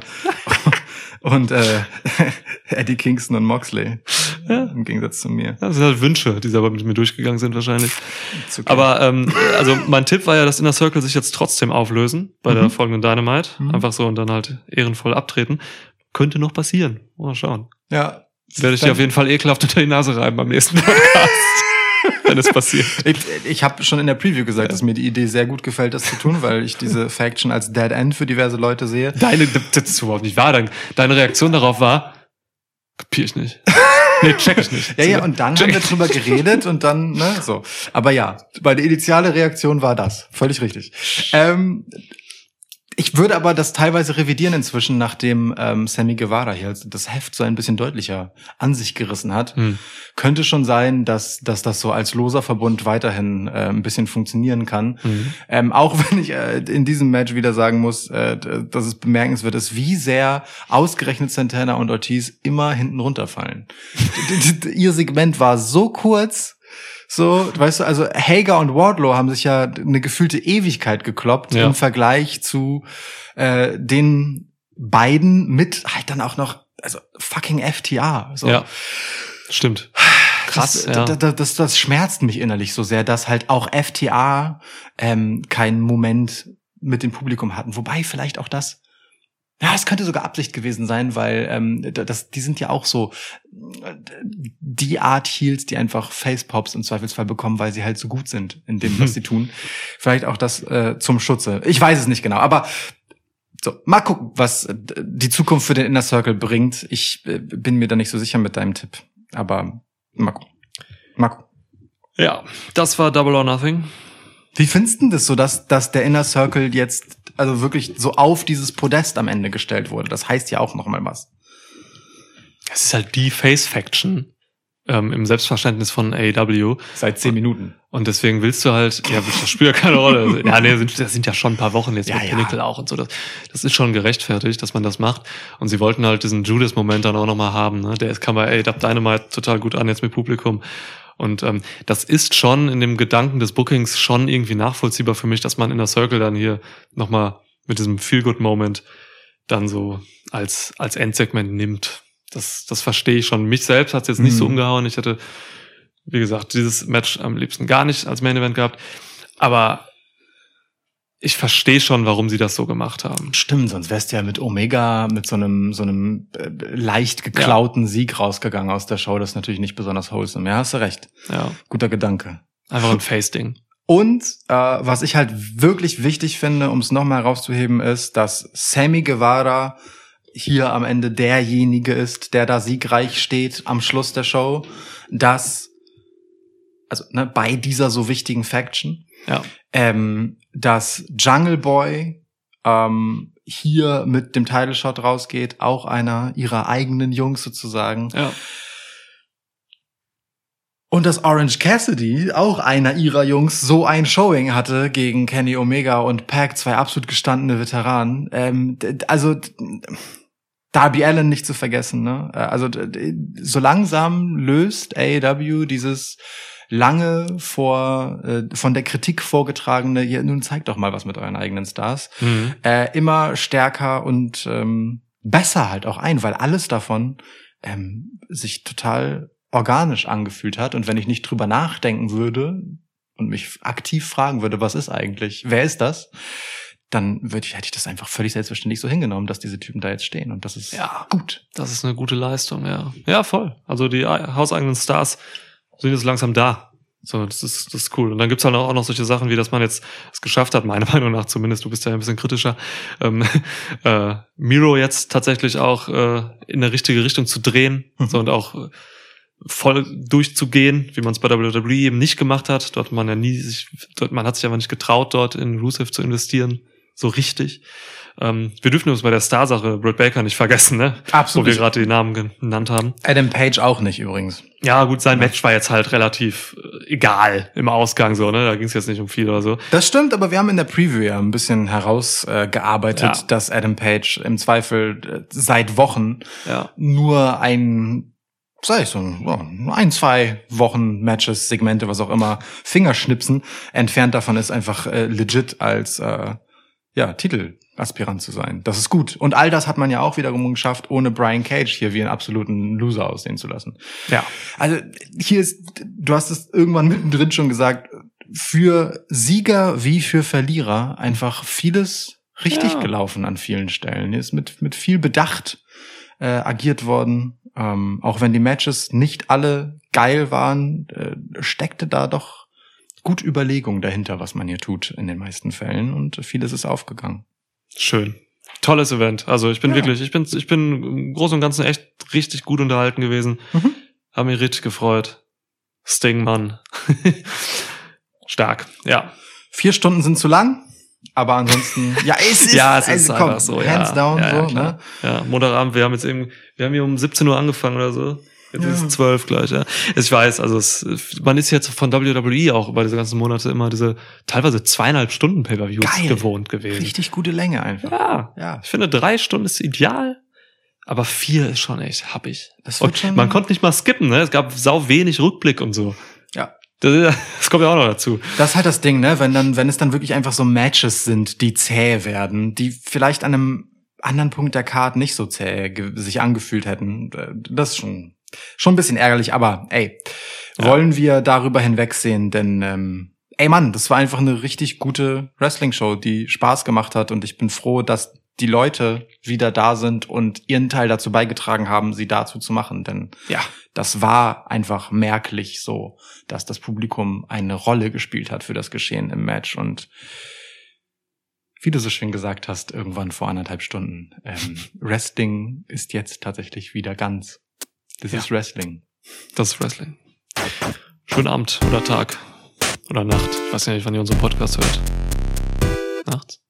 S2: Und Eddie Kingston und Moxley. Ja. Im Gegensatz zu mir.
S1: Das sind halt Wünsche, die aber mit mir durchgegangen sind wahrscheinlich. Okay. Aber also mein Tipp war ja, dass Inner Circle sich jetzt trotzdem auflösen bei der folgenden Dynamite. Einfach so und dann halt ehrenvoll abtreten. Könnte noch passieren. Mal schauen.
S2: Ja.
S1: Werde ich dir auf jeden Fall ekelhaft unter die Nase reiben beim nächsten Podcast. Wenn es passiert.
S2: Ich habe schon in der Preview gesagt, dass mir die Idee sehr gut gefällt, das zu tun, weil ich diese Faction als Dead End für diverse Leute sehe.
S1: Das ist überhaupt nicht wahr. Deine Reaktion darauf war, kapier ich nicht. Nee, check ich nicht.
S2: Ja, und dann haben wir drüber geredet und dann, ne, so. Aber ja, meine initiale Reaktion war das. Völlig richtig. Ich würde aber das teilweise revidieren inzwischen, nachdem Sammy Guevara hier das Heft so ein bisschen deutlicher an sich gerissen hat. Könnte schon sein, dass das so als loser Verbund weiterhin ein bisschen funktionieren kann. Auch wenn ich in diesem Match wieder sagen muss, dass es bemerkenswert ist, wie sehr ausgerechnet Santana und Ortiz immer hinten runterfallen. Ihr Segment war so kurz. So, weißt du, also Hager und Wardlow haben sich ja eine gefühlte Ewigkeit gekloppt im Vergleich zu den beiden mit halt dann auch noch, also fucking FTR. So.
S1: Ja, stimmt. Krass,
S2: das schmerzt mich innerlich so sehr, dass halt auch FTR keinen Moment mit dem Publikum hatten. Wobei vielleicht auch das. Ja, es könnte sogar Absicht gewesen sein, weil die sind ja auch so die Art Heels, die einfach Facepops im Zweifelsfall bekommen, weil sie halt so gut sind in dem, was sie tun. Vielleicht auch das zum Schutze. Ich weiß es nicht genau, aber so, mal gucken, was die Zukunft für den Inner Circle bringt. Ich bin mir da nicht so sicher mit deinem Tipp, aber mal gucken.
S1: Ja, das war Double or Nothing.
S2: Wie findest du das so, dass der Inner Circle jetzt also wirklich so auf dieses Podest am Ende gestellt wurde? Das heißt ja auch noch mal was.
S1: Es ist halt die Face-Faction im Selbstverständnis von AEW.
S2: Seit 10 Minuten.
S1: Und deswegen willst du halt, das spielt ja keine Rolle. Ja, nee, das sind ja schon ein paar Wochen jetzt mit Pinnacle auch und so. Das ist schon gerechtfertigt, dass man das macht. Und sie wollten halt diesen Judas-Moment dann auch noch mal haben. Ne? Der kam bei AEW Dynamite total gut an jetzt mit Publikum. Und das ist schon in dem Gedanken des Bookings schon irgendwie nachvollziehbar für mich, dass man Inner Circle dann hier nochmal mit diesem Feel-Good-Moment dann so als Endsegment nimmt. Das verstehe ich schon. Mich selbst hat es jetzt nicht so umgehauen. Ich hätte, wie gesagt, dieses Match am liebsten gar nicht als Main Event gehabt. Aber ich verstehe schon, warum sie das so gemacht haben.
S2: Stimmt, sonst wärst du ja mit Omega mit so einem leicht geklauten Sieg rausgegangen aus der Show. Das ist natürlich nicht besonders wholesome. Ja, hast du recht.
S1: Ja.
S2: Guter Gedanke.
S1: Einfach ein Face-Ding.
S2: Und was ich halt wirklich wichtig finde, um es nochmal herauszuheben, ist, dass Sammy Guevara hier am Ende derjenige ist, der da siegreich steht am Schluss der Show, dass, also bei dieser so wichtigen Faction, dass Jungle Boy hier mit dem Title Shot rausgeht, auch einer ihrer eigenen Jungs sozusagen.
S1: Ja.
S2: Und dass Orange Cassidy, auch einer ihrer Jungs, so ein Showing hatte gegen Kenny Omega und Pac, zwei absolut gestandene Veteranen. Also Darby Allin nicht zu vergessen, ne? Also so langsam löst AEW dieses lange von der Kritik vorgetragene, ja, nun zeigt doch mal was mit euren eigenen Stars, immer stärker und besser halt auch ein, weil alles davon sich total organisch angefühlt hat. Und wenn ich nicht drüber nachdenken würde und mich aktiv fragen würde, was ist eigentlich, wer ist das, dann hätte ich das einfach völlig selbstverständlich so hingenommen, dass diese Typen da jetzt stehen. Und das ist gut.
S1: Das ist eine gute Leistung, ja. Ja, voll. Also die hauseigenen Stars sind jetzt langsam da. So, das ist cool. Und dann gibt's halt auch noch solche Sachen, wie dass man jetzt es geschafft hat, meiner Meinung nach zumindest, du bist ja ein bisschen kritischer, Miro jetzt tatsächlich auch in eine richtige Richtung zu drehen, so, und auch voll durchzugehen, wie man es bei WWE eben nicht gemacht hat. Dort man hat sich aber nicht getraut, dort in Rusev zu investieren, so richtig. Wir dürfen uns bei der Star-Sache Britt Baker nicht vergessen, ne?
S2: Absolut.
S1: Wo wir gerade die Namen genannt haben.
S2: Adam Page auch nicht übrigens.
S1: Ja, gut, sein Match war jetzt halt relativ egal im Ausgang, so, ne? Da ging es jetzt nicht um viel oder so.
S2: Das stimmt, aber wir haben in der Preview ja ein bisschen herausgearbeitet, dass Adam Page im Zweifel seit Wochen nur ein, 2 Wochen Matches, Segmente, was auch immer, Fingerschnipsen entfernt davon ist, einfach legit als Titelaspirant zu sein. Das ist gut. Und all das hat man ja auch wiederum geschafft, ohne Brian Cage hier wie einen absoluten Loser aussehen zu lassen. Ja. Also hier du hast es irgendwann mittendrin schon gesagt, für Sieger wie für Verlierer einfach vieles richtig gelaufen an vielen Stellen. Hier ist mit viel Bedacht agiert worden. Auch wenn die Matches nicht alle geil waren, steckte da doch gut Überlegung dahinter, was man hier tut in den meisten Fällen, und vieles ist aufgegangen.
S1: Schön. Tolles Event. Also ich bin im Großen und Ganzen echt richtig gut unterhalten gewesen. Hab mich richtig gefreut. Sting, Mann. Stark, ja.
S2: 4 Stunden sind zu lang, aber ansonsten, es ist
S1: einfach so,
S2: hands down, so,
S1: ne? Ja, Montagabend, wir haben hier um 17 Uhr angefangen oder so. Jetzt ist es 12 gleich, ja. Ich weiß, also man ist jetzt von WWE auch über diese ganzen Monate immer diese teilweise 2,5 Stunden Pay-Per-Views gewohnt gewesen.
S2: Richtig gute Länge einfach.
S1: Ja. Ich finde 3 Stunden ist ideal, aber 4 ist schon echt happig.
S2: Und
S1: man konnte nicht mal skippen, ne? Es gab sau wenig Rückblick und so.
S2: Ja.
S1: Das kommt ja auch noch dazu.
S2: Das ist halt das Ding, ne? Wenn es dann wirklich einfach so Matches sind, die zäh werden, die vielleicht an einem anderen Punkt der Card nicht so zäh sich angefühlt hätten. Das ist schon ein bisschen ärgerlich, aber wollen wir darüber hinwegsehen, denn Mann, das war einfach eine richtig gute Wrestling-Show, die Spaß gemacht hat, und ich bin froh, dass die Leute wieder da sind und ihren Teil dazu beigetragen haben, sie dazu zu machen, denn das war einfach merklich so, dass das Publikum eine Rolle gespielt hat für das Geschehen im Match, und wie du so schön gesagt hast, irgendwann vor 1,5 Stunden, Wrestling ist jetzt tatsächlich wieder ganz. Das ist Wrestling.
S1: Das ist Wrestling. Schönen Abend oder Tag oder Nacht. Ich weiß ja nicht, wann ihr unseren Podcast hört. Nachts?